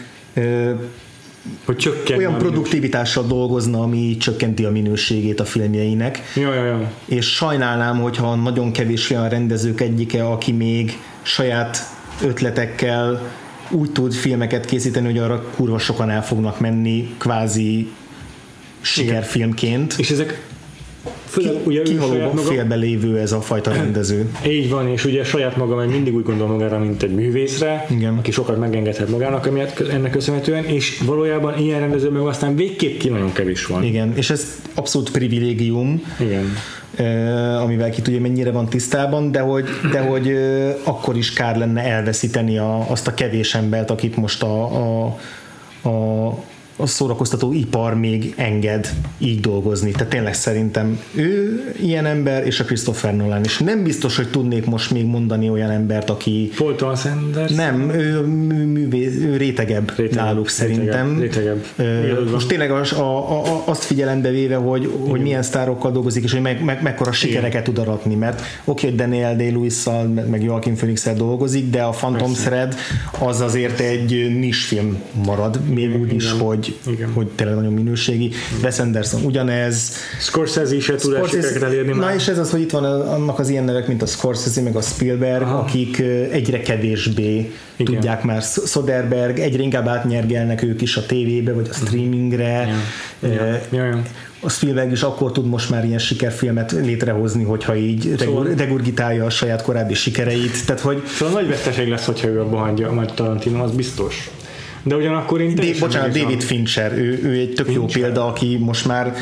olyan produktivitással dolgozna, ami csökkenti a minőségét a filmjeinek. Ja. És sajnálnám, hogyha nagyon kevés olyan rendezők egyike, aki még saját ötletekkel úgy tud filmeket készíteni, hogy arra kurva sokan el fognak menni kvázi sikerfilmként. És ezek kihalóban félbelévő ez a fajta rendező. Így van, és ugye saját maga meg mindig úgy gondol magára, mint egy művészre, igen. Aki sokat megengedhet magának ennek köszönhetően, és valójában ilyen rendező meg aztán végképp nagyon kevés van. Igen, és ez abszolút privilégium. Igen. Amivel ki tudja, mennyire van tisztában, de hogy akkor is kár lenne elveszíteni azt a kevés embert, akit most a a szórakoztató ipar még enged így dolgozni. Tehát tényleg szerintem ő ilyen ember, és a Christopher Nolan is. Nem biztos, hogy tudnék most még mondani olyan embert, aki... Paul Thomas Anderson? Nem, ő rétegebb náluk szerintem. Rétegebb. Most tényleg azt figyelembe véve, hogy milyen sztárokkal dolgozik, és hogy mekkora sikereket tud aratni, mert oké, hogy Daniel Day-Lewis-szal, meg Joaquin Phoenix-szel dolgozik, de a Phantom Thread az azért egy nisfilm marad, még úgy is, hogy tényleg nagyon minőségi. Wes Anderson ugyanez. Scorsese is tud el sikereket elérni már. Na és ez az, hogy itt van annak az ilyen nevek, mint a Scorsese, meg a Spielberg, akik egyre kevésbé tudják már. Soderbergh, egyre inkább átnyergelnek ők is a tévébe, vagy a streamingre. A Spielberg is akkor tud most már ilyen sikerfilmet létrehozni, hogyha így regurgitálja a saját korábbi sikereit. Tehát, hogy szóval nagy veszteség lesz, hogyha ő abba hagyja a Tarantino, az biztos. De ugyanakkor én David Fincher, ő egy tök jó példa, aki most már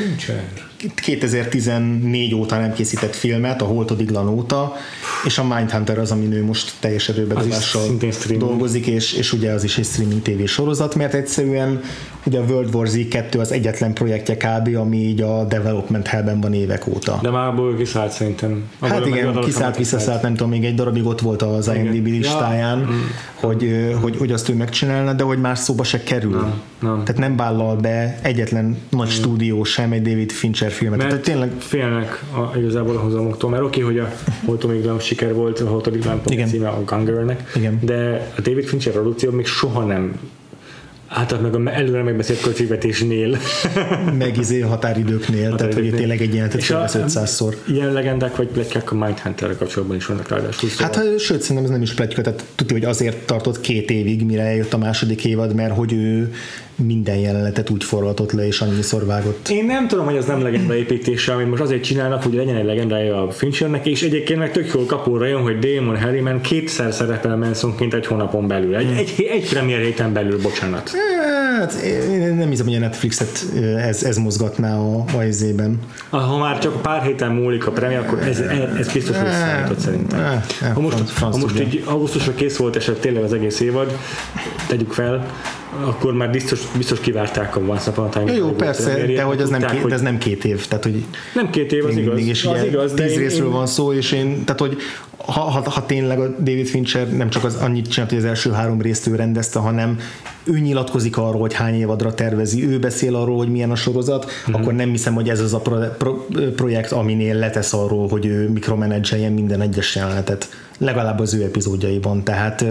2014 óta nem készített filmet, a Holtodiglan óta, és a Mindhunter az, ami ő most teljes erőbedobással dolgozik, és ugye az is egy streaming TV sorozat, mert egyszerűen ugye a World War Z 2 az egyetlen projektje kb, ami így a development hellben van évek óta. De már abból kiszállt szerintem. Hát igen, visszaszállt, nem tudom, még egy darabig ott volt az IMDb listáján, hogy azt ő megcsinálna, de hogy más szóba se kerül. Nem. Tehát nem vállal be egyetlen nagy stúdió sem egy David Fincher filmet. Mert tehát tényleg félnek igazából a hozamoktól, mert oké, hogy a Holtodiglan siker volt, a Holtodiglan címe a Gungernek, de a David Fincher produkció még soha nem meg előre megbeszélt költségvetésnél. Meg határidőknél, tehát hogy tényleg egy jelentet felvesz 500-szor. Ilyen legendák vagy pletykák a Mindhunterrel kapcsolatban is vannak ráadásul. Hát sőt, szerintem ez nem is pletyka, tehát tudja, hogy azért tartott 2 évig, mire eljött a második évad, mert hogy ő minden jelenetet úgy forgatott le, és annyiszor vágott. Én nem tudom, hogy az nem legenda építése, amit most azért csinálnak, hogy legyen egy legendája a Finchernek, és egyébként meg tök jól kapóra jön, hogy Damon Harriman 2-szer szerepel Mansonként egy hónapon belül. Egy premier héten belül, bocsánat. Hát én nem hiszem, hogy a Netflixet ez mozgatná a izében. Ha már csak pár héten múlik a premier, akkor ez biztos, hogy számított szerintem. Ha most így augusztusra kész volt eset tényleg az egész évad, tegyük fel, akkor már biztos kivárták a Once Upon a Time. Jó, persze, de hogy ez nem 2 év. Tehát, hogy nem 2 év, az igaz. 10 részről van szó, és tehát, hogy ha tényleg a David Fincher nem csak annyit csinált, hogy az első 3 részt ő rendezte, hanem ő nyilatkozik arról, hogy hány évadra tervezi, ő beszél arról, hogy milyen a sorozat, akkor nem hiszem, hogy ez az a projekt, aminél letesz arról, hogy ő mikromenedzseljen minden egyes jelenetet. Legalább az ő epizódjaiban. Tehát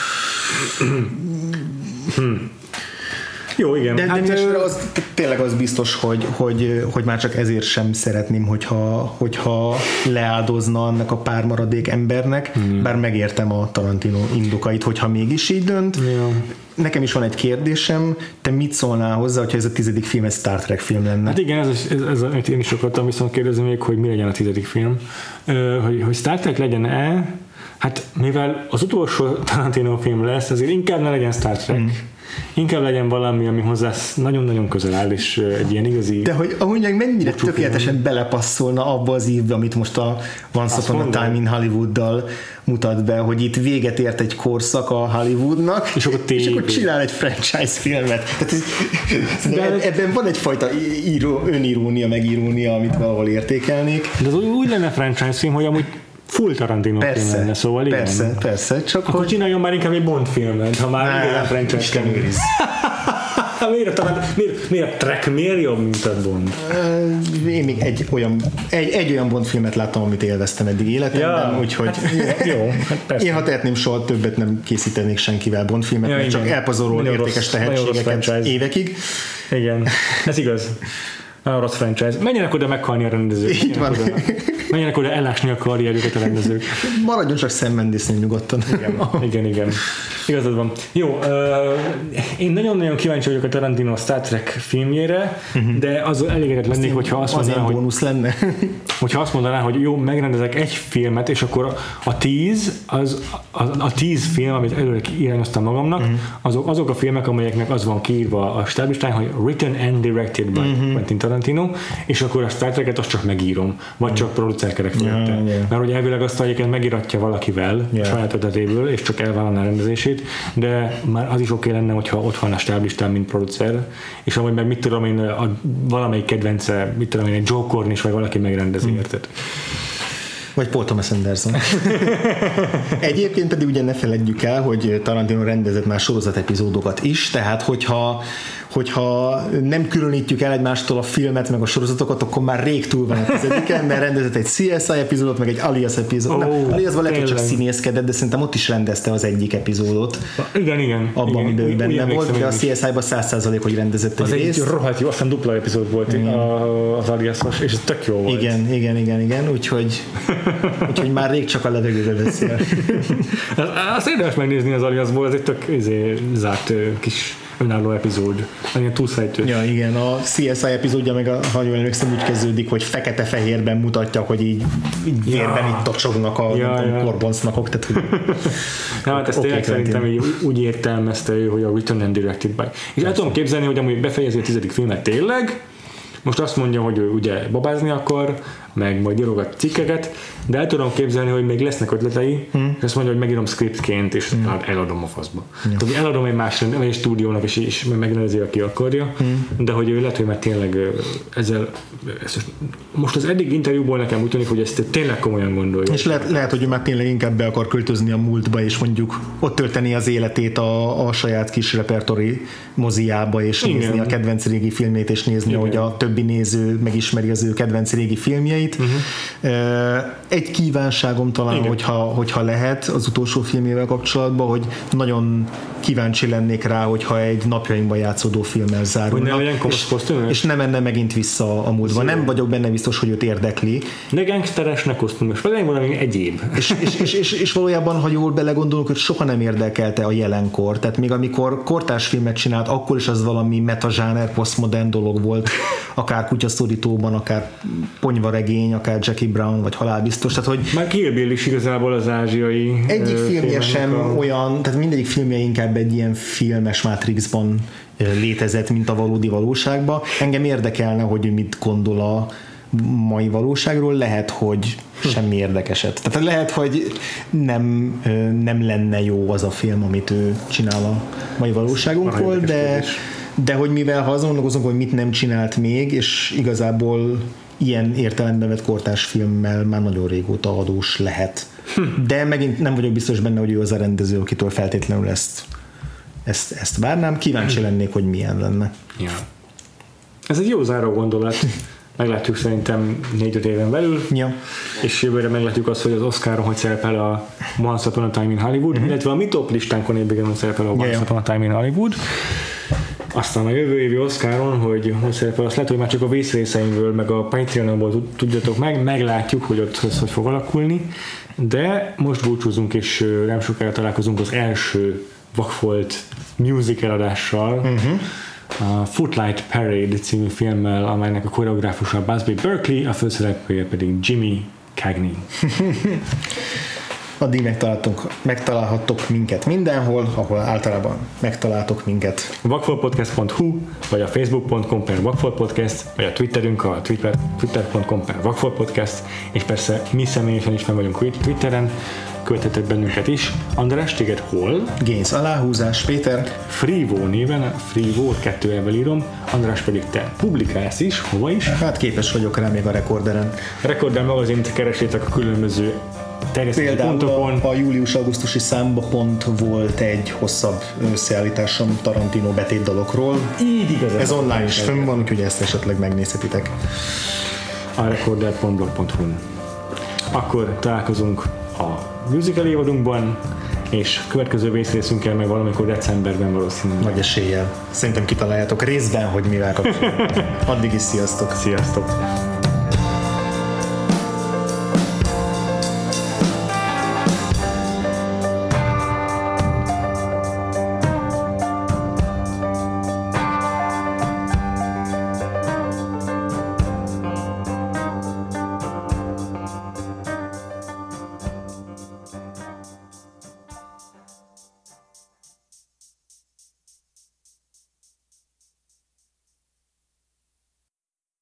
jó, igen. De tényleg az biztos, hogy már csak ezért sem szeretném, hogyha leáldozna annak a pár maradék embernek, bár megértem a Tarantino indokait, hogyha mégis így dönt. Ja. Nekem is van egy kérdésem, te mit szólnál hozzá, hogyha ez a 10. film egy Star Trek film lenne? Hát igen, ez amit én is akartam viszont kérdezni még, hogy mi legyen a 10. film. Hogy Star Trek legyen-e, hát mivel az utolsó Tarantino film lesz, azért inkább ne legyen Star Trek. Inkább legyen valami, ami hozzá nagyon-nagyon közel áll, és egy ilyen igazi... De hogy ahogy mennyire tökéletesen belepasszolna abba az évbe, amit most a Once Upon a Time in Hollywooddal mutat be, hogy itt véget ért egy korszak a Hollywoodnak, és akkor csinál egy franchise filmet. Tehát ebben van egyfajta önirónia, megirónia, amit valahol értékelnék. De az úgy lenne franchise film, hogy amúgy full Tarantino film lenne, szóval igen. Persze, csak akkor csináljon már inkább egy Bond filmet, ha már igen franchise. Isten őriz. Miért a Trek miért jobb, mint a Bond? Én még egy olyan Bond filmet láttam, amit élveztem eddig életemben, úgyhogy jó, én ha tehetném, soha többet nem készítenék senkivel Bond filmet, mert csak elpazarol értékes tehetségeket évekig. Igen, ez igaz. Nagyon rossz franchise. Menjenek oda meghalni a rendezők. Így van. Menjenek oda elásni a karrierüket a rendezők. Maradjon csak Sam Mendes-nél nyugodtan. Igen. Igazad van. Jó, én nagyon-nagyon kíváncsi vagyok a Tarantino Star Trek filmjére, de az elégedett lennék, hogyha azt mondaná, hogy bónusz lenne. Hogyha azt mondaná, hogy jó, megrendezek egy filmet, és akkor a 10 film, amit előre irányoztam magamnak, azok a filmek, amelyeknek az van kiírva a stáblistán, hogy written and directed by Quentin Tarantino, és akkor a Star Trek-et azt csak megírom, vagy csak producerkerek fölötte. Mert ugye elvileg azt egyébként megiratja valakivel a saját ötletéből, és csak elvállalná a rendezését, de már az is oké lenne, hogyha ott van a stáblistán, mint producer, és amúgy meg mit tudom én, valamelyik kedvence, mit tudom én, egy Joe Cornish, vagy valaki megrendezi, érted? Vagy Paul Thomas Anderson. Egyébként pedig ugye ne feledjük el, hogy Tarantino rendezett már sorozat epizódokat is, tehát hogyha nem különítjük el egymástól a filmet meg a sorozatokat, akkor már rég túl van a 10-en, mert rendezett egy CSI epizódot, meg egy Alias epizódot. Aliasban lehet, hogy csak színészkedett, de szerintem ott is rendezte az egyik epizódot. Igen. Abban, amiben ő benne volt, de a CSI-ban 100% hogy rendezett egy részt. Az egy rohadt jó, aztán dupla epizód volt az Alias-os, és ez tök jó volt. Igen, úgyhogy már rég csak a levegőbe beszél. Azt érdemes megnézni az Aliasból, ez egy tök zárt kis önálló epizód. Annyian túlszájtős. Ja, igen, a CSI epizódja meg, ha jól emlékszem, úgy kezdődik, hogy fekete-fehérben mutatja, hogy így vérben itt tocsognak a korboncnakok. Hát ezt tényleg szerintem úgy értelmezte ő, hogy a Written and Directed by. És el tudom képzelni, hogy amúgy befejezi a 10. filmet tényleg, most azt mondja, hogy ő ugye babázni akar, meg majd írogat cikkeket, de el tudom képzelni, hogy még lesznek ötletei, és azt mondja, hogy megírom scriptként, és eladom a faszba. Tehát eladom egy más egy stúdiónak, és megrendezi, aki akarja, de hogy ő lehet, hogy már tényleg ezzel most az eddig interjúból nekem úgy tűnik, hogy ezt tényleg komolyan gondolja. És lehet, hogy ő már tényleg inkább be akar költözni a múltba, és mondjuk ott tölteni az életét a saját kis repertori moziába, és nézni a kedvenc régi filmét, és nézni, hogy a többi néző megismeri az ő kedvenc régi filmjeit. Egy kívánságom talán, hogyha lehet az utolsó filmjével kapcsolatban, hogy nagyon kíváncsi lennék rá, hogyha egy napjainkban játszódó filmmel zárulnak, és nem menne megint vissza a múltba. Nem vagyok benne biztos, hogy őt érdekli. Ne gangsteres, ne kosztümös, vagy valami egyéb. és valójában, ha jól belegondolunk, hogy soha nem érdekelte a jelenkor. Tehát még amikor kortárs filmet csinált, akkor is az valami metazsáner, posztmodern dolog volt, akár kutyasztorítóban, akár ponyvaregény, akár Jackie Brown, vagy halálbiztos. Tehát, hogy már Kill Bill is igazából az ázsiai egyik filmje sem olyan, tehát mindegyik filmje inkább egy ilyen filmes Matrixban létezett, mint a valódi valóságban. Engem érdekelne, hogy mit gondol a mai valóságról, lehet, hogy semmi érdekeset. Tehát lehet, hogy nem lenne jó az a film, amit ő csinál a mai valóságunkról, de hogy mivel ha azon gondolkozunk, hogy mit nem csinált még, és igazából ilyen értelemben vett kortárs filmmel már nagyon régóta adós lehet. De megint nem vagyok biztos benne, hogy ő az a rendező, akitől feltétlenül ezt várnám. Kíváncsi lennék, hogy milyen lenne. Ja. Ez egy jó záró gondolat. Meglátjuk szerintem 4-5 éven belül, és jövőre meglátjuk azt, hogy az Oscaron hogy szerepel a Once Upon a Time in Hollywood, illetve a mi top listánkon évben szerepel a Once Upon a Time in Hollywood. Aztán a jövő évi Oscaron, hogy szerepel, azt lehet, hogy már csak a vészrészeinkből, meg a Patreonból tudjatok meglátjuk, hogy ott hogy fog alakulni, de most búcsúzunk, és nem sokára találkozunk az első Vakfolt musical adással, a Footlight Parade című filmmel, amelynek a koreográfusa Busby Berkeley, a főszereplője pedig Jimmy Cagney. Addig megtalálhattok minket mindenhol, ahol általában megtaláltok minket. vakfoltpodcast.hu, vagy a facebook.com/vakfoltpodcast, vagy a Twitterünk, a twitter.com/vakfoltpodcast, és persze mi személyesen is fel vagyunk Twitteren, követhetek bennünket is. András, téged hol? Gains aláhúzás, Péter. Freevo néven, Freevo 2-vel írom, András pedig te publikálsz is, hova is? Hát képes vagyok rá még a Rekorderen. Rekorder magazint keresétek a különböző terjesztési pontokon. A július-augusztusi számba pont volt egy hosszabb összeállításom Tarantino betétdalokról. Így igaz. Ez online is fönn van, úgyhogy ezt esetleg megnézhetitek. A rekorder.blog.hu-n. Akkor találkozunk a musical évadunkban, és következő vészrészünkkel meg valamikor decemberben valószínűleg. Nagy eséllyel. Szerintem kitaláljátok részben, hogy mivel kapcsolatban. Addig is sziasztok! Sziasztok!